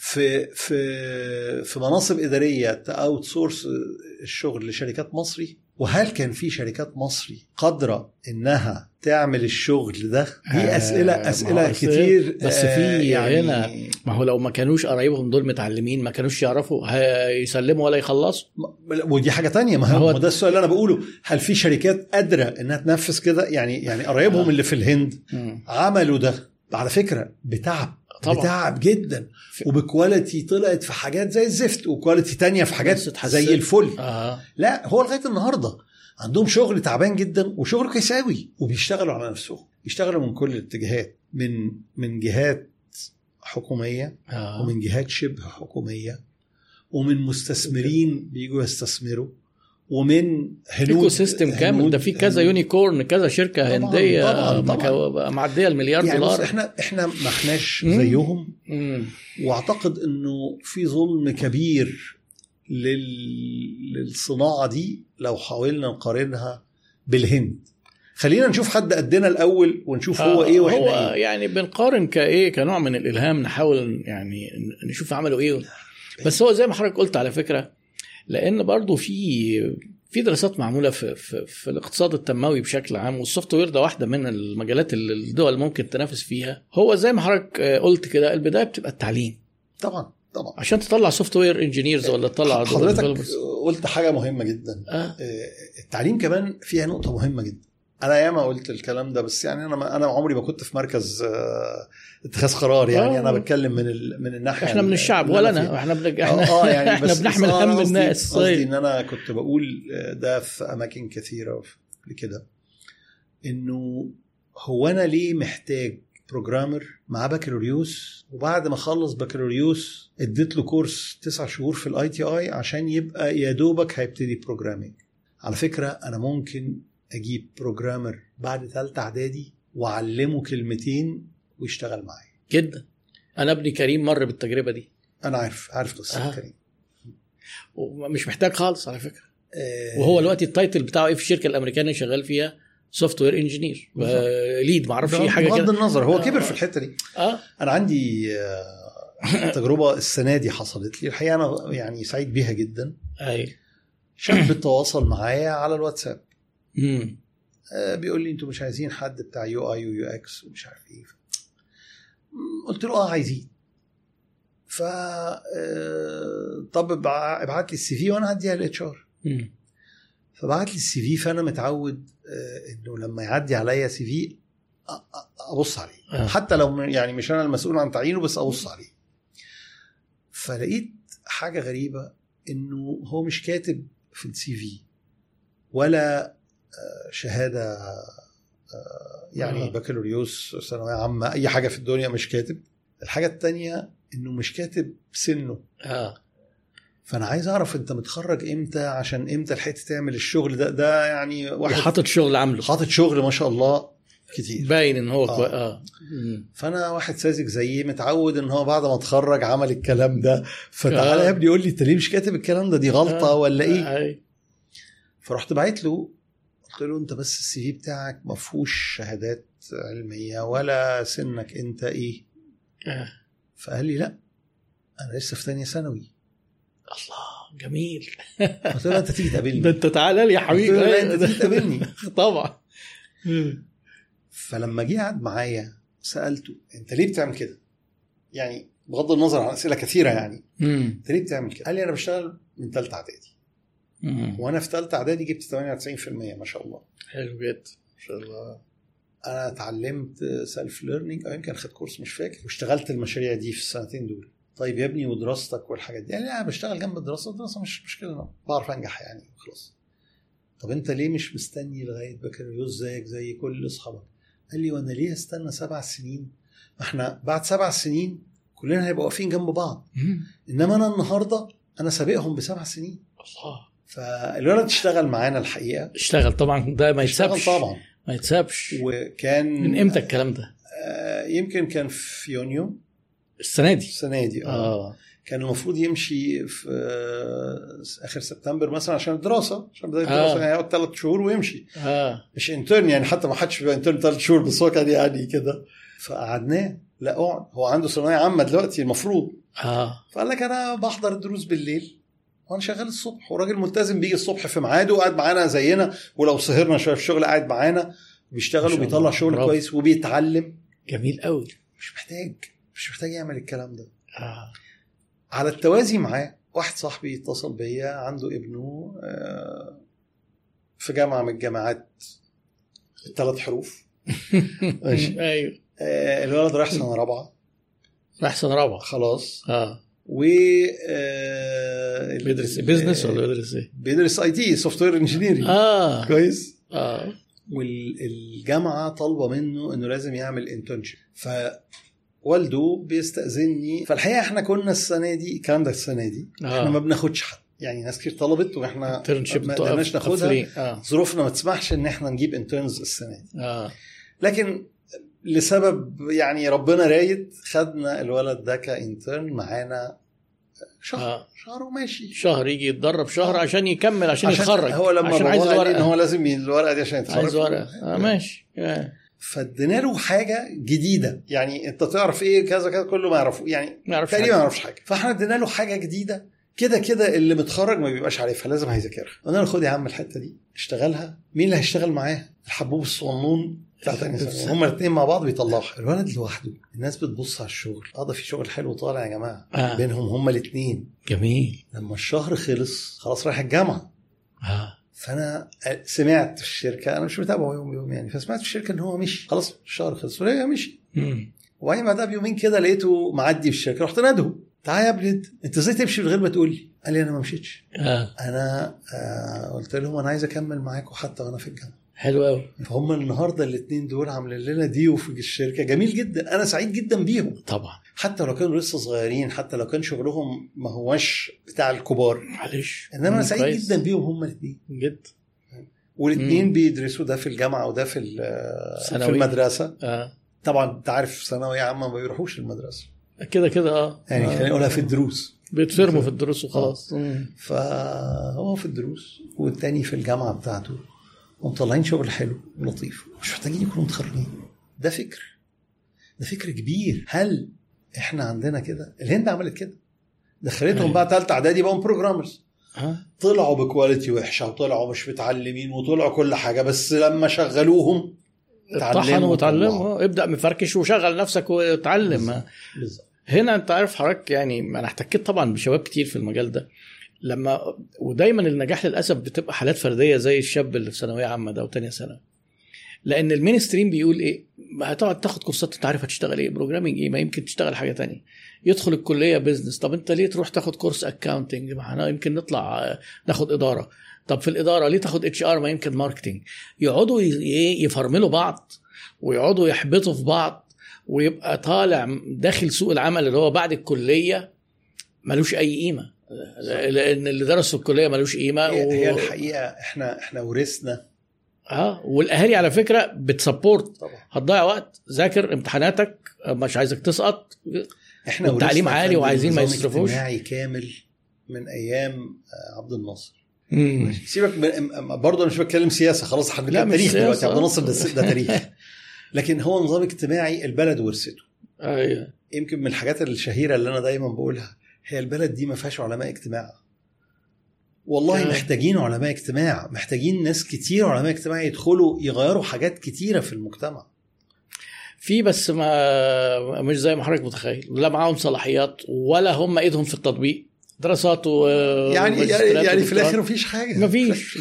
في مناصب اداريه تأوت سورس الشغل لشركات مصري؟ وهل كان في شركات مصري قادرة إنها تعمل الشغل ده؟ دي أسئلة كتير. بس في هنا ما هو لو ما كانوش قرايبهم دول متعلمين ما كانوش يعرفوا هيسلموا ولا يخلصوا. ودي حاجة تانية. ما هو ده السؤال اللي أنا بقوله، هل في شركات قادرة إنها تنفذ كده؟ يعني قرايبهم اللي في الهند عملوا ده على فكرة بتعب جدا وبكواليتي طلعت في حاجات زي الزفت وكواليتي تانية في حاجات زي الفل. لا هو لغاية النهاردة عندهم شغل تعبان جدا وشغل كيساوي وبيشتغلوا على نفسهم، يشتغلوا من كل الاتجاهات، من جهات حكومية ومن جهات شبه حكومية ومن مستثمرين بيجوا يستثمروا ومن هنود ايكو سيستم كامل. ده في كذا يونيكورن، كذا شركه هنديه معديه $1,000,000,000 يعني احنا ما احناش زيهم. واعتقد انه في ظلم كبير للصناعه دي لو حاولنا نقارنها بالهند. خلينا نشوف حد قدنا الاول ونشوف هو ايه واحنا هو إيه. يعني بنقارن كنوع من الالهام، نحاول يعني نشوف عملوا ايه. بس هو زي ما حضرتك قلت على فكره، لان برضو في دراسات معموله في الاقتصاد التنموي بشكل عام، والسوفت وير ده واحده من المجالات اللي الدول ممكن تنافس فيها. هو زي ما حضرتك قلت كده، البدايه بتبقى التعليم. طبعا عشان تطلع سوفت وير انجينيرز ولا تطلع حضرتك قلت حاجه مهمه جدا. التعليم كمان فيها نقطه مهمه جدا. انا ياما قلت الكلام ده، بس يعني انا عمري ما كنت في مركز اتخاذ قرار. يعني انا بتكلم من الناحيه، احنا من الشعب ولا انا، احنا يعني احنا بنحمل هم الناس. قصدي ان انا كنت بقول ده في اماكن كثيره كده، انه هو انا ليه محتاج بروجرامر مع بكالوريوس، وبعد ما خلص بكالوريوس اديت له كورس 9 شهور في الITI عشان يبقى يا دوبك هيبتدي بروجرامينج. على فكره انا ممكن اجيب بروجرامر بعد ثالثه اعدادي واعلمه كلمتين ويشتغل معايا جدا. انا ابني كريم مر بالتجربه دي. انا عارف قصه كريم، ومش محتاج خالص على فكره. وهو دلوقتي التايتل بتاعه ايه في الشركه الامريكيه اللي شغال فيها؟ سوفت وير انجينير ليد، ما اعرفش ايه حاجه كده. بغض النظر هو كبر في الحته دي. انا عندي تجربه السنه دي حصلت لي الحقيقه، انا يعني سعيد بيها جدا. شاب بيتواصل معايا على الواتساب، بيقول لي انتوا مش عايزين حد بتاع UI وUX ومش عارف ايه. قلت له عايزين. طب ابعت لي السي في وانا هديها للHR. فبعت لي السي في، فانا متعود انه لما يعدي عليا سي في ابص عليه، حتى لو يعني مش انا المسؤول عن تعيينه، بس ابص عليه. فلقيت حاجه غريبه، انه هو مش كاتب في السي في ولا شهاده يعني بكالوريوس، ثانويه عامه، اي حاجه في الدنيا مش كاتب. الحاجه التانية انه مش كاتب سنه. فانا عايز اعرف انت متخرج امتى، عشان امتى لحقت تعمل الشغل ده يعني واحد حاطط شغل، عامله حاطط شغل ما شاء الله كتير، باين ان هو فانا واحد ساذج زيي متعود ان هو بعد ما اتخرج عمل الكلام ده. فتعالى يا ابني يقول لي انت ليه مش كاتب الكلام ده، دي غلطه ولا ايه؟ فرحت بعت له، قلت له انت بس السي في بتاعك ما فيهوش شهادات علميه ولا سنك انت ايه. فقال لي لا انا لسه في ثانيه ثانوي. الله جميل. قلت له انت تيجي تقابلني. ده انت تعالى لي يا حبيبي. لا انت تيجي تقابلني. طبعا. فلما جه قعد معايا سالته انت ليه بتعمل كده، يعني بغض النظر عن اسئله كثيره، يعني انت ليه بتعمل كده؟ قال لي انا بشتغل من ثالثه اعدادي، وانا في ثالثه اعدادي جبت 98% ما شاء الله. حلو جدا ما شاء الله. انا اتعلمت سيلف ليرنينج، او يمكن خدت كورس مش فاكر، واشتغلت المشاريع دي في السنتين دول. طيب يا ابني ودراستك والحاجات دي؟ يعني انا بشتغل جنب الدراسه مش مشكله، بعرف انجح يعني خلاص. طب انت ليه مش مستني لغايه بكالوريوس زيك زي كل اصحابك؟ قال لي وانا ليه استنى 7 سنين؟ ما احنا بعد 7 سنين كلنا هيبقوا واقفين جنب بعض، انما انا النهارده انا سابقهم ب7 سنين. الله. فالولد اشتغل معانا الحقيقه، اشتغل طبعا، ده ما يتسابش طبعا، ما يتسابش. وكان من امتى الكلام ده؟ يمكن كان في يونيو السنه دي. كان المفروض يمشي في اخر سبتمبر مثلا عشان الدراسه، عشان بدايه الدراسه يعني هيقعد 3 شهور ويمشي. مش انترن يعني، حتى ما حدش بيبقى انترن 3 شهور، بس هو كان يعني كده. فقعدناه، لا اقعد، هو عنده ثانويه عامه دلوقتي المفروض. فقال لك انا بحضر الدروس بالليل وانا شغال الصبح، وراجل ملتزم بيجي الصبح في ميعاده وقاعد معانا زينا، ولو سهرنا شويه في الشغل قاعد معانا بيشتغل وبيطلع شغل كويس وبيتعلم. جميل قوي. مش محتاج يعمل الكلام ده. على التوازي معاه واحد صاحبي اتصل بيا، عنده ابنه في جامعه من الجامعات 3 حروف. ماشي. ايوه. الولد راح سنه رابعه. خلاص. بيدرس بيزنس ولا بيدرس ايه؟ بيدرس IT سوفت وير انجينيرنج. كويس. والجامعه طالبه منه انه لازم يعمل انترنشيب، فوالده بيستأذنني. فالحقيقه احنا كنا السنه دي، الكلام ده السنه دي احنا ما بناخدش حد. يعني ناس كتير طلبت واحنا ما قدرناش ناخدها. ظروفنا ما تسمحش ان احنا نجيب انترنز السنه دي. لكن لسبب يعني ربنا رايد خدنا الولد ده كانترن معانا شهر وماشي. شهر يجي يتدرب شهر عشان يكمل عشان يتخرج. هو لما عشان عايز الورقه ان هو لازم الورقه دي عشان يتخرج. عايز ورقه. ماشي. فادينا له حاجه جديده. يعني انت تعرف ايه كذا كذا كله ما يعرفه يعني تقريبا ما يعرفش حاجه. فاحنا ادينا له حاجه جديده كده اللي متخرج ما بيبقاش عارفها لازم هيذاكرها. قلنا له خد يا عم الحته دي اشتغلها. مين اللي هيشتغل معاه؟ الحبوب الصغنون بتاع تاني سنه. هما الاثنين مع بعض بيطلعوا. الولد لوحده الناس بتبص على الشغل. ده في شغل حلو طالع يا جماعه. بينهم هما الاثنين. جميل. لما الشهر خلص خلاص رايح الجامعه. فانا سمعت في الشركه، انا مش متابعه يوم يعني، فسمعت في الشركه ان هو مشي خلاص الشهر خلص ولا مشي. وبعدين بعدها بيومين كده لقيته معدي في الشركه، رحت ناديه تعالى يا ابني انت ازاي تمشي من غير ما تقول لي؟ قال لي انا ما مشيتش. انا قلت لهم انا عايز اكمل معاكم حتى وانا في الجامعه. حلو قوي. فهم النهارده الاثنين دول عاملين لنا ديو في الشركه جميل جدا. انا سعيد جدا بيهم طبعا، حتى لو كانوا لسه صغيرين، حتى لو كان شغلهم ما هوش بتاع الكبار معلش، انما انا سعيد جدا بيهم هم الاثنين جدا. والاثنين بيدرسوا، ده في الجامعه وده في المدرسه. طبعا انت عارف ثانويه عامه ما بيروحوش المدرسه كده يعني خلينا نقولها في الدروس، بيتفرموا في الدروس وخلاص. فهو في الدروس والتاني في الجامعه بتاعته ومطلعين شغل حلو ولطيف، مش محتاجين يكونوا متخرجين. ده فكر كبير. هل احنا عندنا كده؟ الهند عملت كده، دخلتهم بقى ثالثه اعدادي بقوا بروجرامرز. طلعوا بكواليتي وحشه وطلعوا مش متعلمين وطلعوا كل حاجه، بس لما شغلوهم اتطحنوا وتعلموا. ابدأ مفركش وشغل نفسك وتعلم. بالظبط. هنا انت عارف حضرتك، يعني انا احتكيت طبعا بشباب كتير في المجال ده، لما ودايما النجاح للاسف بتبقى حالات فرديه زي الشاب اللي في ثانويه عامه ده وثانيه سنه، لان المين ستريم بيقول ايه؟ هتقعد تاخد كورسات انت عارف هتشتغل ايه، بروجرامينج ايه، ما يمكن تشتغل حاجه تانية. يدخل الكليه بيزنس، طب انت ليه تروح تاخد كورس اكاونتنج؟ ما احنا يمكن نطلع ناخد اداره. طب في الاداره ليه تاخد اتش ار؟ ما يمكن ماركتنج. يقعدوا يفرملوا بعض ويقعدوا يحبطوا في بعض، ويبقى طالع داخل سوق العمل اللي هو بعد الكليه ملوش اي قيمه، لان اللي درسوا الكليه ملوش قيمه. هي الحقيقه احنا ورثنا. والاهالي على فكره بتسبورت. هتضيع وقت، ذاكر امتحاناتك، مش عايزك تسقط. احنا التعليم عالي وعايزين ما يصرفوش. اجتماعي كامل من ايام عبد الناصر. سيبك برضه، انا مش بتكلم سياسه، خلاص احنا بنتكلم تاريخ دلوقتي. عبد الناصر ده تاريخ. لكن هو نظام اجتماعي البلد ورثته. ايوه. يمكن من الحاجات الشهيره اللي انا دايما بقولها، هي البلد دي ما فيهاش علماء اجتماع. والله محتاجين علماء اجتماع، محتاجين ناس كتير علماء اجتماع يدخلوا يغيروا حاجات كتيره في المجتمع. في بس ما مش زي ما حضرتك متخيل، لا معاهم صلاحيات ولا هم ايدهم في التطبيق، دراسات يعني في الاخر مفيش حاجه. مفيش.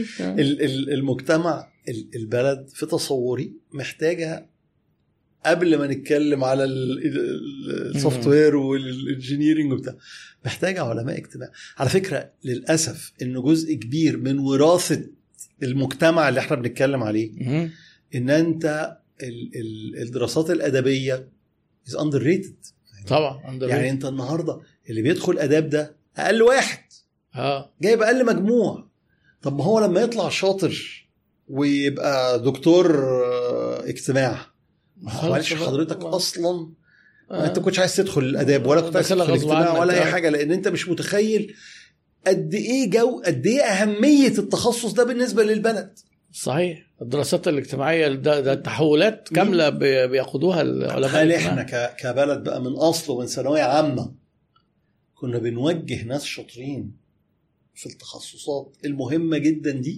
المجتمع، البلد في تصوري محتاجه، قبل ما نتكلم على السوفت وير والانجينيرنج وبتاع، محتاجه علماء اجتماع. على فكره للاسف انه جزء كبير من وراثه المجتمع اللي احنا بنتكلم عليه ان انت الدراسات الادبيه is underrated. طبعا underrated. يعني انت النهارده اللي بيدخل اداب ده اقل واحد جايب اقل مجموع. طب ما هو لما يطلع شاطر ويبقى دكتور اجتماع، معلش حضرتك اصلا انت كنتش عايز تدخل الاداب ولا كنت عايز تدخل الاجتماع ولا اي حاجه، لان انت مش متخيل قد ايه اهميه التخصص ده بالنسبه للبلد. صحيح. الدراسات الاجتماعيه ده تحولات كامله بياخدوها العلماء. هل احنا كبلد بقى من اصله من ثانويه عامه كنا بنوجه ناس شاطرين في التخصصات المهمه جدا دي؟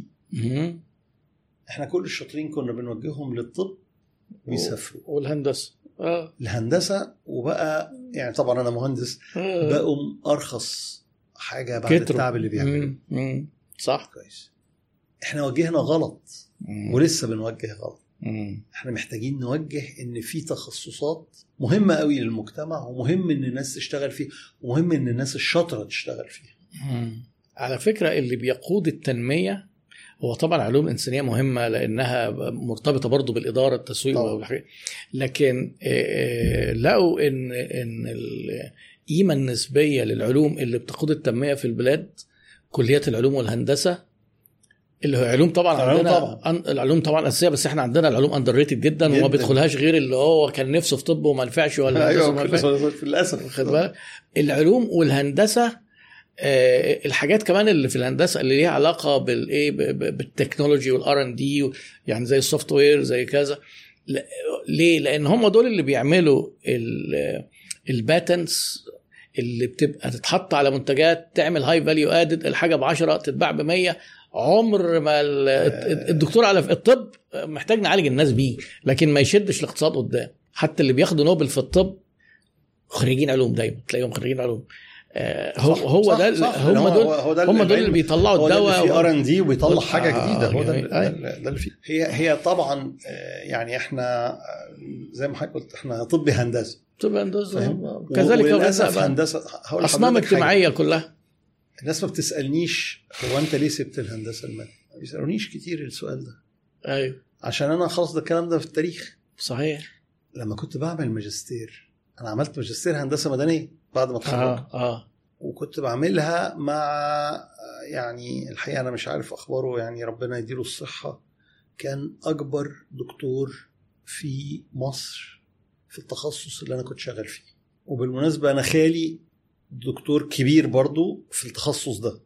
احنا كل الشاطرين كنا بنوجههم للطب ويسافروا، والهندسه الهندسه، وبقى يعني طبعا انا مهندس، بقوا ارخص حاجه بعد التعب اللي بيعملوه. صح. كويس. احنا وجهنا غلط ولسه بنوجه غلط. احنا محتاجين نوجه ان في تخصصات مهمه قوي للمجتمع، ومهم ان الناس تشتغل فيه، ومهم ان الناس الشاطره تشتغل فيه. على فكره اللي بيقود التنميه هو طبعا علوم إنسانية مهمة لأنها مرتبطة برضو بالإدارة التسويق، لكن لقوا إن القيمة النسبية للعلوم اللي بتقود التنمية في البلاد كليات العلوم والهندسه اللي هو علوم طبعا عندنا العلوم طبعا اساسيه، بس احنا عندنا العلوم اندر ريتد جدا وما بيدخلهاش غير اللي هو كان نفسه في طب وما نفعش ولا في للاسف. خد بالك العلوم والهندسه الحاجات كمان اللي في الهندسه اللي ليها علاقه بالايه بالتكنولوجي والار ان دي، يعني زي السوفت وير زي كذا. ليه؟ لان هم دول اللي بيعملوا الباتنتس اللي بتبقى تتحط على منتجات تعمل هاي فاليو ادد، الحاجه ب10 تتباع ب100. عمر ما الدكتور على الطب محتاج نعالج الناس بيه، لكن ما يشدش الاقتصاد قدام. حتى اللي بياخدوا نوبل في الطب خريجين علوم، دايما تلاقيهم خريجين علوم. هو ده هم دول اللي بيطلعوا الدواء في ار ان دي وبيطلع حاجه جديده. هو ده اللي فيه. هي طبعا يعني احنا زي ما حضرتك قلت احنا طب هندسه كذلك هندسه اصنام اجتماعيه كلها. الناس ما بتسالنيش هو انت ليه سبت الهندسه الماليه، ما بيسالونيش كتير السؤال ده. ايوه عشان انا خلاص ده الكلام ده في التاريخ. صحيح. لما كنت بعمل ماجستير، انا عملت ماجستير هندسه مدنيه بعد ما اتخرجت. وكنت بعملها مع يعني الحقيقه انا مش عارف اخباره، يعني ربنا يديله الصحه، كان اكبر دكتور في مصر في التخصص اللي انا كنت شغال فيه. وبالمناسبه انا خالي دكتور كبير برضو في التخصص ده.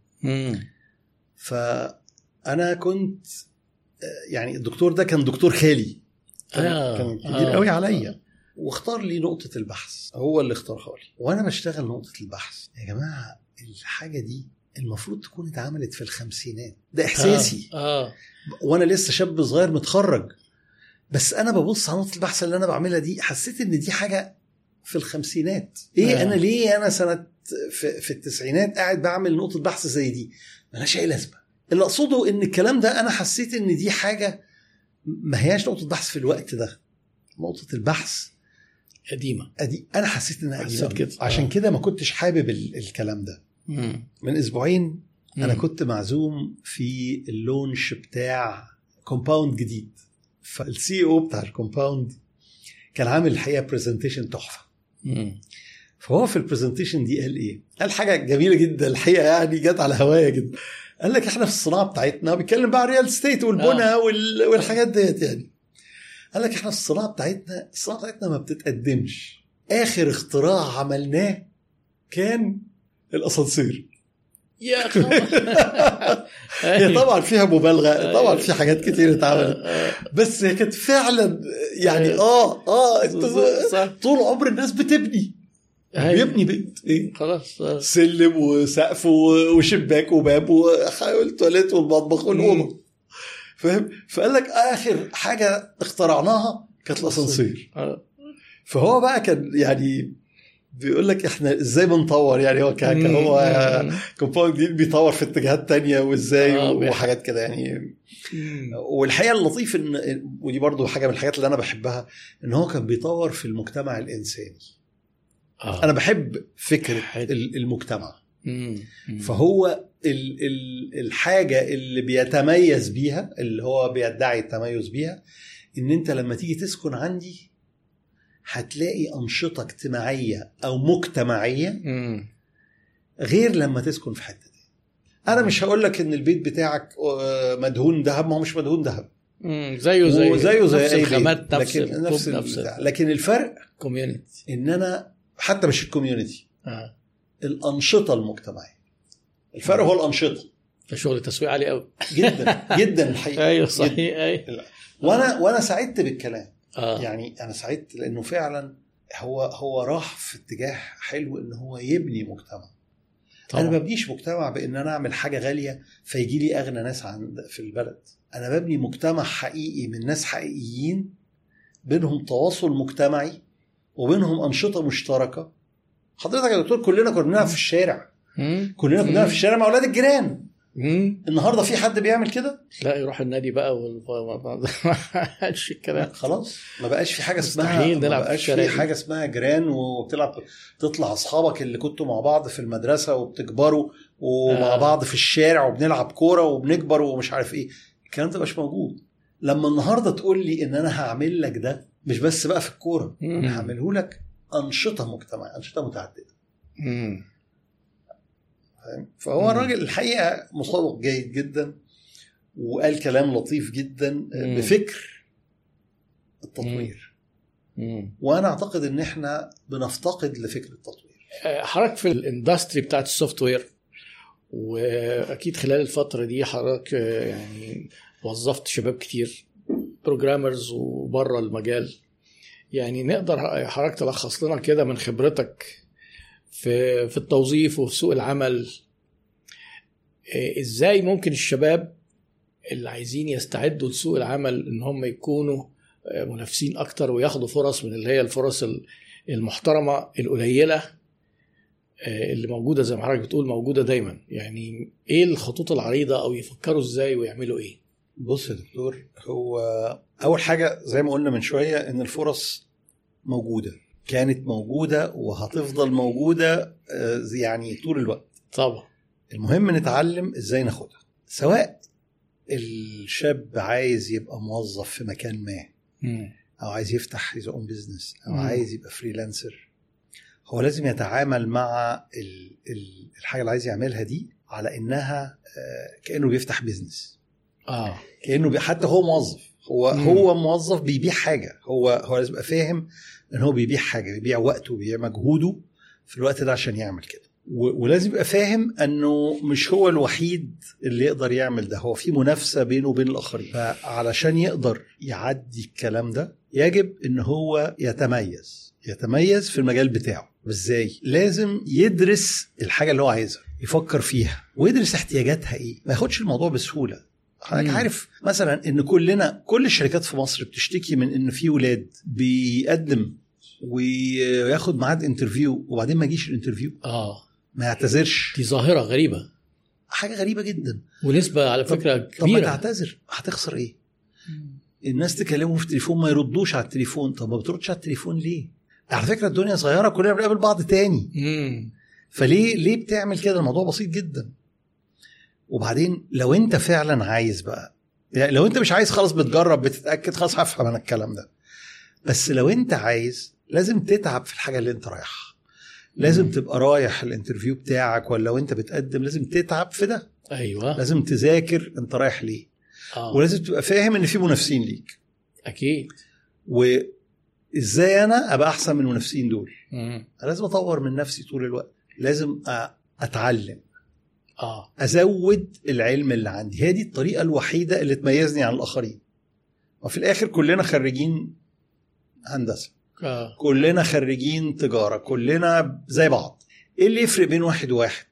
فانا كنت يعني الدكتور ده كان دكتور خالي، كان كبير قوي عليا. واختار لي نقطة البحث، هو اللي اختارها لي وانا بشتغل نقطة البحث. يا جماعة الحاجة دي المفروض تكون اتعملت في الخمسينات، ده احساسي. وانا لسه شاب صغير متخرج، بس انا ببص على نقطة البحث اللي انا بعملها دي، حسيت ان دي حاجة في الخمسينات. انا ليه انا سنة في التسعينات قاعد بعمل نقطة بحث زي دي؟ ملهاش اي لازمة. اللي اقصده ان الكلام ده انا حسيت ان دي حاجة ما هياش نقطة بحث في الوقت ده. نقطة البحث قديمة. انا حسيت انها قديمة عشان كده ما كنتش حابب الكلام ده. من اسبوعين انا كنت معزوم في اللونش بتاع كومباوند جديد، فالسي او بتاع الكومباوند كان عامل الحقيقة برزنتيشن تحفة. فهو في البرزنتيشن دي قال ايه؟ قال حاجة جميلة جدا الحقيقة، يعني جت على هواية جدا. قال لك احنا في الصناعة بتاعتنا، بيتكلم بقى ريال ستيت والبنى والحاجات ديت. يعني قال لك احنا في الصناعة بتاعتنا ما بتتقدمش. اخر اختراع عملناه كان الاسانسير. يا خبر. هي طبعا فيها مبالغة، طبعا في حاجات كتير اتعملت، بس هي كانت فعلا يعني طول عمر الناس بتبني بيت خلاص، سلم وسقف وشباك وباب والتواليت والمطبخ والأوضة، فاهم؟ فقال لك آخر حاجة اخترعناها كانت الأسانسير. فهو بقى كان يعني بيقول لك احنا ازاي بنطور، يعني هو هو كومباوند جديد بيطور في اتجاهات تانية وازاي وحاجات كده يعني. والحقيقة اللطيف ان ودي برضو حاجة من الحاجات اللي انا بحبها، ان هو كان بيطور في المجتمع الانساني. انا بحب فكرة المجتمع. فهو الحاجة اللي بيتميز بيها، اللي هو بيدعي التميز بيها، ان انت لما تيجي تسكن عندي هتلاقي أنشطة اجتماعية أو مجتمعية غير لما تسكن في حتة دي. أنا مش هقولك إن البيت بتاعك مدهون ذهب، ما هو مش مدهون ذهب، زيه زي الخامات، لكن الفرق كوميونيتي. إن أنا حتى مش الكوميونيتي، الأنشطة المجتمعية. الفرق هو الأنشطة. ده شغل تسويق عالي قوي جدا جدا الحقيقة. أيوة صحيح. أيوة. وأنا سعدت بالكلام. يعني أنا سعيد لأنه فعلا هو راح في اتجاه حلو إنه هو يبني مجتمع. طبعا. أنا ببنيش مجتمع بإن أنا أعمل حاجة غالية فيجي لي أغنى ناس في البلد. أنا ببني مجتمع حقيقي من ناس حقيقيين بينهم تواصل مجتمعي وبينهم أنشطة مشتركة. حضرتك يا دكتور كلنا كنا بنلعب في الشارع، كلنا كنا بنلعب في الشارع مع أولاد الجيران. النهارده في حد بيعمل كده؟ لا، يروح النادي بقى الكلام خلاص. ما بقاش في حاجه اسمها، ما بقاش في حاجه اسمها جيران وبتلعب تطلع اصحابك اللي كنتوا مع بعض في المدرسه وبتكبروا ومع بعض في الشارع وبنلعب كوره وبنكبر ومش عارف ايه. الكلام ده مش موجود. لما النهارده تقول لي ان انا هعمل لك ده، مش بس بقى في الكوره، انا هعمله لك انشطه مجتمعيه، انشطه متعدده. فهو الراجل الحقيقه مسوق جيد جدا، وقال كلام لطيف جدا بفكر التطوير. وانا اعتقد ان احنا بنفتقد لفكر التطوير. حضرتك في الاندستري بتاعت السوفت وير، واكيد خلال الفتره دي حضرتك يعني وظفت شباب كتير بروجرامرز وبره المجال، يعني نقدر حضرتك تلخص لنا كده من خبرتك في التوظيف وفي سوق العمل، ازاي ممكن الشباب اللي عايزين يستعدوا لسوق العمل ان هم يكونوا منافسين اكتر وياخدوا فرص من اللي هي الفرص المحترمة القليلة اللي موجودة زي ما حضرتك بتقول موجودة دايما؟ يعني ايه الخطوط العريضة، او يفكروا ازاي ويعملوا ايه؟ بص يا دكتور، هو اول حاجة زي ما قلنا من شوية ان الفرص موجودة، كانت موجودة وهتفضل موجودة يعني طول الوقت طبعا. المهم نتعلم ازاي ناخدها، سواء الشاب عايز يبقى موظف في مكان ما، او عايز يفتح his own business، او عايز يبقى فريلانسر. هو لازم يتعامل مع الحاجة اللي عايز يعملها دي على انها كأنه بيفتح بيزنس، كأنه حتى هو موظف، هو موظف بيبيع حاجة. هو لازم يبقى فاهم ان هو بيبيع حاجة، بيبيع وقته وبيبيع مجهوده في الوقت ده عشان يعمل كده. ولازم يبقى فاهم انه مش هو الوحيد اللي يقدر يعمل ده، هو في منافسة بينه وبين الاخرين. فعلشان يقدر يعدي الكلام ده يجب ان هو يتميز في المجال بتاعه. ازاي؟ لازم يدرس الحاجة اللي هو عايزها، يفكر فيها ويدرس احتياجاتها ايه، ما ياخدش الموضوع بسهولة. حضرتك عارف مثلا ان كل الشركات في مصر بتشتكي من ان في ولاد بيقدم وياخد ميعاد انترفيو وبعدين ما يجيش الانترفيو، ما يعتذرش. دي ظاهرة غريبة، حاجة غريبة جدا، ونسبة على فكرة كبيرة. طب ما تعتذر، هتخسر ايه؟ الناس تكلمه في التليفون ما يردوش على التليفون. طب ما بتردش على التليفون ليه؟ على فكرة الدنيا صغيرة، كلنا بنقابل بعض تاني. فليه بتعمل كده؟ الموضوع بسيط جدا. وبعدين لو انت فعلا عايز بقى، يعني لو انت مش عايز خلاص بتجرب بتتأكد خلاص هفهم انا الكلام ده، بس لو انت عايز لازم تتعب في الحاجة اللي انت رايحها. لازم تبقى رايح الانترفيو بتاعك، ولا لو انت بتقدم لازم تتعب في ده. ايوه، لازم تذاكر انت رايح ليه. ولازم تبقى فاهم ان في منافسين ليك اكيد، وازاي انا ابقى احسن من المنافسين دول. انا لازم اطور من نفسي طول الوقت، لازم اتعلم، ازود العلم اللي عندي. هي دي الطريقة الوحيدة اللي تميزني عن الاخرين. وفي الاخر كلنا خريجين هندسة، كلنا خريجين تجارة، كلنا زي بعض. ايه اللي يفرق بين واحد وواحد؟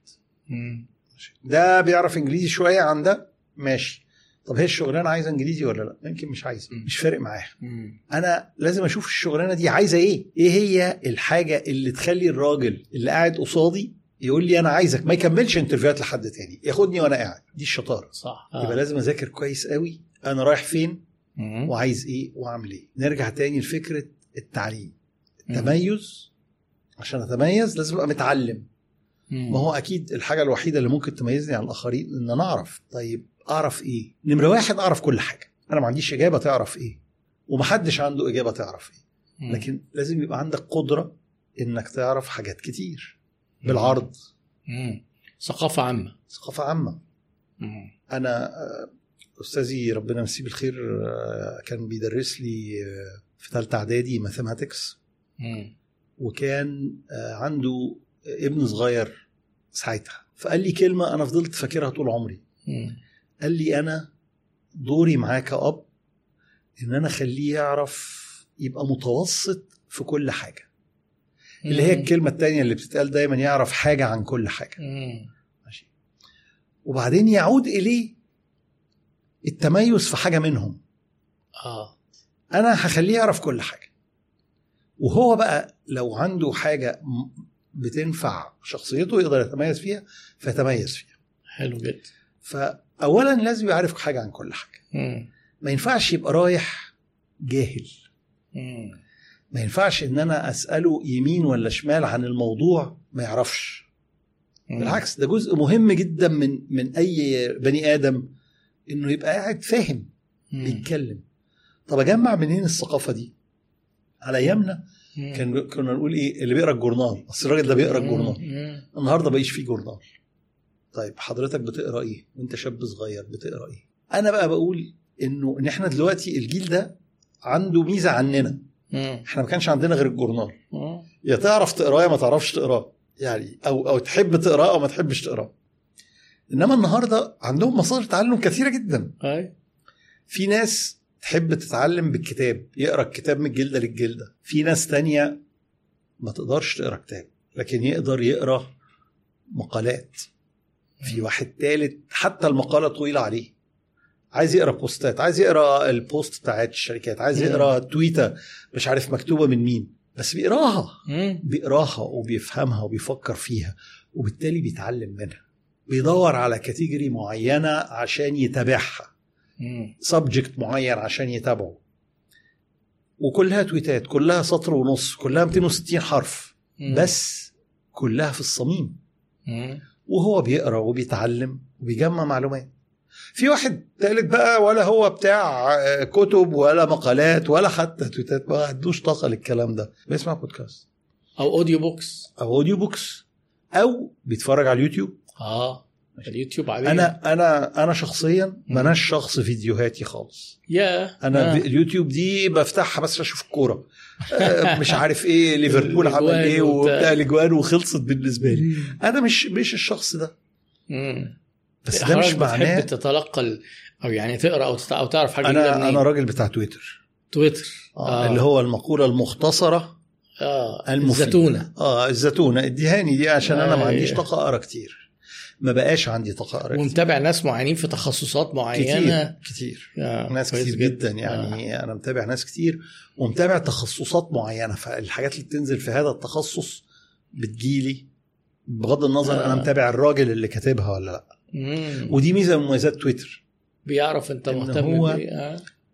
ده بيعرف انجليزي شوية عن ده، ماشي. طب هي الشغلانة عايزة انجليزي ولا لا؟ يمكن مش عايزة، مش فارق معاها. انا لازم اشوف الشغلانة دي عايزة ايه هي الحاجة اللي تخلي الراجل اللي قاعد قصادي يقول لي انا عايزك، ما يكملش انترفيوهات لحد تاني، ياخدني وانا قاعد. دي الشطارة، صح. يبقى لازم اذاكر كويس قوي انا رايح فين وعايز ايه واعمل ايه. نرجع تاني لفكرة التعليم، التميز. عشان اتميز لازم ابقى متعلم. ما هو اكيد الحاجة الوحيدة اللي ممكن تميزني عن الاخرين ان انا اعرف. طيب اعرف ايه؟ نمرة واحد، اعرف كل حاجة. انا ما عنديش اجابة تعرف ايه، ومحدش عنده اجابة تعرف ايه، لكن لازم يبقى عندك قدرة انك تعرف حاجات كتير بالعرض. ثقافة عامة. انا أستاذي ربنا يمسيه بالخير كان بيدرس لي في ثالثه اعدادي ماثيماتكس، وكان عنده ابن صغير ساعتها، فقال لي كلمة أنا فضلت فاكرها طول عمري. قال لي أنا دوري معاه كأب إن أنا خليه يعرف يبقى متوسط في كل حاجة، اللي هي الكلمة التانية اللي بتتقال دايما، يعرف حاجة عن كل حاجة. ماشي. وبعدين يعود إليه التميز في حاجة منهم. أنا هخليه يعرف كل حاجة، وهو بقى لو عنده حاجة بتنفع شخصيته يقدر يتميز فيها فيتميز فيها. حلو جدا. فأولا لازم يعرف حاجة عن كل حاجة. ما ينفعش يبقى رايح جاهل. ما ينفعش إن أنا أسأله يمين ولا شمال عن الموضوع ما يعرفش. بالعكس، ده جزء مهم جدا من أي بني آدم، إنه يبقى قاعد فاهم بيتكلم. طب أجمع منين الثقافة دي؟ على أيامنا كنا نقول إيه اللي بيقرأ الجورنال، أصل الراجل ده بيقرأ الجورنال. النهاردة بقيش فيه جورنال، طيب حضرتك بتقرا ايه وانت شاب صغير؟ بتقرا ايه؟ انا بقى بقول ان احنا دلوقتي الجيل ده عنده ميزه عننا. احنا ما كانش عندنا غير الجورنال. يا تعرف تقراه يا ما تعرفش تقراه، يعني او تحب تقراه او ما تحبش تقراه. انما النهارده عندهم مصادر تعلم كثيره جدا. في ناس تحب تتعلم بالكتاب، يقرا الكتاب من الجلده للجلده. في ناس تانية ما تقدرش تقرا كتاب لكن يقدر يقرا مقالات. في واحد ثالث حتى المقاله طويله عليه، عايز يقرا بوستات، عايز يقرا البوست بتاعت الشركات، عايز يقرا تويته مش عارف مكتوبه من مين، بس بيقراها وبيفهمها وبيفكر فيها، وبالتالي بيتعلم منها. بيدور على كاتيجوري معينه عشان يتابعها، سبجكت معين عشان يتابعه، وكلها تويتات، كلها سطر ونص، كلها 260 حرف، بس كلها في الصميم. وهو بيقرا وبيتعلم وبيجمع معلومات. في واحد ثالث بقى ولا هو بتاع كتب ولا مقالات ولا حتى تويتات، ما عندوش طاقه للكلام ده، بيسمع بودكاست او اوديو بوكس او بيتفرج على اليوتيوب. اليوتيوب عليه. انا شخصيا ماناش شخص فيديوهاتي خالص. انا اليوتيوب دي بفتحها بس اشوف الكوره، مش عارف ايه ليفربول عمل ايه وبتاع الاجوان وخلصت بالنسبه لي. انا مش الشخص ده. بس ده مش معناه تتلقى او يعني تقرا او تعرف حاجه. انا راجل بتاع تويتر. اللي هو المقوله المختصره الزتونه. الزتونه الدهاني دي، عشان انا ما عنديش طاقه اقرا كتير، ما بقاش عندي طاقه اقرا كتير. ومتابع ناس معينين في تخصصات معينه كتير ناس كتير جدا يعني. انا متابع ناس كتير ومتابع تخصصات معينه، فالحاجات اللي بتنزل في هذا التخصص بتجيلي بغض النظر انا متابع الراجل اللي كاتبها ولا لا. ودي ميزه من مميزات تويتر، بيعرف انت مهتم بايه.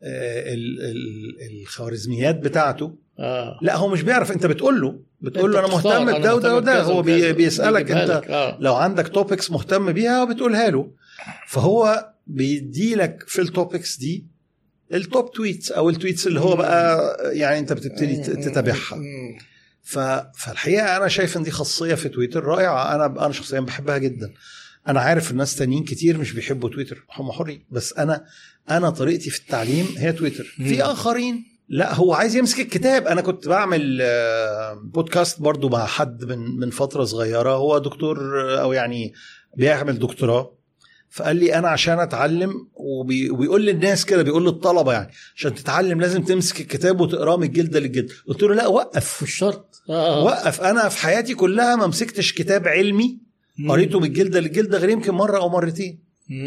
الخوارزميات بتاعته لا هو مش بيعرف، انت بتقول له انا مهتم بده وده، هو بيسالك انت لو عندك توبكس مهتم بيها وبتقولها له، فهو بيديلك في التوبكس دي التوب تويتس او التويتس اللي هو بقى يعني انت بتبتدي تتابعها. فالحقيقه انا شايف ان دي خاصيه في تويتر رائعه. انا شخصيا بحبها جدا. انا عارف الناس تانيين كتير مش بيحبوا تويتر، هم حرين، بس انا طريقتي في التعليم هي تويتر. في اخرين لا هو عايز يمسك الكتاب. انا كنت بعمل بودكاست برضو مع حد من فترة صغيرة، هو دكتور او يعني بيعمل دكتوراه، فقال لي انا عشان اتعلم وبيقول للناس كده، بيقول للطلبة يعني عشان تتعلم لازم تمسك الكتاب وتقراه من الجلدة للجلدة. قلت له لا وقف، مش شرط. وقف. انا في حياتي كلها ما مسكتش كتاب علمي قريته من الجلدة للجلدة غير يمكن مرة او مرتين.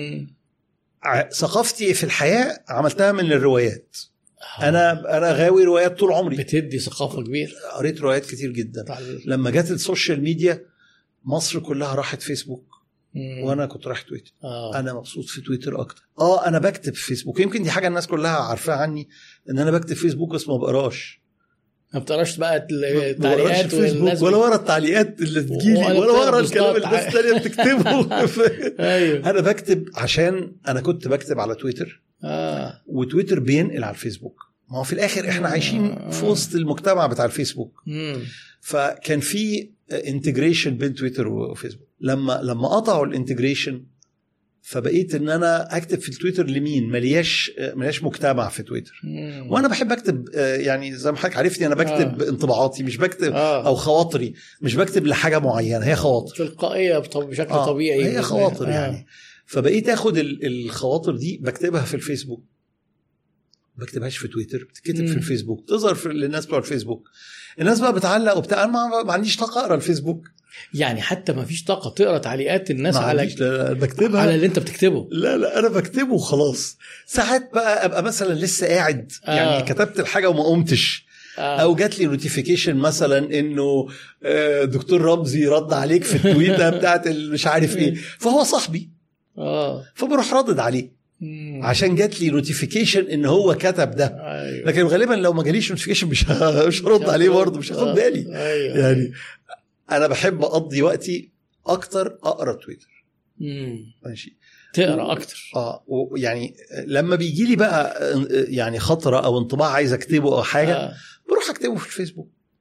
ثقافتي في الحياة عملتها من الروايات. انا غاوي روايات طول عمري، بتدي ثقافه كبيره. قريت روايات كتير جدا. لما جت السوشيال ميديا مصر كلها راحت فيسبوك وانا كنت رايح تويتر. انا مبسوط في تويتر اكتر. انا بكتب في فيسبوك، يمكن دي حاجه الناس كلها عارفاها عني ان انا بكتب فيسبوك بس ما بقراش. ما بتقراش بقى التعليقات والناس ولا ورا التعليقات اللي تجيلي ولا ورا الكلام اللي الناس الثانيه بتكتبه. ايوه انا بكتب عشان انا كنت بكتب على تويتر وتويتر بينقل على الفيسبوك. ما هو في الاخر احنا عايشين في وسط المجتمع بتاع الفيسبوك. فكان في انتجريشن بين تويتر وفيسبوك. لما قطعوا الانتجريشن فبقيت ان انا اكتب في التويتر لمين، ملياش مجتمع في تويتر. وانا بحب اكتب يعني زي ما حضرتك عرفتني انا بكتب انطباعاتي، مش بكتب او خواطري، مش بكتب لحاجه معينه، هي خواطر تلقائيه بشكل طبيعي، هي خواطر يعني. فبقيت اخد الخواطر دي بكتبها في الفيسبوك، بكتبهاش في تويتر، بتكتب في الفيسبوك، تظهر للناس بتوع الفيسبوك. الناس بقى بتعلق وبتاع، انا ما عنديش طاقه اقرا الفيسبوك يعني. حتى ما فيش طاقه تقرا تعليقات الناس بكتبها على اللي انت بتكتبه. لا انا بكتبه وخلاص. ساعات بقى ابقى مثلا لسه قاعد يعني كتبت الحاجه وما قمتش، او جات لي نوتيفيكيشن مثلا انه دكتور رمزي رد عليك في التويته بتاعت مش عارف ايه، فهو صاحبي فبروح ردد عليه عشان جات لي نوتيفيكيشن ان هو كتب ده. لكن غالبا لو ما جاليش نوتيفيكيشن مش هرد عليه برضه، مش هاخد بالي. يعني انا بحب اقضي وقتي اكتر اقرا تويتر. ماشي، تقرا اكتر. يعني لما بيجي لي بقى يعني خطره او انطباع عايز اكتبه او حاجه بروح اكتبه في الفيسبوك.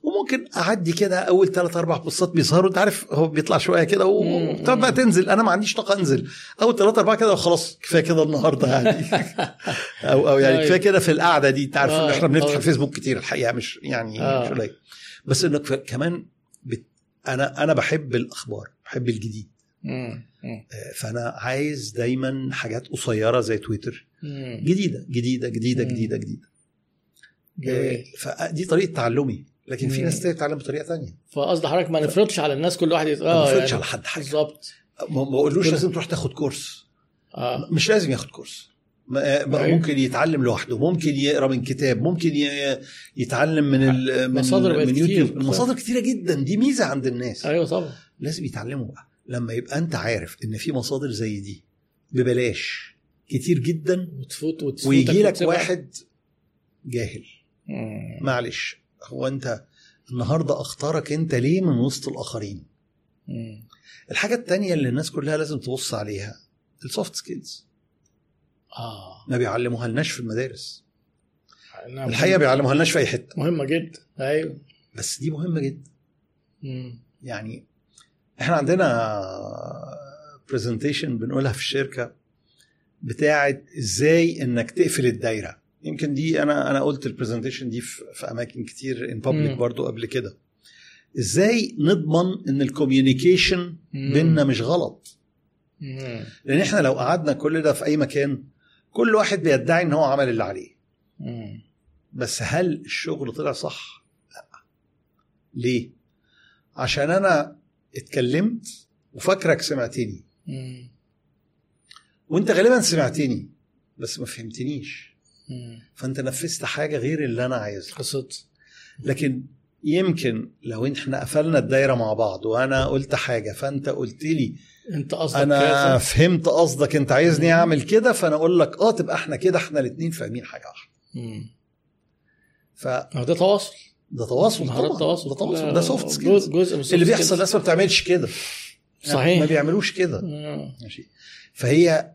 وممكن اعدي كده اول 3-4 بوستات بيظهروا، انت عارف هو بيطلع شويه كده وبتبقى بقى تنزل، انا ما عنديش طاقه انزل اول 3-4 كده وخلاص كفايه كده النهارده يعني او يعني كفايه كده في القعده دي. انت عارف ان احنا بنفتح الفيسبوك كتير الحقيقه، مش يعني مش قليل، بس انك كمان انا بحب الاخبار، بحب الجديد. فانا عايز دايما حاجات قصيره زي تويتر، جديده جديده جديده جديده جديده. فدي طريقه تعلمي، لكن في ناس تتعلم بطريقه ثانيه. فقصد حضرتك ما نفرضش على الناس كل واحد ما نفرضش يعني على حد حاجه بالظبط. ما بقولوش لازم تروح تاخد كورس. مش لازم ياخد كورس، ممكن يتعلم لوحده، ممكن يقرا من كتاب، ممكن يتعلم من يوتيوب. المصادر كتيره جدا، دي ميزه عند الناس. ايوه طبعا، لازم يتعلموا بقى. لما يبقى انت عارف ان في مصادر زي دي ببلاش كتير جدا، وتفوت ويجي لك واحد جاهل، معلش هو انت النهارده اختارك انت ليه من وسط الاخرين؟ الحاجه التانية اللي الناس كلها لازم تبص عليها السوفت سكيلز. ما بيعلموها لناش في المدارس الحقيقه، بيعلموها لناش في اي حته. مهمه جدا، ايوه، بس دي مهمه جدا. يعني احنا عندنا برزنتيشن بنقولها في الشركه بتاعت ازاي انك تقفل الدايره. يمكن دي انا قلت البرزنتيشن دي في اماكن كتير ان بابليك برضو قبل كده. ازاي نضمن ان الكوميونيكيشن بيننا مش غلط؟ لان احنا لو قعدنا كل ده في اي مكان، كل واحد بيدعي ان هو عمل اللي عليه، بس هل الشغل طلع صح؟ لا. ليه؟ عشان انا اتكلمت وفاكرك سمعتني، وانت غالبا سمعتني بس ما فهمتنيش، فانت نفذت حاجة غير اللي انا عايزها. قصت. لكن يمكن لو احنا قفلنا الدايرة مع بعض وانا قلت حاجة فانت قلت لي انت قصدك انا كذا، فهمت قصدك، انت عايزني اعمل كده، فانا اقول لك تبقى احنا كده احنا الاثنين فاهمين حاجة واحدة. ده تواصل، ده تواصل، مهارات تواصل، ده تواصل، ده سوفت سكيلز. جزء من اللي بيحصل الناس ما بتعملش كده، صحيح، ما بيعملوش كده. ماشي. فهي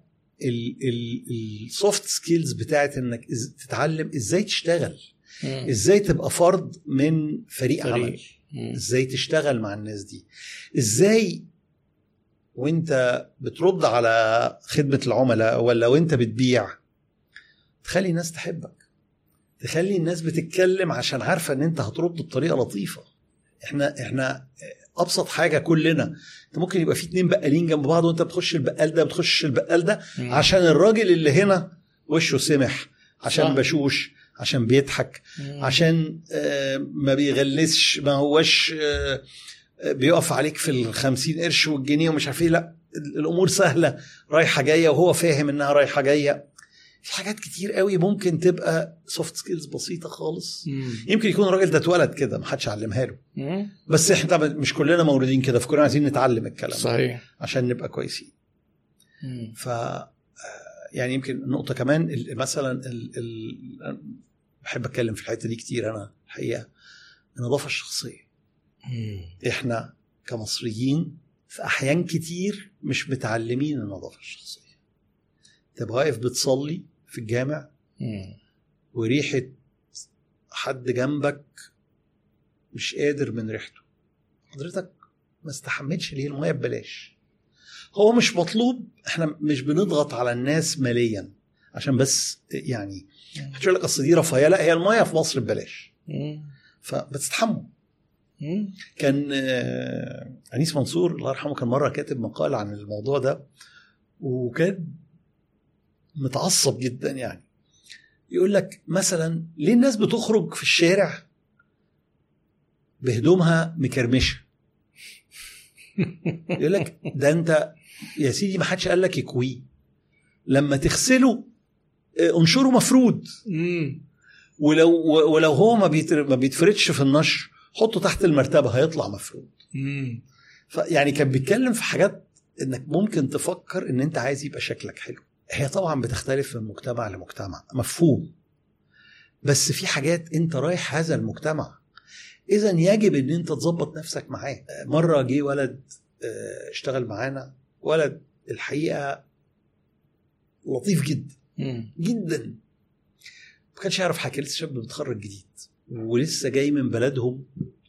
السوفت سكيلز بتاعت انك تتعلم ازاي تشتغل، ازاي تبقى فرد من فريق عمل، ازاي تشتغل مع الناس دي، ازاي وانت بترد على خدمة العملاء ولا وانت بتبيع تخلي الناس تحبك، تخلي الناس بتتكلم عشان عارفة ان انت هترد بطريقة لطيفة. احنا ابسط حاجة كلنا، انت ممكن يبقى في 2 بقالين جنب بعض وانت بتخش البقال ده بتخش البقال ده عشان الراجل اللي هنا وشه سمح، عشان صح. بشوش، عشان بيضحك، عشان ما بيغلسش، ما هوش بيقف عليك في 50 قرش والجنيه ومش عارف ايه. لا، الامور سهلة رايحة جاية وهو فاهم انها رايحة جاية. في حاجات كتير قوي ممكن تبقى سوفت سكيلز بسيطة خالص. يمكن يكون الراجل ده اتولد كده محدش علمها له، بس احنا مش كلنا مولودين كده، فكلنا عايزين نتعلم الكلام صحيح عشان نبقى كويسين. ف يعني يمكن النقطة كمان مثلا بحب اتكلم في الحتة دي كتير انا الحقيقة، النظافة الشخصية. احنا كمصريين في احيان كتير مش متعلمين النظافة الشخصية. تبقى واقف بتصلي في الجامع وريحة حد جنبك مش قادر من ريحته، حضرتك ما استحملش ليه؟ المياه ببلاش. هو مش مطلوب، احنا مش بنضغط على الناس ماليا عشان بس يعني هتقول لك اصل دي رفاهيه، لا، هي المياه في مصر ببلاش، فبتستحموا. كان أنيس منصور الله يرحمه كان مره كاتب مقال عن الموضوع ده، وكان متعصب جدا. يعني يقول لك مثلا ليه الناس بتخرج في الشارع بهدومها مكرمشه؟ يقول لك ده انت يا سيدي ما حدش قال لك يكويه، لما تغسله انشره مفرود، ولو هو ما بيتفردش في النشر حطه تحت المرتبه هيطلع مفرود. فيعني كان بيتكلم في حاجات انك ممكن تفكر ان انت عايز يبقى شكلك حلو. هي طبعا بتختلف من مجتمع لمجتمع، مفهوم، بس في حاجات انت رايح هذا المجتمع، اذا يجب ان انت تظبط نفسك معاه. مره جه ولد اشتغل معانا، ولد الحقيقه لطيف جدا جدا، ما كانش يعرف حاجه، لسه شاب متخرج جديد ولسه جاي من بلدهم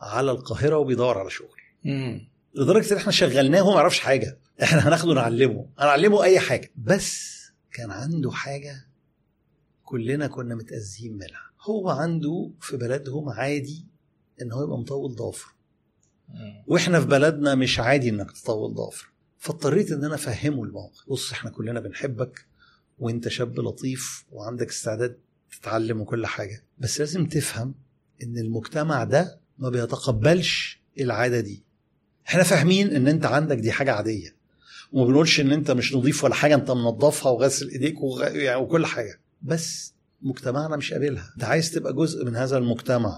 على القاهره وبيدور على شغل. لدرجه ان احنا شغلناه وهو ما يعرفش حاجه، احنا هناخده نعلمه اي حاجه، بس كان عنده حاجه كلنا كنا متأذين منها. هو عنده في بلدهم عادي ان هو يبقى مطول ضافر، واحنا في بلدنا مش عادي انك تطول ضافر. فاضطريت ان انا افهمه الموقف. بص احنا كلنا بنحبك وانت شاب لطيف وعندك استعداد تتعلم وكل حاجه، بس لازم تفهم ان المجتمع ده ما بيتقبلش العاده دي. احنا فاهمين ان انت عندك دي حاجه عاديه، وما بنقولش ان انت مش نظيف ولا حاجه، انت منظفها وغسل ايديك يعني وكل حاجه، بس مجتمعنا مش قابلها. انت عايز تبقى جزء من هذا المجتمع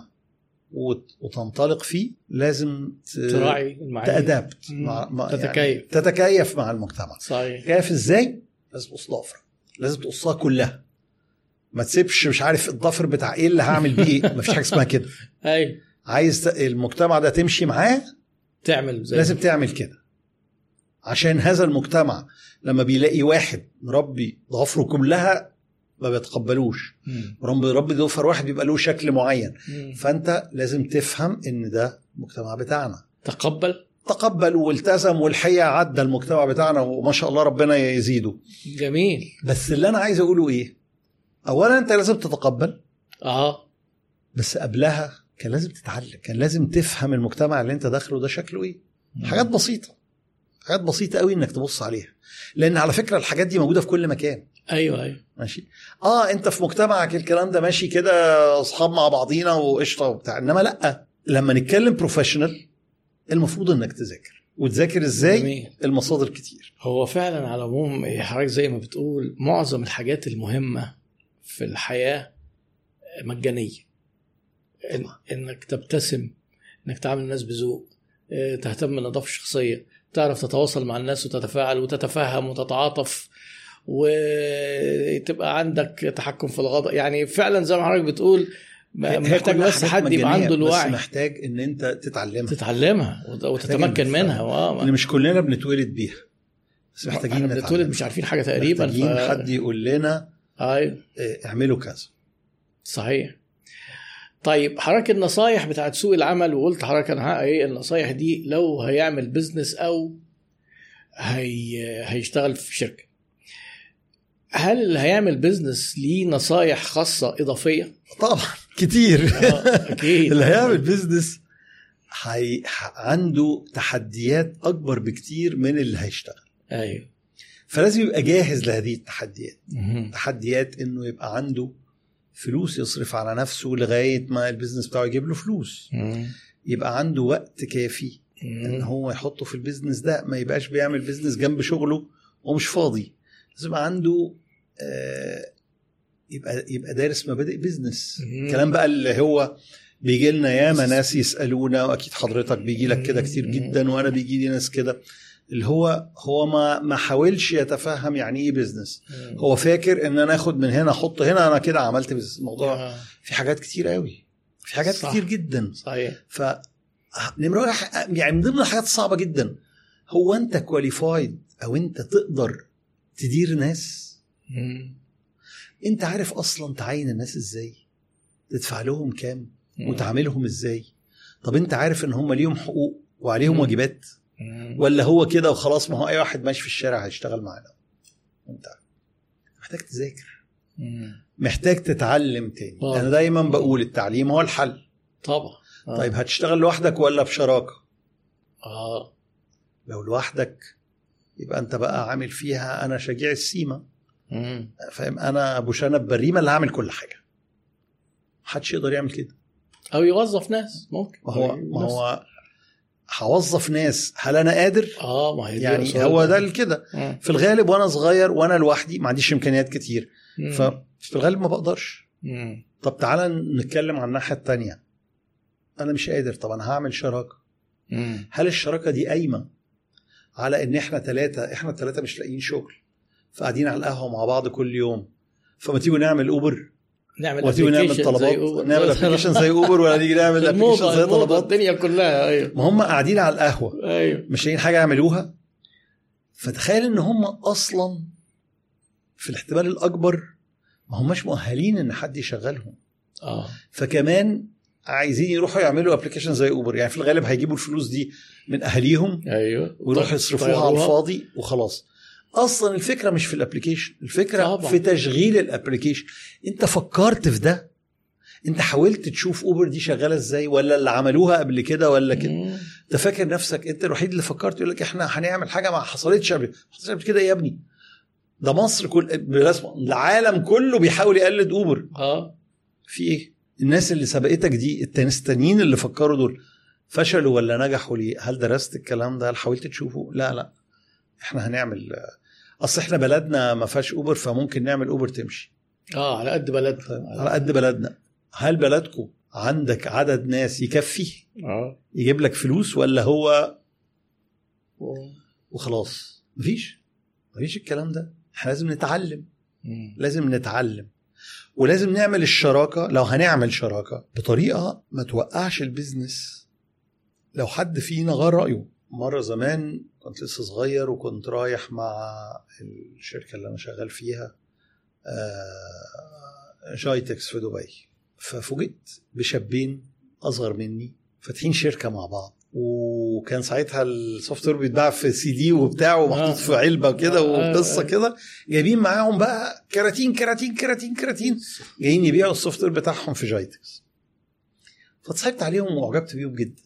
وتنطلق فيه، لازم تراعي تأدابت تتكيف مع المجتمع. صحيح. كيف ازاي؟ لازم تقص ضفر، لازم تقصها كلها، ما تسيبش مش عارف الضفر بتاع ايه اللي هعمل بيه ما فيش حاجه اسمها كده. اي عايز المجتمع ده تمشي معاه تعمل زي لازم تعمل كده، عشان هذا المجتمع لما بيلاقي واحد مربي ضفره كلها ما بيتقبلوش. ربي ضفر واحد بيبقى له شكل معين. فانت لازم تفهم ان ده المجتمع بتاعنا، تقبل والتزم، والحقيقه عدى المجتمع بتاعنا وما شاء الله ربنا يزيده. جميل. بس اللي انا عايز اقوله ايه، اولا انت لازم تتقبل، بس قبلها كان لازم تتعلم، كان لازم تفهم المجتمع اللي انت داخله ده شكله ايه. حاجات بسيطه قوي انك تبص عليها، لان على فكره الحاجات دي موجوده في كل مكان. ايوه ماشي. انت في مجتمعك الكلام ده ماشي كده، اصحاب مع بعضينا وقشطه وبتاع، انما لا، لما نتكلم بروفيشنال المفروض انك تذاكر، وتذاكر ازاي؟ جميل. المصادر كتير. هو فعلا على العموم حضرتك زي ما بتقول معظم الحاجات المهمه في الحياه مجانيه. انك تبتسم، انك تعامل الناس بذوق، تهتم بالنظافه الشخصيه، تعرف تتواصل مع الناس وتتفاعل وتتفهم وتتعاطف، وتبقى عندك تحكم في الغضب. يعني فعلا زي ما حضرتك بتقول محتاج بس حد يبقى عنده الوعي، بس محتاج ان انت تتعلمها وتتمكن منها. اللي مش كلنا بنتولد بيها، بس محتاجين بنتولد مش عارفين حاجه تقريبا، محتاجين حد يقول لنا اعملوا كذا. صحيح. طيب حضرتك النصايح بتاعت سوق العمل، وقلت حضرتك انا ايه النصايح دي لو هيعمل بيزنس او هيشتغل في شركه، هل هيعمل بيزنس ليه نصايح خاصه اضافيه؟ طبعا كتير. اكيد. اللي هيعمل بيزنس عنده تحديات اكبر بكتير من اللي هيشتغل. ايوه. فلازم يبقى جاهز لهذه التحديات. تحديات انه يبقى عنده فلوس يصرف على نفسه لغاية ما البيزنس بتاعه يجيب له فلوس. يبقى عنده وقت كافي ان هو يحطه في البيزنس ده، ما يبقاش بيعمل بيزنس جنب شغله ومش فاضي. لازم يبقى عنده يبقى دارس مبادئ بيزنس. الكلام بقى اللي هو بيجي لنا ياما ناس يسألونا، واكيد حضرتك بيجي لك كده كتير جدا، وانا بيجي لي ناس كده، اللي هو ما حاولش يتفهم يعني ايه بيزنس. هو فاكر ان انا اخد من هنا احط هنا انا كده عملت بيزنس. الموضوع في حاجات كتير قوي، في حاجات صح. كتير جدا. صحيح. نمرة يعني من ضمن الحاجات الصعبة جدا، هو انت كواليفايد او انت تقدر تدير ناس؟ انت عارف اصلا تعين الناس ازاي، تدفع لهم كام، وتعاملهم ازاي؟ طب انت عارف ان هم ليهم حقوق وعليهم واجبات، ولا هو كده وخلاص ما هو اي واحد ماشي في الشارع هيشتغل معانا؟ انت محتاج تذاكر، محتاج تتعلم تاني. انا دايما بقول التعليم هو الحل طبعا. طيب هتشتغل لوحدك ولا بشراكة؟ لو لوحدك يبقى انت بقى عامل فيها انا شجيع السيما، فاهم، انا ابو شنب بريمة اللي هعمل كل حاجة. محدش يقدر يعمل كده. او يوظف ناس ممكن. ما هو هوظف ناس، هل انا قادر؟ ما هي يعني هو ده كده. في الغالب وانا صغير وانا لوحدي ما عنديش امكانيات كتير، ففي الغالب ما بقدرش. طب تعالى نتكلم عن الناحية التانية. انا مش قادر، طب انا هعمل شراكة. هل الشراكة دي قايمة على ان احنا الثلاثة مش لاقيين شغل، فقاعدين على القهوة مع بعض كل يوم، فما تيجوا نعمل اوبر، نعمل طلبات، نعمل ابلكيشن زي اوبر، ولا نيجي نعمل ابلكيشن زي طلبات الدنيا كلها. ايوه. ما هم قاعدين على القهوه، ايوه، مش لاقيين حاجه يعملوها. فتخيل ان هم اصلا في الاحتمال الاكبر ما هماش مؤهلين ان حد يشغلهم. فكمان عايزين يروحوا يعملوا ابلكيشن زي اوبر، يعني في الغالب هيجيبوا الفلوس دي من اهاليهم. ايوه، ويروحوا يصرفوها على الفاضي وخلاص. اصلا الفكره مش في الابلكيشن، الفكره طبعا في تشغيل الابلكيشن. انت فكرت في ده؟ انت حاولت تشوف اوبر دي شغاله ازاي، ولا اللي عملوها قبل كده ولا كده؟ انت فاكر نفسك انت الوحيد اللي فكرت يقول لك احنا هنعمل حاجه ما حصلتش قبل كده؟ يا ابني ده مصر العالم كله بيحاول يقلد اوبر. في ايه؟ الناس اللي سبقتك دي التانيين اللي فكروا دول فشلوا ولا نجحوا ليه؟ هل درست الكلام ده؟ هل حاولت تشوفه؟ لا احنا هنعمل، اصل احنا بلدنا ما فيهاش اوبر فممكن نعمل اوبر تمشي. على قد بلدنا، على قد بلدنا. هل بلدكم عندك عدد ناس يكفي يجيب لك فلوس، ولا هو وخلاص؟ مفيش الكلام ده. احنا لازم نتعلم، لازم نتعلم، ولازم نعمل الشراكة. لو هنعمل شراكة بطريقة ما توقعش البيزنس. لو حد فينا غير رأيه. مرة زمان كنت لسه صغير وكنت رايح مع الشركة اللي أنا شغال فيها جايتكس في دبي، ففوجئت بشابين أصغر مني فاتحين شركة مع بعض. وكان ساعتها السوفت وير بيتباع في سي دي وبتاع ومحطوط في علبة كده وقصة كده. جايبين معاهم بقى كراتين جايين يبيعوا السوفت وير بتاعهم في جايتكس. فتصحبت عليهم وعجبت بيهم جدا.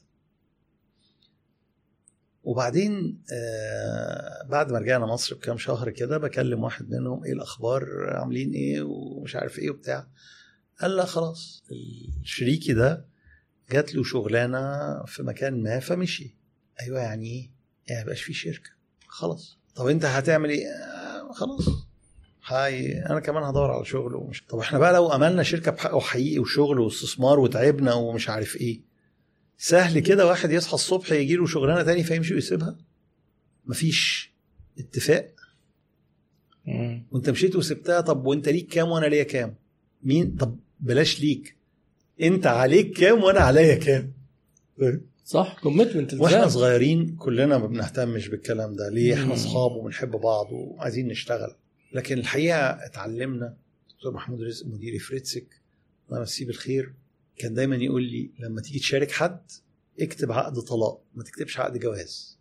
وبعدين بعد ما رجعنا مصر بكام شهر كده بكلم واحد منهم، ايه الاخبار، عاملين ايه ومش عارف ايه وبتاع. قال لا خلاص الشريكي ده جات له شغلانه في مكان ما فمشي. ايوه يعني ايه؟ يعني مبقاش في شركه خلاص. طب انت هتعمل ايه؟ خلاص هاي انا كمان هدور على شغل ومش. طب احنا بقى لو عملنا شركه بحقه حقيقي وشغل واستثمار وتعبنا ومش عارف ايه، سهل كده واحد يصحى الصبح يجي له شغلانه تاني فيمشي ويسيبها؟ مفيش اتفاق. وانت مشيت وسبتها. طب وانت ليك كام وانا ليا كام؟ مين؟ طب بلاش ليك، انت عليك كام وانا عليا كام؟ صح، كوميتمنت. واحنا صغيرين كلنا ما بنهتمش بالكلام ده. ليه؟ احنا اصحاب وبنحب بعض وعايزين نشتغل. لكن الحقيقه اتعلمنا. دكتور محمود رزق مديري فريتسك الله يمسيه بالخير كان دايما يقول لي لما تيجي تشارك حد اكتب عقد طلاق، ما تكتبش عقد جواز.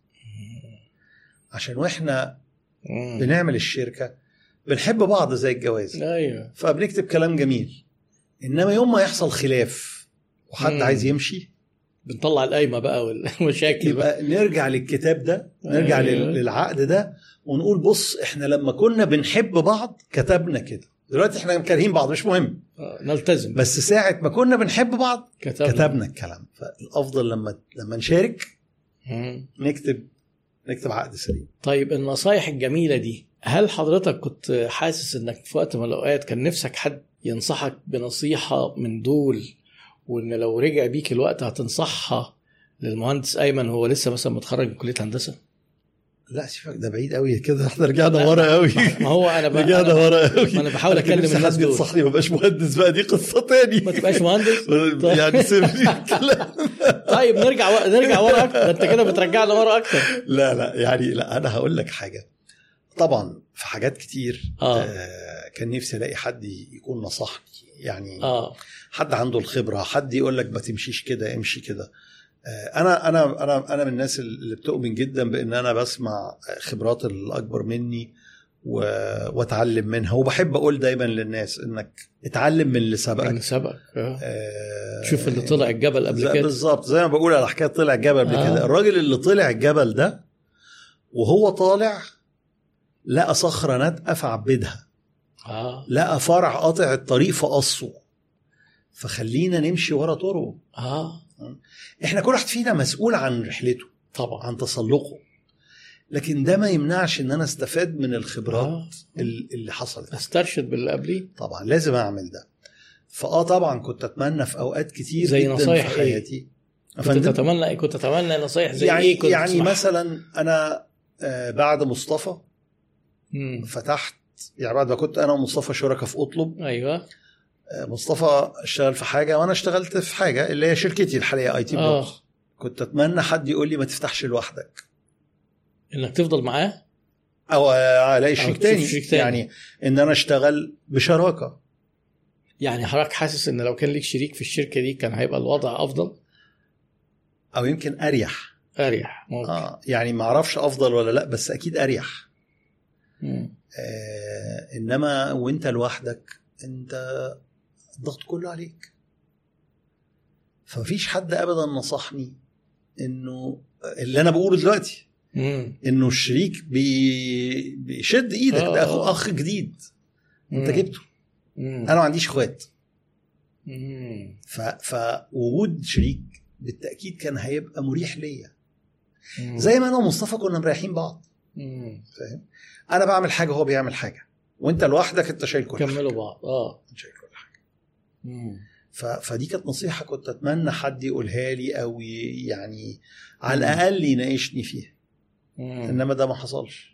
عشان واحنا بنعمل الشركه بنحب بعض زي الجواز. ايوه، فبنكتب كلام جميل. انما يوم ما يحصل خلاف وحد عايز يمشي بنطلع القايمه بقى والمشاكل. يبقى نرجع للكتاب ده، نرجع للعقد ده ونقول بص احنا لما كنا بنحب بعض كتبنا كده، دلوقتي احنا كارهين بعض مش مهم، نلتزم. بس ساعة ما كنا بنحب بعض كتبنا الكلام. فالافضل لما نشارك نكتب عقد سليم. طيب النصايح الجميله دي، هل حضرتك كنت حاسس انك في وقت من الاوقات كان نفسك حد ينصحك بنصيحه من دول، وان لو رجع بيك الوقت هتنصحها للمهندس ايمن هو لسه مثلا متخرج من كليه هندسه؟ لا سيبك ده بعيد قوي كده، احنا رجعنا ورا قوي. ما هو انا رجعنا ورا قوي. انا بحاول اكلم الناس دول. ينصحني ما بقاش مهندس بقى، دي قصه تاني. ما تبقاش مهندس يعني سيبني الكلام. طيب نرجع ورا اكتر. انت كده بترجعنا ورا اكتر. لا يعني لا، انا هقول لك حاجه. طبعا في حاجات كتير كان نفسي الاقي حد يكون نصحني، يعني حد عنده الخبره، حد يقول لك ما تمشيش كده امشي كده. انا من الناس اللي بتؤمن جدا بان انا بسمع خبرات الاكبر مني واتعلم منها. وبحب اقول دايما للناس انك اتعلم من اللي سبقك. شوف اللي طلع الجبل قبل كده. بالظبط زي ما بقول على حكايه طلع الجبل قبل كده. الراجل اللي طلع الجبل ده وهو طالع لقى صخره ناتقه فعبدها. لقى فرع قاطع الطريق فقصه. فخلينا نمشي ورا طرقه. احنا كل واحد فينا مسؤول عن رحلته طبعا، عن تسلقه، لكن ده ما يمنعش ان انا استفاد من الخبرات اللي حصلت. استرشد باللي قبليه. طبعا لازم اعمل ده. طبعا كنت اتمنى في اوقات كتير زي جدا نصايح في حياتي. كنت اتمنى نصايح زي يعني ايه؟ كنت يعني مثلا انا بعد مصطفى فتحت، يعني بعد ما كنت انا ومصطفى شركاء في اطلب. ايوه. مصطفى اشتغل في حاجه وانا اشتغلت في حاجه اللي هي شركتي الحاليه IT بلوكس. كنت اتمنى حد يقول لي ما تفتحش لوحدك، انك تفضل معاه او الاقي شريك تاني. يعني ان انا اشتغل بشراكه. يعني حضرتك حاسس ان لو كان ليك شريك في الشركه دي كان هيبقى الوضع افضل او يمكن اريح ممكن. يعني ما اعرفش افضل ولا لا، بس اكيد اريح. انما وانت لوحدك انت الضغط كله عليك. فمفيش حد ابدا نصحني انه اللي انا بقوله دلوقتي انه الشريك بيشد ايدك. ده اخ جديد انت جبته. انا ما عنديش اخوات، فوجود شريك بالتاكيد كان هيبقى مريح ليا، زي ما انا ومصطفى كنا مريحين بعض. فاهم؟ انا بعمل حاجه هو بيعمل حاجه، وانت لوحدك انت شايل كل حاجه، كملوا بعض. شايل كل حاجه. فدي كانت نصيحه كنت اتمنى حد يقولها لي، او يعني على الاقل يناقشني فيها. انما ده ما حصلش.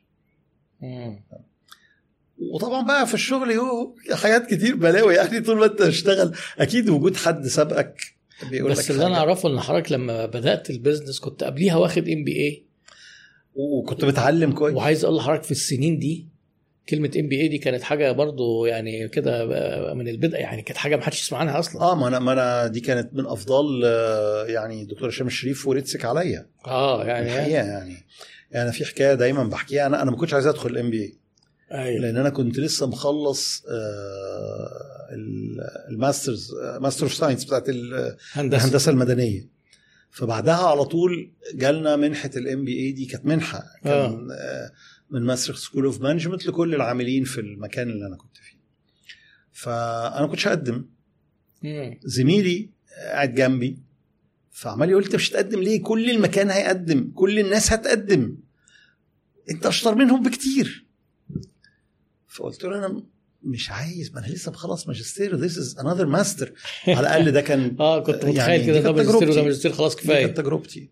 وطبعا بقى في الشغل حاجات كتير بلاوي، يعني طول ما انت تشتغل اكيد وجود حد سبقك بيقول لك. بس اللي انا اعرفه ان حضرتك لما بدات البيزنس كنت قبليها واخد MBA وكنت بتعلم كويس. وعايز اقول لحضرتك في السنين دي كلمه MBA دي كانت حاجه برضو يعني كده من البدء، يعني كانت حاجه ما حدش يسمع عنها اصلا. ما انا دي كانت من افضل يعني دكتور هشام الشريف وريتسك عليا. يعني الحقيقه يعني انا في حكايه دايما بحكيها. انا ما كنتش عايز ادخل MBA. أيوة. لان انا كنت لسه مخلص الماسترز ماستر اوف ساينس بتاعت الهندسه المدنيه. فبعدها على طول جالنا منحه MBA. دي كانت منحه كان من ماستر سكول اوف مانجمنت لكل العاملين في المكان اللي انا كنت فيه. فانا ما كنتش اقدم. زميلي قاعد جنبي فعمال يقول انت مش هتقدم ليه؟ كل المكان هيقدم، كل الناس هتقدم، انت اشطر منهم بكتير. فقلت له انا مش عايز، ما انا لسه مخلص ماجستير. this is another master. على الاقل ده كان كنت متخيل يعني كده ده ماجستير وده ماجستير خلاص كفايه. كانت تجربتي.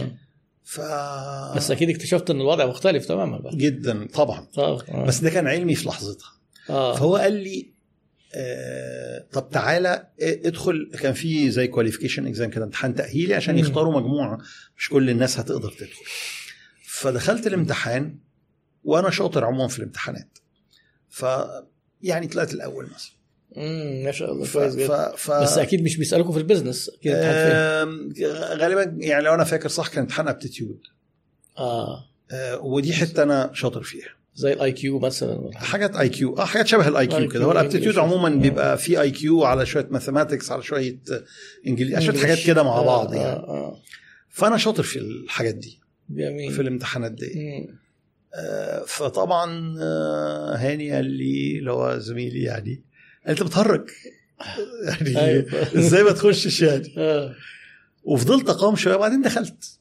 بس اكيد اكتشفت ان الوضع مختلف تماما بقى. جدا طبعا. بس ده كان علمي في لحظتها. فهو قال لي طب تعالى ادخل. كان في زي كواليفيكيشن اكزام كده، امتحان تأهيلي عشان يختاروا مجموعة، مش كل الناس هتقدر تدخل. فدخلت الامتحان وانا شاطر عموما في الامتحانات، يعني طلعت الاول مثلا. ما شاء الله كويس جدا. بس اكيد مش بيسالوكوا في البيزنس اكيد. غالبا يعني لو انا فاكر صح كان امتحان ابتيتيود. ودي حته انا شاطر فيها، زي الIQ مثلا، حاجات IQ. حاجات شبه الIQ كده. هو الابتيتيود عموما بيبقى فيه IQ على شويه ماثيماتكس على شويه انجليزي، شويه حاجات كده مع بعض يعني. فانا شاطر في الحاجات دي. جميل. في الامتحانات دي. فطبعا هاني قال لي اللي هو زميلي يعني انت بتهرج يعني ازاي ما تخشش يعني. وفضلت اقام شويه بعدين دخلت.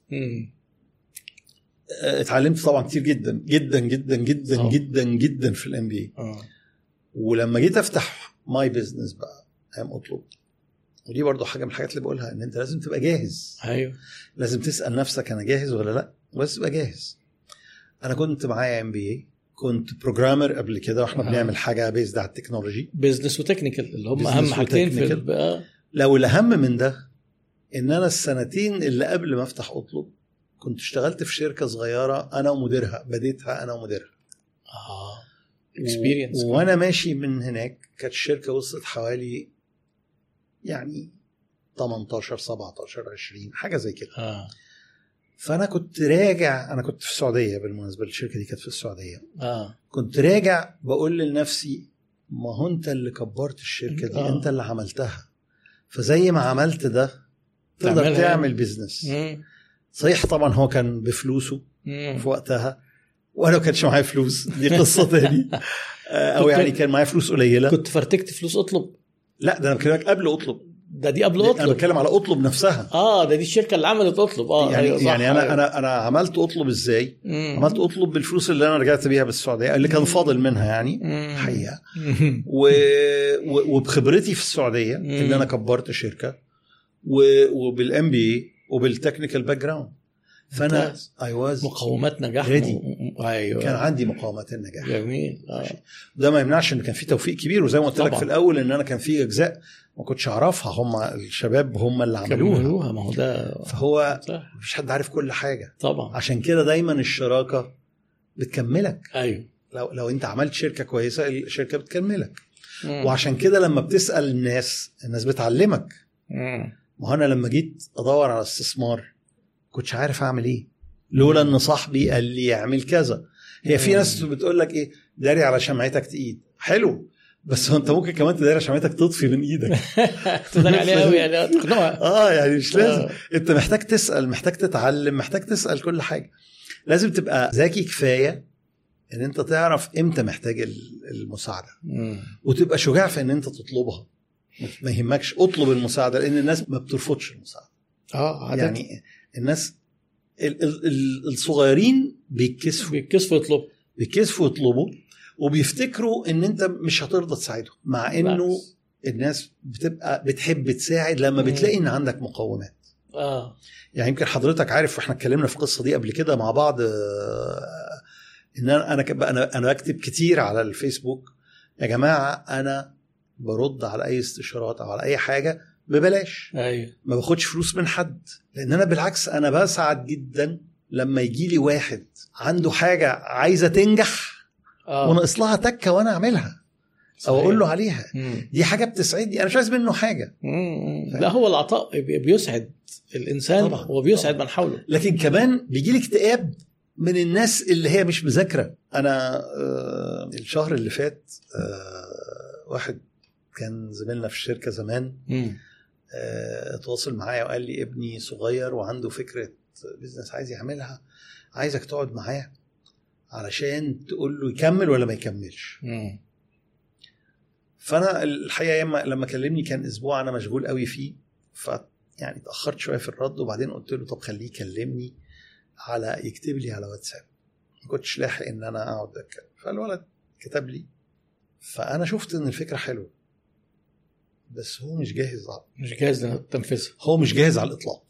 اتعلمت طبعا كتير جدا جدا جدا جدا جدا جدا في الMBA. ولما جيت افتح ماي بيزنس بقى اطلب، ودي برضو حاجه من الحاجات اللي بقولها، ان انت لازم تبقى جاهز. ايوه لازم تسال نفسك انا جاهز ولا لا، بس تبقى جاهز. انا كنت معايا MBA، كنت بروجرامر قبل كده، واحنا بنعمل حاجه بيزد على التكنولوجي، بيزنس وتكنيكال اللي هم اهم حاجتين في لو الاهم من ده ان انا السنتين اللي قبل ما افتح اطلب كنت اشتغلت في شركه صغيره انا ومديرها، بديتها انا ومديرها. اكسبيرينس. وانا ماشي من هناك كانت الشركه وصلت حوالي يعني 18 17 20 حاجه زي كده. فانا كنت راجع، انا كنت في السعوديه بالمناسبه، الشركه دي كانت في السعوديه. كنت راجع بقول لنفسي ما هو انت اللي كبرت الشركه دي. انت اللي عملتها، فزي ما عملت ده تقدر تعمل بيزنس. صحيح طبعا هو كان بفلوسه في وقتها، وانا ما كانش معايا فلوس، دي قصه تاني. او يعني كان معايا فلوس قليله. كنت فرتكت فلوس اطلب؟ لا ده انا بكلمك قبل اطلب. دي قبل اطلب. انا بتكلم على اطلب نفسها. دي الشركه اللي عملت اطلب. يعني أيوة يعني انا عملت اطلب ازاي؟ عملت اطلب بالفلوس اللي انا رجعت بيها بالسعوديه، اللي كان فاضل منها يعني حقيقه. وبخبرتي في السعوديه اللي انا كبرت شركه، وبالMBA وبالتكنيكال باك جراوند. فانا مقومات نجاح. ايوه كان عندي مقومات النجاح. جميل. ده ما يمنعش ان كان في توفيق كبير، وزي ما قلت لك في الاول ان انا كان في اجزاء ما كنتش اعرفها، هم الشباب هم اللي عملوها. ما هو ده فهو مفيش حد عارف كل حاجه طبعا. عشان كده دايما الشراكه بتكملك. ايوه لو انت عملت شركه كويسه الشركه بتكملك. وعشان كده لما بتسأل الناس بتعلمك. ما انا لما جيت ادور على استثمار كنتش عارف اعمل ايه، لولا ان صاحبي قال لي اعمل كذا. هي في ناس بتقول لك ايه، داري على شمعتك تقيد، حلو، بس انت ممكن كمان تداري على شمعتك تطفي من ايدك. تداري عليها قوي يعني يعني مش لازم. انت محتاج تسأل، محتاج تتعلم، محتاج تسأل كل حاجة. لازم تبقى ذكي كفاية ان انت تعرف امتى محتاج المساعدة، وتبقى شجاع في ان انت تطلبها. ما يهمكش، اطلب المساعدة، لان الناس ما بترفضش المساعدة. يعني الناس الصغيرين بيتكسفوا يطلبوا وبيفتكروا ان انت مش هترضى تساعدهم، مع انه الناس بتبقى بتحب تساعد لما بتلاقي ان عندك مقومات. يعني يمكن حضرتك عارف، واحنا اتكلمنا في القصة دي قبل كده مع بعض، ان انا بكتب كتير على الفيسبوك يا جماعة انا برد على اي استشارات او على اي حاجة ببلاش. ما باخدش فلوس من حد، لان انا بالعكس انا بسعد جدا لما يجي لي واحد عنده حاجة عايزة تنجح وناقص لها تكة وانا اعملها او اقول له عليها. دي حاجة بتسعدني، انا مش عايز منه حاجة. لا، هو العطاء بيسعد الانسان طبعا. وبيسعد من حوله، لكن كمان بيجي لي اكتئاب من الناس اللي هي مش مذاكرة. انا الشهر اللي فات واحد كان زميلنا في الشركة زمان تواصل معايا وقال لي ابني صغير وعنده فكرة بيزنس عايز يعملها، عايزك تقعد معاه علشان تقول له يكمل ولا ما يكملش. فأنا الحقيقة لما كلمني كان أسبوع أنا مشغول قوي فيه، يعني تأخرت شوية في الرد، وبعدين قلت له طب خليه يكلمني على يكتب لي على واتساب، ما كنتش لاحق إن أنا أقعد أتكلم. فالولد كتب لي، فأنا شفت إن الفكرة حلوة، بس هو مش جاهز للتنفيذ. هو مش جاهز على الإطلاق.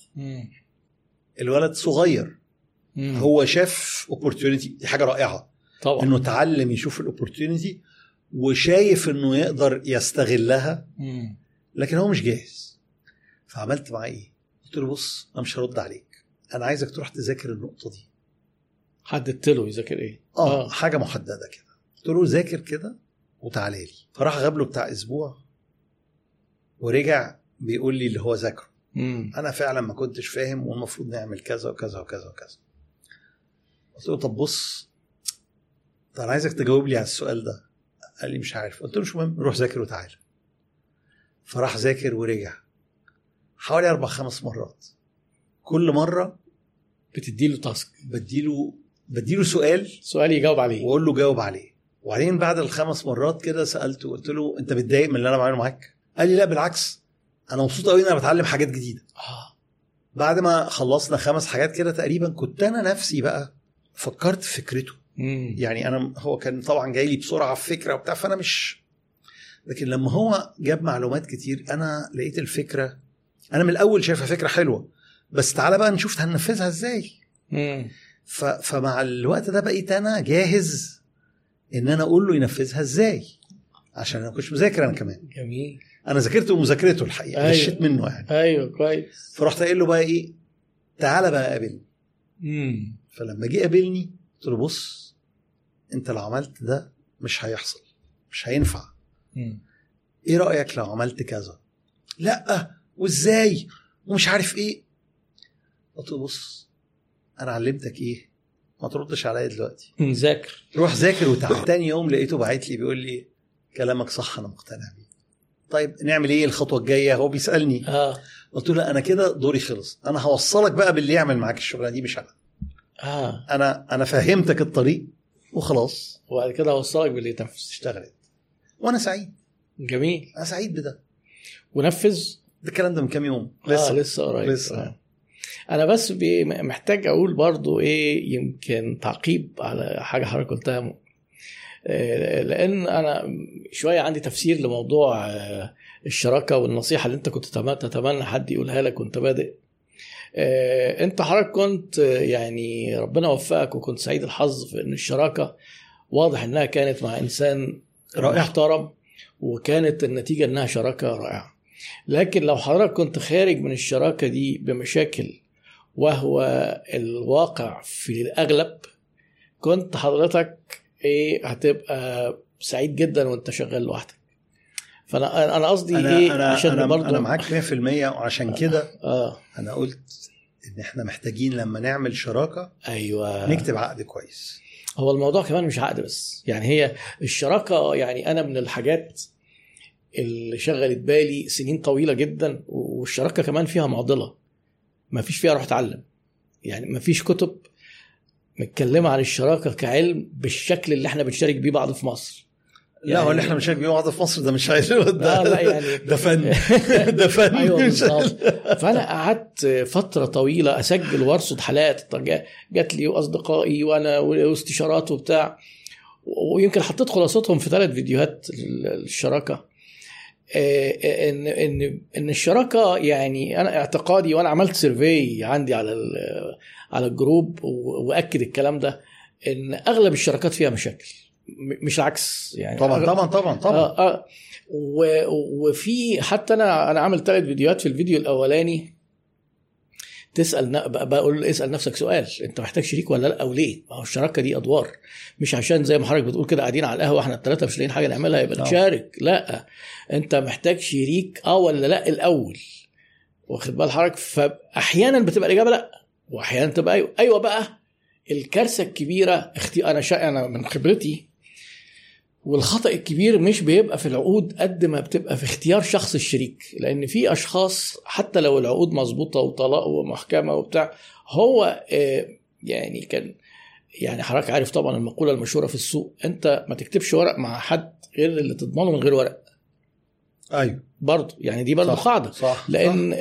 الولد صغير. هو شاف opportunity، دي حاجة رائعة طبعا، إنه تعلم يشوف الopportunity وشايف إنه يقدر يستغلها، لكن هو مش جاهز. فعملت معاه إيه؟ قلت له بص أنا مش هرد عليك، أنا عايزك تروح تذاكر النقطة دي. حددت له يذاكر إيه؟ حاجة محددة كده. قلت له ذاكر كده وتعالى لي. فراح غابله بتاع أسبوع ورجع بيقول لي اللي هو ذاكره. أنا فعلا ما كنتش فاهم والمفروض نعمل كذا وكذا وكذا وكذا. قلت له طب بص، أنا عايزك تجاوب لي على السؤال ده. قال لي مش عارف. قلت له مش مهم، روح ذاكر وتعالى. فراح ذاكر ورجع حوالي 4-5 مرات. كل مرة بتديله تاسك، بديله سؤال يجاوب عليه وأقول له جاوب عليه. وبعدين بعد ال5 مرات كده سألته، قلت له أنت بتضايق من اللي أنا بعمله معاك؟ قال لي لا بالعكس، أنا مبسوط قوي إن أنا بتعلم حاجات جديدة. بعد ما خلصنا 5 حاجات كده تقريبا، كنت أنا نفسي بقى فكرت في فكرته. يعني هو كان طبعا جاي لي بسرعة في فكرة وبتاع، فأنا مش، لكن لما هو جاب معلومات كتير أنا لقيت الفكرة، أنا من الأول شايفها فكرة حلوة، بس تعالى بقى نشوف هننفذها إزاي. فمع الوقت ده بقيت أنا جاهز إن أنا أقول له ينفذها إزاي، عشان أنا كنتش مذاكر. أنا كمان جميل، أنا ذاكرته ومذاكرته الحقيقة. غشيت منه يعني. أيوة كويس. فرحت قايل له بقى إيه، تعالى بقى قابلني. فلما جه قابلني قلت له بص، أنت لو عملت ده مش هيحصل، مش هينفع. إيه رأيك لو عملت كذا؟ لأ وإزاي ومش عارف إيه. قلت له بص، أنا علمتك إيه، ما تردش عليا دلوقتي، ذاكر، روح ذاكر وتعال. تاني يوم لقيته باعت لي بيقول لي كلامك صح، أنا مقتنع بيه. طيب نعمل إيه الخطوة الجاية؟ هو بيسألني. قلت له أنا كده دوري خلص، أنا هوصلك بقى باللي يعمل معاك الشغلة دي، مش أنا. أنا فهمتك الطريق وخلاص، وبعد كده هوصلك باللي تنفذ. اشتغلت وأنا سعيد. جميل، أنا سعيد بده. ونفذ ده الكلام ده من كام يوم، لسه قريب. أنا بس محتاج أقول برضو إيه، يمكن تعقيب على حاجة حضرتك قلتها، لأن أنا شوية عندي تفسير لموضوع الشراكة والنصيحة اللي أنت كنت تتمنى حد يقولها لك وأنت بادئ. أنت حضرتك كنت يعني ربنا وفقك وكنت سعيد الحظ في أن الشراكة واضح أنها كانت مع إنسان رائع محترم، وكانت النتيجة أنها شراكة رائعة. لكن لو حضرتك كنت خارج من الشراكة دي بمشاكل، وهو الواقع في الأغلب، كنت حضرتك هتبقى سعيد جدا وانت شغال لوحدك. فانا قصدي ايه، عشان برضه انا معاك 100%. وعشان كده انا قلت ان احنا محتاجين لما نعمل شراكه نكتب عقد كويس. هو الموضوع كمان مش عقد بس، يعني هي الشراكه، يعني انا من الحاجات اللي شغلت بالي سنين طويله جدا، والشراكه كمان فيها معضله، ما فيش فيها روح تعلم، يعني ما فيش كتب متكلمه عن الشراكه كعلم بالشكل اللي احنا بنشارك بيه بعض في مصر. لا هو اللي احنا بنشارك بيه بعض في مصر ده مش عايز لا يعني ده فن ده فن. ايوه بالظبط. فانا قعدت فتره طويله اسجل وارصد حالات جات لي واصدقائي وانا واستشارات وبتاع، ويمكن حطيت خلاصتهم في 3 فيديوهات الشراكه. ان الشراكه، يعني انا اعتقادي، وانا عملت سيرفي عندي على الجروب واكد الكلام ده، ان اغلب الشراكات فيها مشاكل، مش العكس يعني. طبعا. وفي حتى انا عامل 3 فيديوهات. في الفيديو الاولاني بقول اسال نفسك سؤال، انت محتاج شريك ولا لا، او ليه؟ ما هو الشراكه دي ادوار، مش عشان زي ما حضرتك بتقول كده قاعدين على القهوه احنا ال3 مش لاقيين حاجه نعملها يبقى نشارك. لا، انت محتاج شريك ولا لا الاول، واخد بال حضرتك؟ فاحيانا بتبقى الاجابه لا، واحيانا تبقى ايوه. بقى الكارثه الكبيره انا من خبرتي، والخطأ الكبير مش بيبقى في العقود قد ما بتبقى في اختيار شخص الشريك. لأن في أشخاص حتى لو العقود مظبوطة وطلاق ومحكمة وبتاع، هو يعني كان، يعني حضرتك عارف طبعا المقولة المشهورة في السوق، أنت ما تكتبش ورق مع حد غير اللي تضمنه من غير ورق. أيوه برضو يعني دي برضو قاعدة، لأن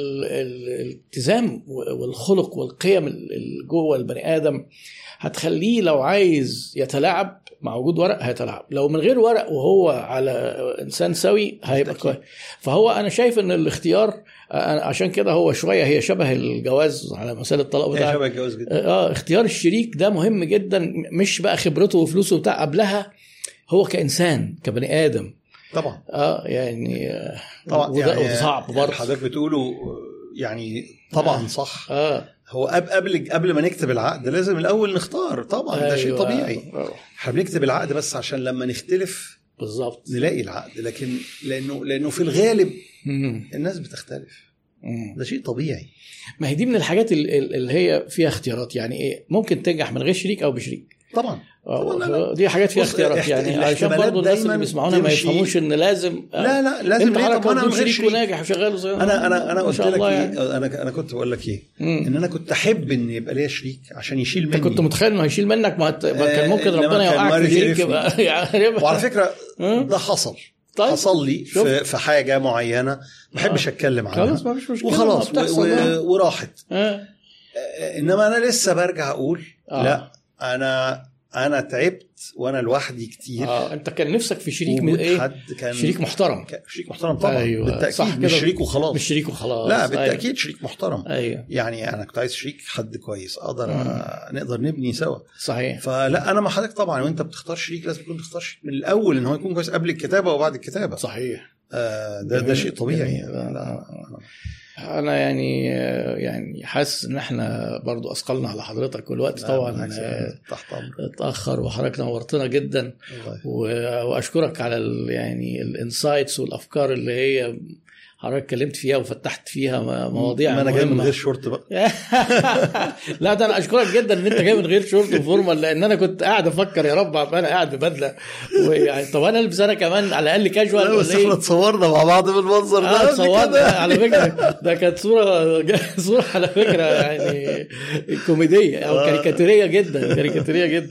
الالتزام والخلق والقيم اللي جوه البني آدم هتخليه لو عايز يتلاعب مع وجود ورق هيتلاعب، لو من غير ورق وهو على إنسان سوي هيبقى كويس. فهو أنا شايف إن الاختيار، عشان كده هو شوية هي شبه الجواز على مسألة الطلاق بتاع، شبه الجواز جدا. اختيار الشريك ده مهم جدا، مش بقى خبرته وفلوسه بتاع قبلها، هو كإنسان كبني آدم طبعا. يعني طبعا يعني صعب برضه حضرتك بتقوله، يعني طبعا صح. هو قبل ما نكتب العقد لازم الاول نختار، طبعا ده شيء طبيعي. احنا بنكتب العقد بس عشان لما نختلف بالظبط نلاقي العقد، لكن لانه في الغالب الناس بتختلف، ده شيء طبيعي. ما هي دي من الحاجات اللي هي فيها اختيارات، يعني ايه ممكن تنجح من غير شريك او بشريك. طبعا دي حاجات فيها اختيارات، يعني عشان برضو الناس اللي بيسمعونا ما يفهموش ان لازم لازم انت حضرتك انا شريك وناجح وشغال. انا قلت لك يعني. انا كنت بقول لك ايه، ان انا كنت احب ان يبقى ليا شريك عشان يشيل مني. انت كنت متخيل انه هيشيل منك؟ ما كان ممكن ربنا يوقعك في شريك يعني. وعلى فكره ده حصل. طيب. حصل لي في حاجه معينه ما بحبش اتكلم عنها، خلاص ما فيش مشكله وخلاص وراحت. انما انا لسه برجع اقول لا، انا تعبت وانا لوحدي كتير. انت كان نفسك في شريك ايه؟ شريك محترم. شريك محترم طبعا. أيوة. بالتاكيد مش شريك وخلاص. مش شريك وخلاص. لا بالتاكيد. أيوة. شريك محترم. أيوة. يعني انا كنت عايز شريك حد كويس اقدر نقدر نبني سوا. صحيح. فلا انا مع حضرتك طبعا، وانت بتختار شريك لازم تكون تختار من الاول ان هو يكون كويس قبل الكتابه وبعد الكتابه. صحيح. ده شيء طبيعي. لا. انا يعني حاسس ان احنا برضو اثقلنا على حضرتك، والوقت طبعا اتاخر، وحضرتك نورتنا جدا، واشكرك على يعني الانسايتس والافكار اللي هي حضرتك اتكلمت فيها وفتحت فيها مواضيع ما انا جاي من غير شورت بقى. لا ده انا اشكرك جدا ان انت جاي من غير شورت وفورمال، لان انا كنت قاعد افكر يا رب ابقى انا قاعد ببدله، ويعني طب انا البس انا كمان على الاقل كاجوال. لا بس احنا اتصورنا مع بعض بالمنظر ده. اتصورنا على فكره، ده كانت صوره على فكره يعني كوميديه او كاريكاتيريه جدا.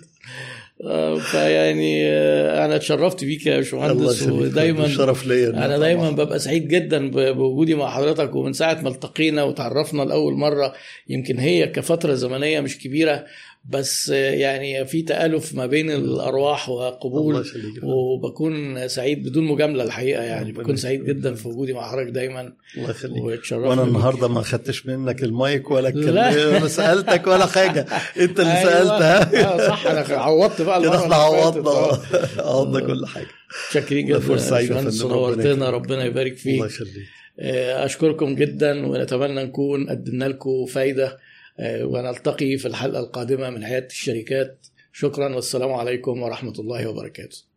فيعني انا اتشرفت بيك يا باشمهندس، ودايما شرف ليا. انا دايما ببقى سعيد جدا بوجودي مع حضرتك، ومن ساعه ما التقينا وتعرفنا لاول مره، يمكن هي كفتره زمنيه مش كبيره، بس يعني في تآلف ما بين الارواح وقبول، وبكون سعيد بدون مجامله الحقيقه، يعني بكون سعيد جدا في وجودي مع حضرتك دايما. الله يخليك. وانا النهارده ما خدتش منك المايك ولا سالتك ولا حاجه، انت اللي سالتها. صح، انا عوضت بقى كده، احنا عوضنا كل حاجه. شاكرين جدا، فرصه سعيده، نورتنا، ربنا يبارك فيك. الله يخليك. اشكركم جدا، ونتمنى نكون قدمنا لكم فايده، ونلتقي في الحلقه القادمه من حياة الشركات. شكرا، والسلام عليكم ورحمه الله وبركاته.